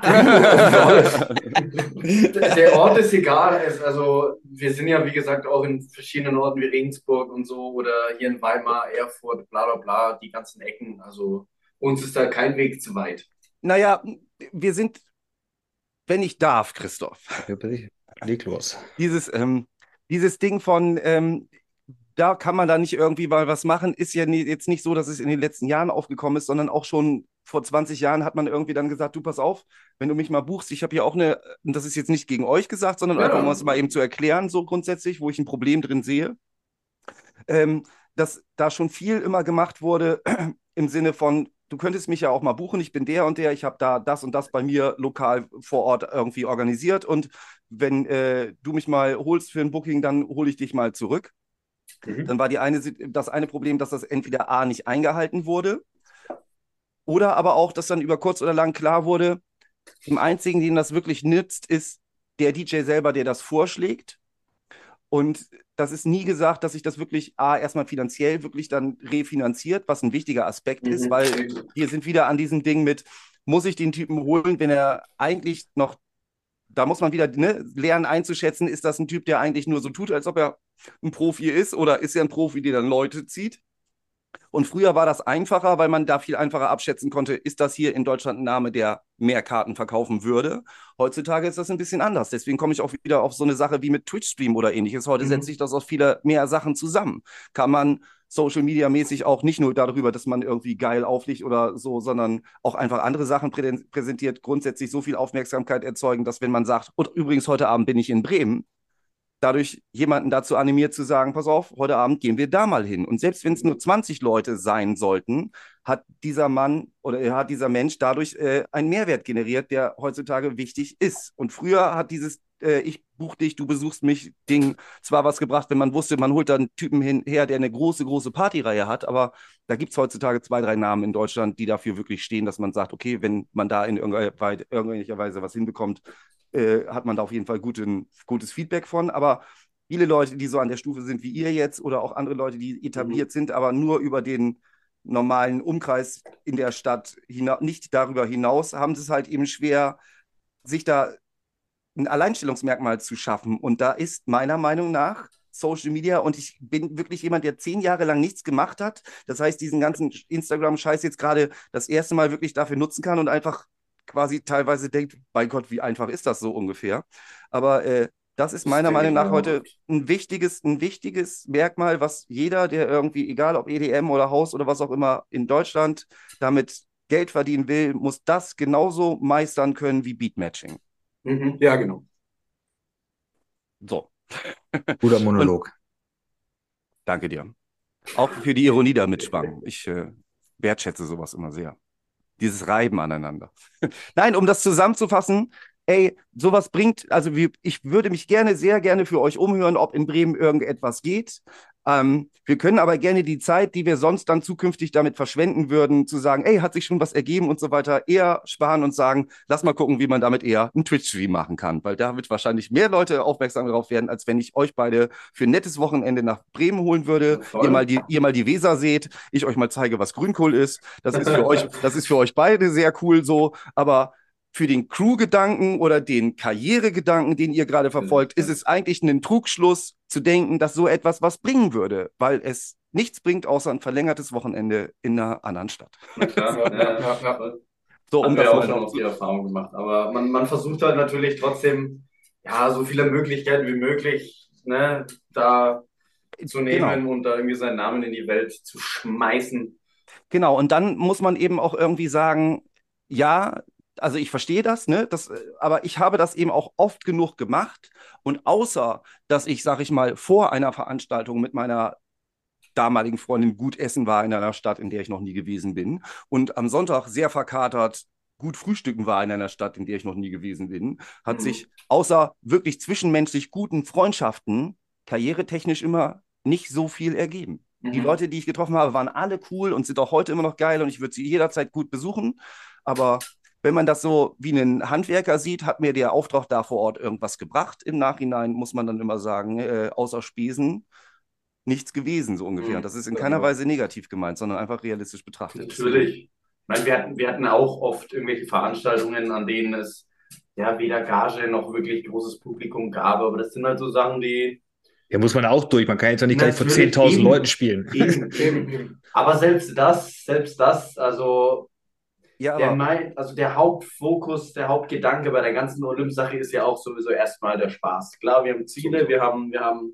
S5: Der Ort ist egal. Es- Also wir sind ja, wie gesagt, auch in verschiedenen Orten wie Regensburg und so oder hier in Weimar, Erfurt, bla bla bla, die ganzen Ecken. Also uns ist da kein Weg zu weit.
S7: Naja, wir sind, wenn ich darf, Christoph,
S3: Leg los.
S7: dieses, ähm, dieses Ding von, ähm, da kann man da nicht irgendwie mal was machen, ist ja nie, jetzt nicht so, dass es in den letzten Jahren aufgekommen ist, sondern auch schon vor zwanzig Jahren hat man irgendwie dann gesagt, du pass auf, wenn du mich mal buchst, ich habe hier auch eine, und das ist jetzt nicht gegen euch gesagt, sondern
S5: Ja,
S7: einfach um
S5: ja.
S7: es mal eben zu erklären, so grundsätzlich, wo ich ein Problem drin sehe, ähm, dass da schon viel immer gemacht wurde im Sinne von, du könntest mich ja auch mal buchen, ich bin der und der, ich habe da das und das bei mir lokal vor Ort irgendwie organisiert und wenn äh, du mich mal holst für ein Booking, dann hole ich dich mal zurück.
S6: Mhm.
S7: Dann war die eine, das eine Problem, dass das entweder A nicht eingehalten wurde oder aber auch, dass dann über kurz oder lang klar wurde, dem einzigen, den das wirklich nützt, ist der D J selber, der das vorschlägt. Und das ist nie gesagt, dass sich das wirklich A, erstmal finanziell wirklich dann refinanziert, was ein wichtiger Aspekt ist,
S5: Mhm.
S7: weil wir sind wieder an diesem Ding mit, muss ich den Typen holen, wenn er eigentlich noch, da muss man wieder ne, lernen einzuschätzen, ist das ein Typ, der eigentlich nur so tut, als ob er ein Profi ist oder ist er ein Profi, der dann Leute zieht? Und früher war das einfacher, weil man da viel einfacher abschätzen konnte, ist das hier in Deutschland ein Name, der mehr Karten verkaufen würde. Heutzutage ist das ein bisschen anders. Deswegen komme ich auch wieder auf so eine Sache wie mit Twitch-Stream oder ähnliches. Heute
S5: Mhm.
S7: setzt sich das aus vieler mehr Sachen zusammen. Kann man Social Media mäßig auch nicht nur darüber, dass man irgendwie geil auflegt oder so, sondern auch einfach andere Sachen prä präsentiert, grundsätzlich so viel Aufmerksamkeit erzeugen, dass wenn man sagt, und übrigens heute Abend bin ich in Bremen, dadurch jemanden dazu animiert zu sagen, pass auf, heute Abend gehen wir da mal hin. Und selbst wenn es nur zwanzig Leute sein sollten, hat dieser Mann oder hat dieser Mensch dadurch äh, einen Mehrwert generiert, der heutzutage wichtig ist. Und früher hat dieses äh, ich buch dich, du besuchst mich Ding zwar was gebracht, wenn man wusste, man holt da einen Typen hinher, der eine große, große Partyreihe hat, aber da gibt es heutzutage zwei, drei Namen in Deutschland, die dafür wirklich stehen, dass man sagt, okay, wenn man da in irgendeiner, irgendeiner Weise was hinbekommt, äh, hat man da auf jeden Fall guten, gutes Feedback von. Aber viele Leute, die so an der Stufe sind wie ihr jetzt oder auch andere Leute, die etabliert
S5: Mhm.
S7: sind, aber nur über den normalen Umkreis in der Stadt nicht darüber hinaus, haben es halt eben schwer, sich da ein Alleinstellungsmerkmal zu schaffen. Und da ist meiner Meinung nach Social Media, und ich bin wirklich jemand, der zehn Jahre lang nichts gemacht hat. Das heißt, diesen ganzen Instagram-Scheiß jetzt gerade das erste Mal wirklich dafür nutzen kann und einfach quasi teilweise denkt, mein Gott, wie einfach ist das so ungefähr. Aber äh, das ist
S5: Das
S7: meiner
S5: denke
S7: Meinung
S5: ich
S7: nach
S5: mir
S7: heute
S5: auch.
S7: ein wichtiges, ein wichtiges Merkmal, was jeder, der irgendwie, egal ob E D M oder Haus oder was auch immer in Deutschland damit Geld verdienen will, muss das genauso meistern können wie Beatmatching.
S5: Mhm.
S6: Ja, genau.
S7: So.
S3: Guter
S7: Und
S3: Monolog.
S7: danke dir. Auch für die Ironie da mitschwang. Ich äh, wertschätze sowas immer sehr. Dieses Reiben aneinander. Nein, um das zusammenzufassen, ey, sowas bringt, also wie, ich würde mich gerne, sehr gerne für euch umhören, ob in Bremen irgendetwas geht. Ähm, wir können aber gerne die Zeit, die wir sonst dann zukünftig damit verschwenden würden, zu sagen, ey, hat sich schon was ergeben und so weiter, eher sparen und sagen, lass mal gucken, wie man damit eher einen Twitch-Stream machen kann, weil da wird wahrscheinlich mehr Leute aufmerksam darauf werden, als wenn ich euch beide für ein nettes Wochenende nach Bremen holen würde,
S5: Ja,
S7: ihr mal
S5: voll.
S7: die, ihr mal die Weser seht, ich euch mal zeige, was Grünkohl ist. Das ist für euch, das ist für euch beide sehr cool so, aber für den Crew-Gedanken oder den Karrieregedanken, den ihr gerade verfolgt, ist es eigentlich ein Trugschluss zu denken, dass so etwas was bringen würde, weil es nichts bringt, außer ein verlängertes Wochenende in einer anderen Stadt.
S5: Na klar,
S6: Ja,
S5: ja,
S6: ja, ja.
S5: voll.
S7: So, um
S5: Hatten wir
S7: das
S5: ja auch
S7: mal
S5: schon
S7: noch
S5: oft die
S7: zu.
S5: Erfahrung gemacht. Aber man, man versucht halt natürlich trotzdem, ja, so viele Möglichkeiten wie möglich, ne, da zu
S7: Genau.
S5: nehmen und da irgendwie seinen Namen in die Welt zu schmeißen.
S7: Genau, und dann muss man eben auch irgendwie sagen, ja, also ich verstehe das, ne, das, äh, aber ich habe das eben auch oft genug gemacht. Und außer, dass ich, sag ich mal, vor einer Veranstaltung mit meiner damaligen Freundin gut essen war in einer Stadt, in der ich noch nie gewesen bin, und am Sonntag sehr verkatert gut frühstücken war in einer Stadt, in der ich noch nie gewesen bin, hat
S5: Mhm.
S7: sich außer wirklich zwischenmenschlich guten Freundschaften karrieretechnisch immer nicht so viel ergeben. Die
S5: Mhm.
S7: Leute, die ich getroffen habe, waren alle cool und sind auch heute immer noch geil und ich würde sie jederzeit gut besuchen. Aber wenn man das so wie einen Handwerker sieht, hat mir der Auftrag da vor Ort irgendwas gebracht. Im Nachhinein muss man dann immer sagen, äh, außer Spesen nichts gewesen, so ungefähr. Und
S5: Mhm.
S7: das ist in keiner Weise negativ gemeint, sondern einfach realistisch betrachtet. Deswegen,
S5: Natürlich. Ich meine, wir hatten, wir hatten auch oft irgendwelche Veranstaltungen, an denen es ja weder Gage noch wirklich großes Publikum gab. Aber das sind halt so Sachen, die
S3: Ja, muss man auch durch. Man kann jetzt ja nicht gleich vor
S5: natürlich
S3: zehntausend
S5: eben,
S3: Leuten spielen.
S5: eben,
S6: Eben,
S5: eben.
S6: eben.
S5: Aber selbst das, selbst das, also
S7: ja,
S5: der,
S7: aber
S5: mein, also der Hauptfokus, der Hauptgedanke bei der ganzen Olymp-Sache ist ja auch sowieso erstmal der Spaß. Klar, wir haben Ziele, wir haben, wir haben,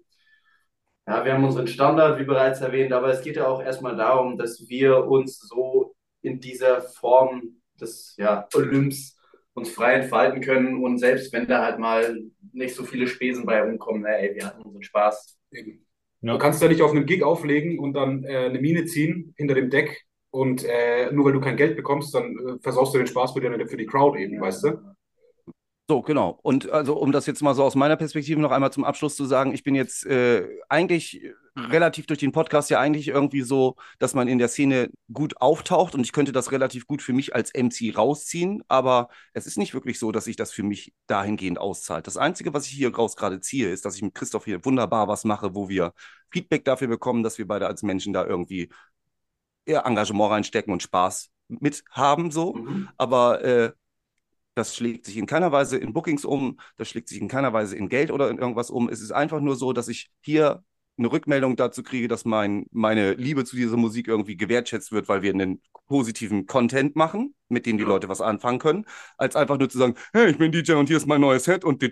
S5: ja, wir haben unseren Standard, wie bereits erwähnt, aber es geht ja auch erstmal darum, dass wir uns so in dieser Form des ja, Olymps uns frei entfalten können und selbst wenn da halt mal nicht so viele Spesen bei rumkommen, na, ey, wir hatten unseren Spaß.
S6: Eben.
S3: Ja.
S6: Du kannst ja nicht auf einem Gig auflegen und dann äh, eine Mine ziehen hinter dem Deck und äh, nur weil du kein Geld bekommst, dann äh, versaust du den Spaß für die, für die Crowd eben, weißt du?
S7: So, genau. Und also, um das jetzt mal so aus meiner Perspektive noch einmal zum Abschluss zu sagen, ich bin jetzt äh, eigentlich relativ durch den Podcast ja eigentlich irgendwie so, dass man in der Szene gut auftaucht und ich könnte das relativ gut für mich als M C rausziehen, aber es ist nicht wirklich so, dass sich das für mich dahingehend auszahlt. Das Einzige, was ich hier raus gerade ziehe, ist, dass ich mit Christoph hier wunderbar was mache, wo wir Feedback dafür bekommen, dass wir beide als Menschen da irgendwie eher Engagement reinstecken und Spaß mit haben, so.
S5: Mhm.
S7: Aber äh, das schlägt sich in keiner Weise in Bookings um, das schlägt sich in keiner Weise in Geld oder in irgendwas um. Es ist einfach nur so, dass ich hier eine Rückmeldung dazu kriege, dass mein, meine Liebe zu dieser Musik irgendwie gewertschätzt wird, weil wir einen positiven Content machen, mit dem die Leute was anfangen können, als einfach nur zu sagen, hey, ich bin D J und hier ist mein neues Set und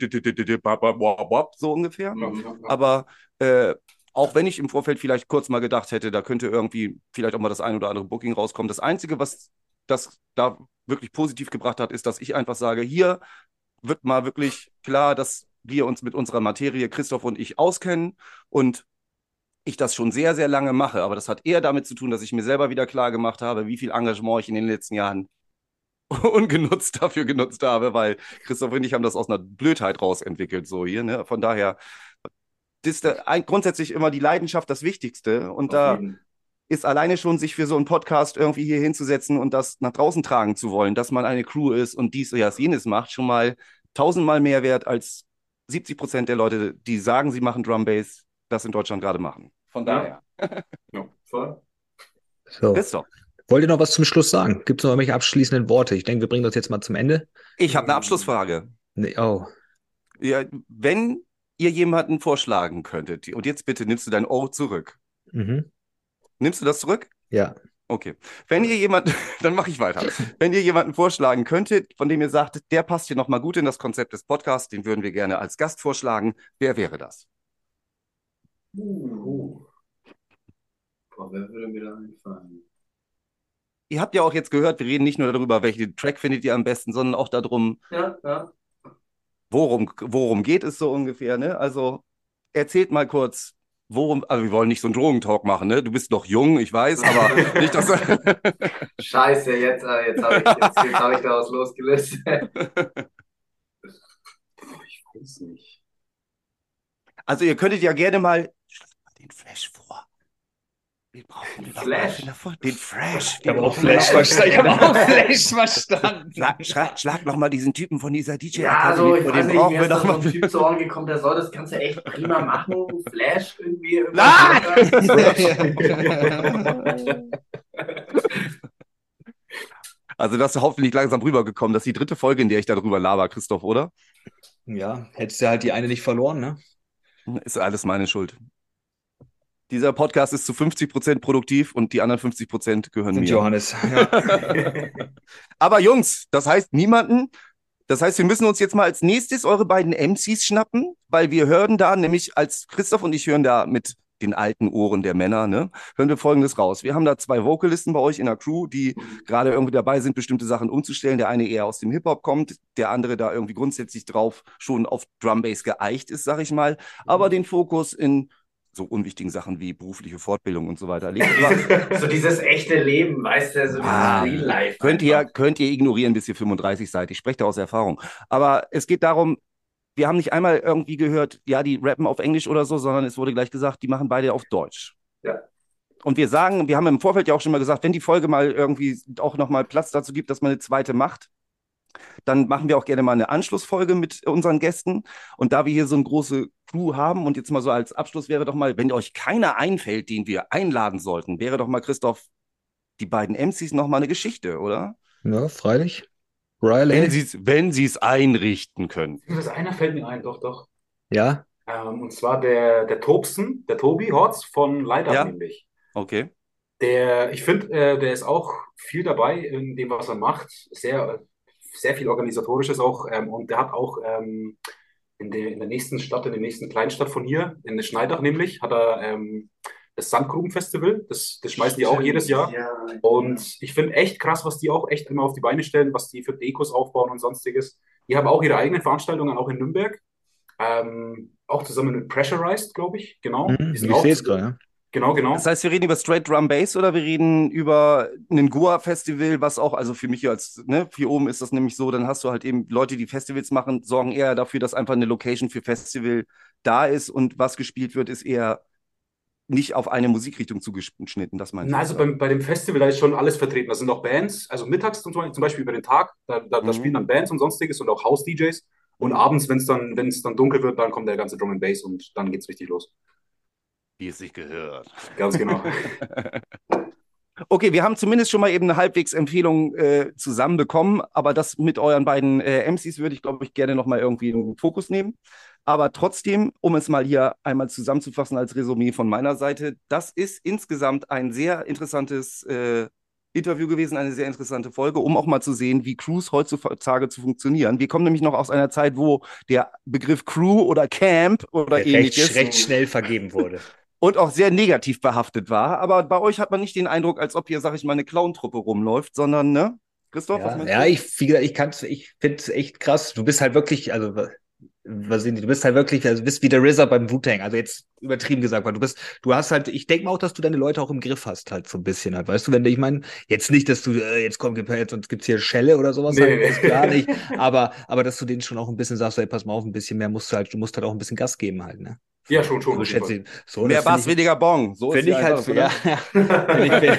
S7: so ungefähr. Aber äh, auch wenn ich im Vorfeld vielleicht kurz mal gedacht hätte, da könnte irgendwie vielleicht auch mal das ein oder andere Booking rauskommen. Das Einzige, was das da wirklich positiv gebracht hat, ist, dass ich einfach sage, hier wird mal wirklich klar, dass wir uns mit unserer Materie, Christoph und ich, auskennen und ich das schon sehr, sehr lange mache. Aber das hat eher damit zu tun, dass ich mir selber wieder klar gemacht habe, wie viel Engagement ich in den letzten Jahren ungenutzt dafür genutzt habe, weil Christoph und ich haben das aus einer Blödheit rausentwickelt, so hier, ne? Von daher ist da ein, grundsätzlich immer die Leidenschaft das Wichtigste und
S5: Auf
S7: da
S5: jeden.
S7: ist alleine schon, sich für so einen Podcast irgendwie hier hinzusetzen und das nach draußen tragen zu wollen, dass man eine Crew ist und dies oder jenes macht, schon mal tausendmal mehr wert als siebzig Prozent der Leute, die sagen, sie machen Drum Bass, das in Deutschland gerade machen. Von daher.
S5: Ja, voll.
S3: So.
S7: Christoph,
S3: Wollt ihr noch was zum Schluss sagen? Gibt es noch irgendwelche abschließenden Worte? Ich denke, wir bringen das jetzt mal zum Ende.
S7: ich habe eine Abschlussfrage.
S3: Nee, oh.
S7: Ja, wenn ihr jemanden vorschlagen könntet, und jetzt bitte nimmst du dein Ohr zurück.
S3: Mhm.
S7: Nimmst du das zurück?
S3: Ja.
S7: Okay. Wenn ihr jemanden, dann mache ich weiter. Wenn ihr jemanden vorschlagen könntet, von dem ihr sagt, der passt hier nochmal gut in das Konzept des Podcasts, den würden wir gerne als Gast vorschlagen, wer wäre das?
S5: Uh. Boah, wer würde mir da einfallen?
S7: Ihr habt ja auch jetzt gehört, wir reden nicht nur darüber, welchen Track findet ihr am besten, sondern auch darum,
S5: Ja, ja.
S7: worum, worum geht es so ungefähr, ne? Also erzählt mal kurz, worum, also wir wollen nicht so einen Drogentalk machen, ne? Du bist noch jung, ich weiß, aber nicht, dass...
S5: Scheiße, jetzt, äh, jetzt habe ich, jetzt, jetzt hab ich daraus losgelöst. Ich weiß nicht.
S7: Also ihr könntet ja gerne mal den Flash vor. Den brauchen wir doch
S5: Flash?
S7: mal vor. Den Fresh.
S3: Ich habe auch Flash verstanden. Ich habe auch Flash verstanden.
S7: Schlag, schlag, schlag noch mal diesen Typen von dieser D
S5: Ja, also ich
S7: J-Akademie vor,
S5: weiß
S7: den
S5: nicht,
S7: brauchen
S5: mir
S7: wir
S5: ist da
S7: doch
S5: so
S7: mal.
S5: ein Typ zu Ohren gekommen, der soll das Ganze echt prima machen. Flash irgendwie.
S7: Also das ist hoffentlich langsam rübergekommen. Das ist die dritte Folge, in der ich darüber laber, Christoph, oder?
S3: Ja, hättest du halt die eine nicht verloren, ne?
S7: Ist alles meine Schuld. Dieser Podcast ist zu fünfzig Prozent produktiv und die anderen fünfzig Prozent gehören
S3: Sind
S7: mir.
S3: Johannes. Ja.
S7: Aber Jungs, das heißt niemanden. Das heißt, wir müssen uns jetzt mal als nächstes eure beiden M Cs schnappen, weil wir hören da, nämlich als Christoph und ich hören da mit den alten Ohren der Männer, ne, hören wir Folgendes raus. Wir haben da zwei Vocalisten bei euch in der Crew, die gerade irgendwie dabei sind, bestimmte Sachen umzustellen. Der eine eher aus dem Hip-Hop kommt, der andere da irgendwie grundsätzlich drauf schon auf Drum-Bass geeicht ist, sag ich mal, aber den Fokus in so unwichtigen Sachen wie berufliche Fortbildung und so weiter legt.
S5: So dieses echte Leben, weißt du, so dieses
S7: Ah,
S5: Real Life.
S7: Könnt ihr,
S5: einfach.
S7: könnt ihr ignorieren, bis ihr fünfunddreißig seid. Ich spreche da aus Erfahrung. Aber es geht darum, wir haben nicht einmal irgendwie gehört, ja, die rappen auf Englisch oder so, sondern es wurde gleich gesagt, die machen beide auf Deutsch.
S5: Ja.
S7: Und wir sagen, wir haben im Vorfeld ja auch schon mal gesagt, wenn die Folge mal irgendwie auch nochmal Platz dazu gibt, dass man eine zweite macht, dann machen wir auch gerne mal eine Anschlussfolge mit unseren Gästen. Und da wir hier so eine große Crew haben und jetzt mal so als Abschluss wäre doch mal, wenn euch keiner einfällt, den wir einladen sollten, wäre doch mal, Christoph, die beiden M Cs nochmal eine Geschichte, oder?
S3: Ja, freilich.
S7: Wenn
S3: Riley.
S7: sie es wenn sie's einrichten können.
S6: Das einer fällt mir ein, doch, doch.
S3: Ja.
S6: Ähm, und zwar der, der Tobsen, der Tobi Horz von Light Up
S7: Ja.
S6: nämlich.
S7: Okay.
S6: Der, ich finde, äh, der ist auch viel dabei in dem, was er macht. Sehr, sehr viel Organisatorisches auch. Ähm, und der hat auch ähm, in der, in der nächsten Stadt, in der nächsten Kleinstadt von hier, in Schneidach nämlich, hat er ähm, das Sandgrubenfestival. Das, das schmeißen die auch jedes Jahr.
S5: Ja,
S6: Und ich finde echt krass, was die auch echt immer auf die Beine stellen, was die für Dekos aufbauen und sonstiges. Die haben auch ihre eigenen Veranstaltungen, auch in Nürnberg. Ähm, auch zusammen mit Pressurized, glaube ich. Genau.
S3: Mhm,
S6: Die sind
S3: ich
S6: auch
S3: sehe es gerade, ja.
S6: Genau, genau.
S7: Das heißt, wir reden über Straight Drum Bass oder wir reden über ein Goa-Festival, was auch, also für mich hier als, ne, hier oben ist das nämlich so, dann hast du halt eben Leute, die Festivals machen, sorgen eher dafür, dass einfach eine Location für Festival da ist und was gespielt wird, ist eher nicht auf eine Musikrichtung zugeschnitten, das meinst
S6: Na,
S7: du?
S6: also
S7: oder?
S6: beim, bei dem Festival, da ist schon alles vertreten. Da sind auch Bands, also mittags zum, zum Beispiel über den Tag, da, da, da
S7: Mhm.
S6: spielen dann Bands und sonstiges und auch House-D Js. Und
S7: Mhm.
S6: abends, wenn es dann, wenn es dann dunkel wird, dann kommt der ganze Drum and Bass und dann geht's richtig los.
S7: Wie es sich gehört.
S6: Ganz genau.
S7: Okay, wir haben zumindest schon mal eben eine halbwegs Empfehlung äh, zusammenbekommen, aber das mit euren beiden äh, M Cs würde ich, glaube ich, gerne nochmal irgendwie in den Fokus nehmen. Aber trotzdem, um es mal hier einmal zusammenzufassen als Resümee von meiner Seite, das ist insgesamt ein sehr interessantes äh, Interview gewesen, eine sehr interessante Folge, um auch mal zu sehen, wie Crews heutzutage zu funktionieren. Wir kommen nämlich noch aus einer Zeit, wo der Begriff Crew oder Camp oder
S3: Der
S7: ähnliches
S3: recht, recht schnell vergeben wurde.
S7: und auch sehr negativ behaftet war. Aber bei euch hat man nicht den Eindruck, als ob hier, sag ich mal, eine Clown-Truppe rumläuft, sondern, ne? Christoph, was
S3: Ja,
S7: meinst
S3: ja,
S7: du?
S3: ich, wie gesagt, ich kann's, ich finde es echt krass. Du bist halt wirklich, also, wa- was sind die, du bist halt wirklich, also, du bist wie der R Z A beim Wu-Tang. Also jetzt übertrieben gesagt, weil du bist, du hast halt, ich denke mal auch, dass du deine Leute auch im Griff hast, halt so ein bisschen halt. Weißt du, wenn du, ich meine, jetzt nicht, dass du, äh, jetzt kommt, jetzt sonst gibt's hier Schelle oder sowas
S6: Nee,
S3: halt,
S6: nee,
S3: ist
S6: nee.
S3: klar nicht. Aber, aber dass du denen schon auch ein bisschen sagst, ey, pass mal auf, ein bisschen mehr musst du halt, du musst halt auch ein bisschen Gas geben halt, ne?
S6: Ja, schon, schon.
S3: So
S6: auf jeden
S3: schätze
S6: Fall.
S3: ich, so,
S7: Mehr
S3: das finde
S7: Bass,
S3: ich,
S7: weniger Bong. So ist
S3: finde
S7: die
S3: ich halt,
S7: Einfachste,
S3: ja,
S7: ne?
S3: ja. Finde ich,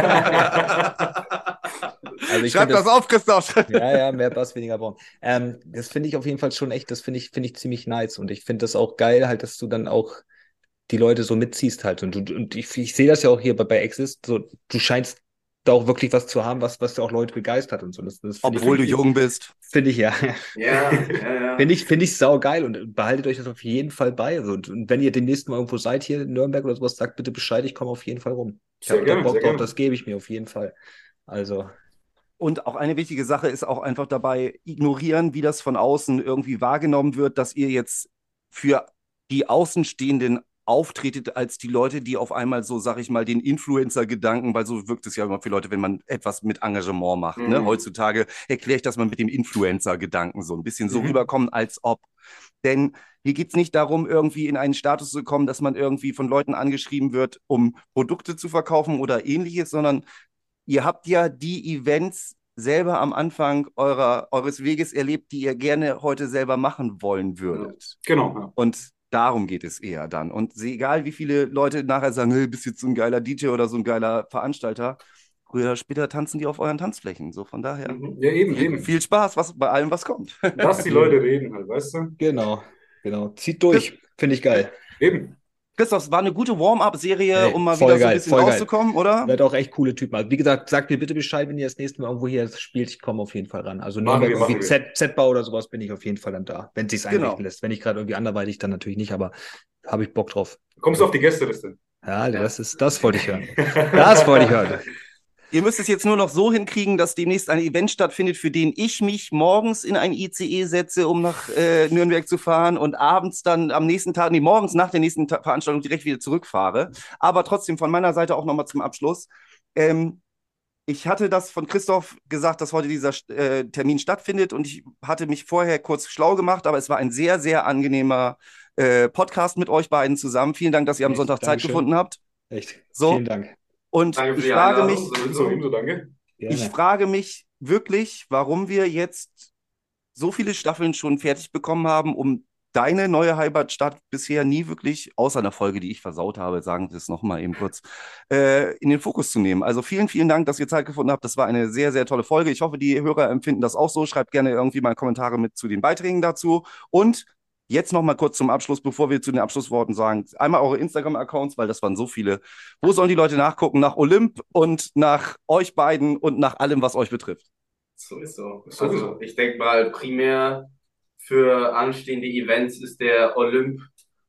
S3: also ich
S7: Schreib
S3: finde
S7: das auf, Christoph.
S3: ja, ja, mehr Bass, weniger Braun. Ähm, das finde ich auf jeden Fall schon echt, das finde ich, finde ich ziemlich nice. Und ich finde das auch geil, halt, dass du dann auch die Leute so mitziehst halt. Und, du, und ich, ich sehe das ja auch hier bei, bei Exist, so, du scheinst da auch wirklich was zu haben, was, was ja auch Leute begeistert und so. Das, das finde ich,
S7: Obwohl du
S3: finde ich,
S7: jung bist.
S3: finde ich, ja.
S5: ja, ja, ja.
S3: Finde ich, finde ich saugeil und behaltet euch das auf jeden Fall bei. Also, und, und wenn ihr demnächst mal irgendwo seid hier in Nürnberg oder sowas, sagt bitte Bescheid, ich komme auf jeden Fall rum. Ich
S6: Sehr
S3: habe da
S6: gerne,
S3: Bock
S6: sehr
S3: drauf,
S6: gerne.
S3: das gebe ich mir auf jeden Fall. Also,
S7: Und auch eine wichtige Sache ist auch einfach dabei ignorieren, wie das von außen irgendwie wahrgenommen wird, dass ihr jetzt für die Außenstehenden auftretet als die Leute, die auf einmal so, sag ich mal, den Influencer-Gedanken, weil so wirkt es ja immer für Leute, wenn man etwas mit Engagement macht. Ne?
S5: Mhm.
S7: Heutzutage erkläre ich das mal mit dem Influencer-Gedanken so ein bisschen so
S6: Mhm.
S7: rüberkommen, als ob. Denn hier geht es nicht darum, irgendwie in einen Status zu kommen, dass man irgendwie von Leuten angeschrieben wird, um Produkte zu verkaufen oder ähnliches, sondern ihr habt ja die Events selber am Anfang eurer, eures Weges erlebt, die ihr gerne heute selber machen wollen würdet.
S6: Genau. Ja.
S7: Und darum geht es eher dann. Und se- egal, wie viele Leute nachher sagen, hey, bist jetzt so ein geiler D J oder so ein geiler Veranstalter, früher oder später tanzen die auf euren Tanzflächen. So von daher
S5: Mhm.
S6: Ja, eben, eben.
S7: viel Spaß was, bei allem, was kommt.
S6: Lass die Leute reden halt, weißt du?
S3: genau, genau. Zieht durch. Finde ich geil.
S6: Eben.
S7: Christoph, es war eine gute Warm-up-Serie,
S3: Ey,
S7: um mal
S3: voll
S7: wieder so ein
S3: geil,
S7: bisschen
S3: voll geil.
S7: rauszukommen, oder?
S3: Seid auch echt coole Typen. Also, wie gesagt, sagt mir bitte Bescheid, wenn ihr das nächste Mal irgendwo hier spielt. Ich komme auf jeden Fall ran. Also
S6: Machen
S3: Nürnberg,
S6: wir,
S3: irgendwie
S6: machen
S3: Z, Z-Bau oder sowas bin ich auf jeden Fall dann da, wenn es sich einrichten
S7: Genau.
S3: lässt. Wenn ich gerade irgendwie anderweitig, dann natürlich nicht, aber habe ich Bock drauf.
S6: Kommst du auf die Gästeliste?
S3: Ja, Alter, das ist, das wollte ich hören. Das wollte ich hören.
S7: Ihr müsst es jetzt nur noch so hinkriegen, dass demnächst ein Event stattfindet, für den ich mich morgens in ein I C E setze, um nach äh, Nürnberg zu fahren und abends dann am nächsten Tag, nee, morgens nach der nächsten Ta Veranstaltung direkt wieder zurückfahre. Aber trotzdem von meiner Seite auch nochmal zum Abschluss. Ähm, ich hatte das von Christoph gesagt, dass heute dieser äh, Termin stattfindet und ich hatte mich vorher kurz schlau gemacht, aber es war ein sehr, sehr angenehmer äh, Podcast mit euch beiden zusammen. Vielen Dank, dass ihr am
S3: Echt,
S7: Sonntag Zeit
S3: Dankeschön.
S7: gefunden habt.
S3: Echt.
S7: So.
S3: Vielen Dank.
S7: Und
S5: Danke für
S7: ich
S5: die
S7: frage
S5: Einladung.
S7: mich,
S6: Ebenso, ebenso, danke.
S3: Gerne.
S7: ich frage mich wirklich, warum wir jetzt so viele Staffeln schon fertig bekommen haben, um deine neue Heimatstadt bisher nie wirklich, außer einer Folge, die ich versaut habe, sagen wir es nochmal eben kurz, äh, in den Fokus zu nehmen. Also vielen, vielen Dank, dass ihr Zeit gefunden habt. Das war eine sehr, sehr tolle Folge. Ich hoffe, die Hörer empfinden das auch so. Schreibt gerne irgendwie mal Kommentare mit zu den Beiträgen dazu. Und jetzt nochmal kurz zum Abschluss, bevor wir zu den Abschlussworten sagen, einmal eure Instagram-Accounts, weil das waren so viele. Wo sollen die Leute nachgucken? Nach Olymp und nach euch beiden und nach allem, was euch betrifft.
S5: Sowieso.
S6: Sowieso.
S5: Also ich denke mal, primär für anstehende Events ist der Olymp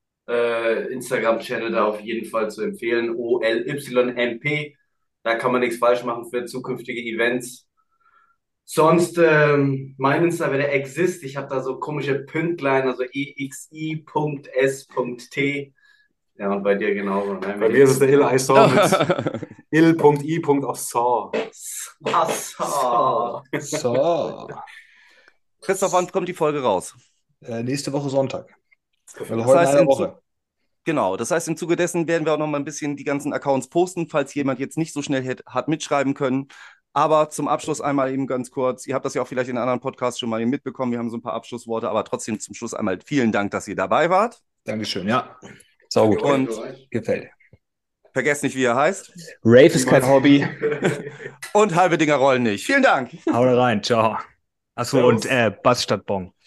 S5: äh, Instagram-Channel da auf jeden Fall zu empfehlen. O L Y M P. Da kann man nichts falsch machen für zukünftige Events. Sonst, ähm, mein Insta wäre der Exist. Ich habe da so komische Pünktlein, also E X I Punkt S Punkt T. Ja, und bei dir genauso. Ne?
S6: Bei mir ist es der Ill I Saw mit ill.i. auf Saw.
S5: Ach so.
S3: So.
S7: Christoph, wann kommt die Folge raus?
S3: Äh, nächste Woche Sonntag. Also
S7: Das
S3: heute
S7: heißt,
S3: in einer
S7: in Zu-
S3: Woche.
S7: Genau, das heißt, im Zuge dessen werden wir auch noch mal ein bisschen die ganzen Accounts posten, falls jemand jetzt nicht so schnell hätte, hat mitschreiben können. Aber zum Abschluss einmal eben ganz kurz, ihr habt das ja auch vielleicht in anderen Podcasts schon mal mitbekommen, wir haben so ein paar Abschlussworte, aber trotzdem zum Schluss einmal vielen Dank, dass ihr dabei wart.
S3: Dankeschön, ja. Sau gut.
S7: Und
S3: Gefällt.
S7: vergesst nicht, wie er heißt.
S3: Rave ist kein Hobby.
S7: Und halbe Dinger rollen nicht. Vielen Dank.
S3: Hau da rein, ciao. Achso,
S6: Servus.
S3: und äh, Bass statt Bon.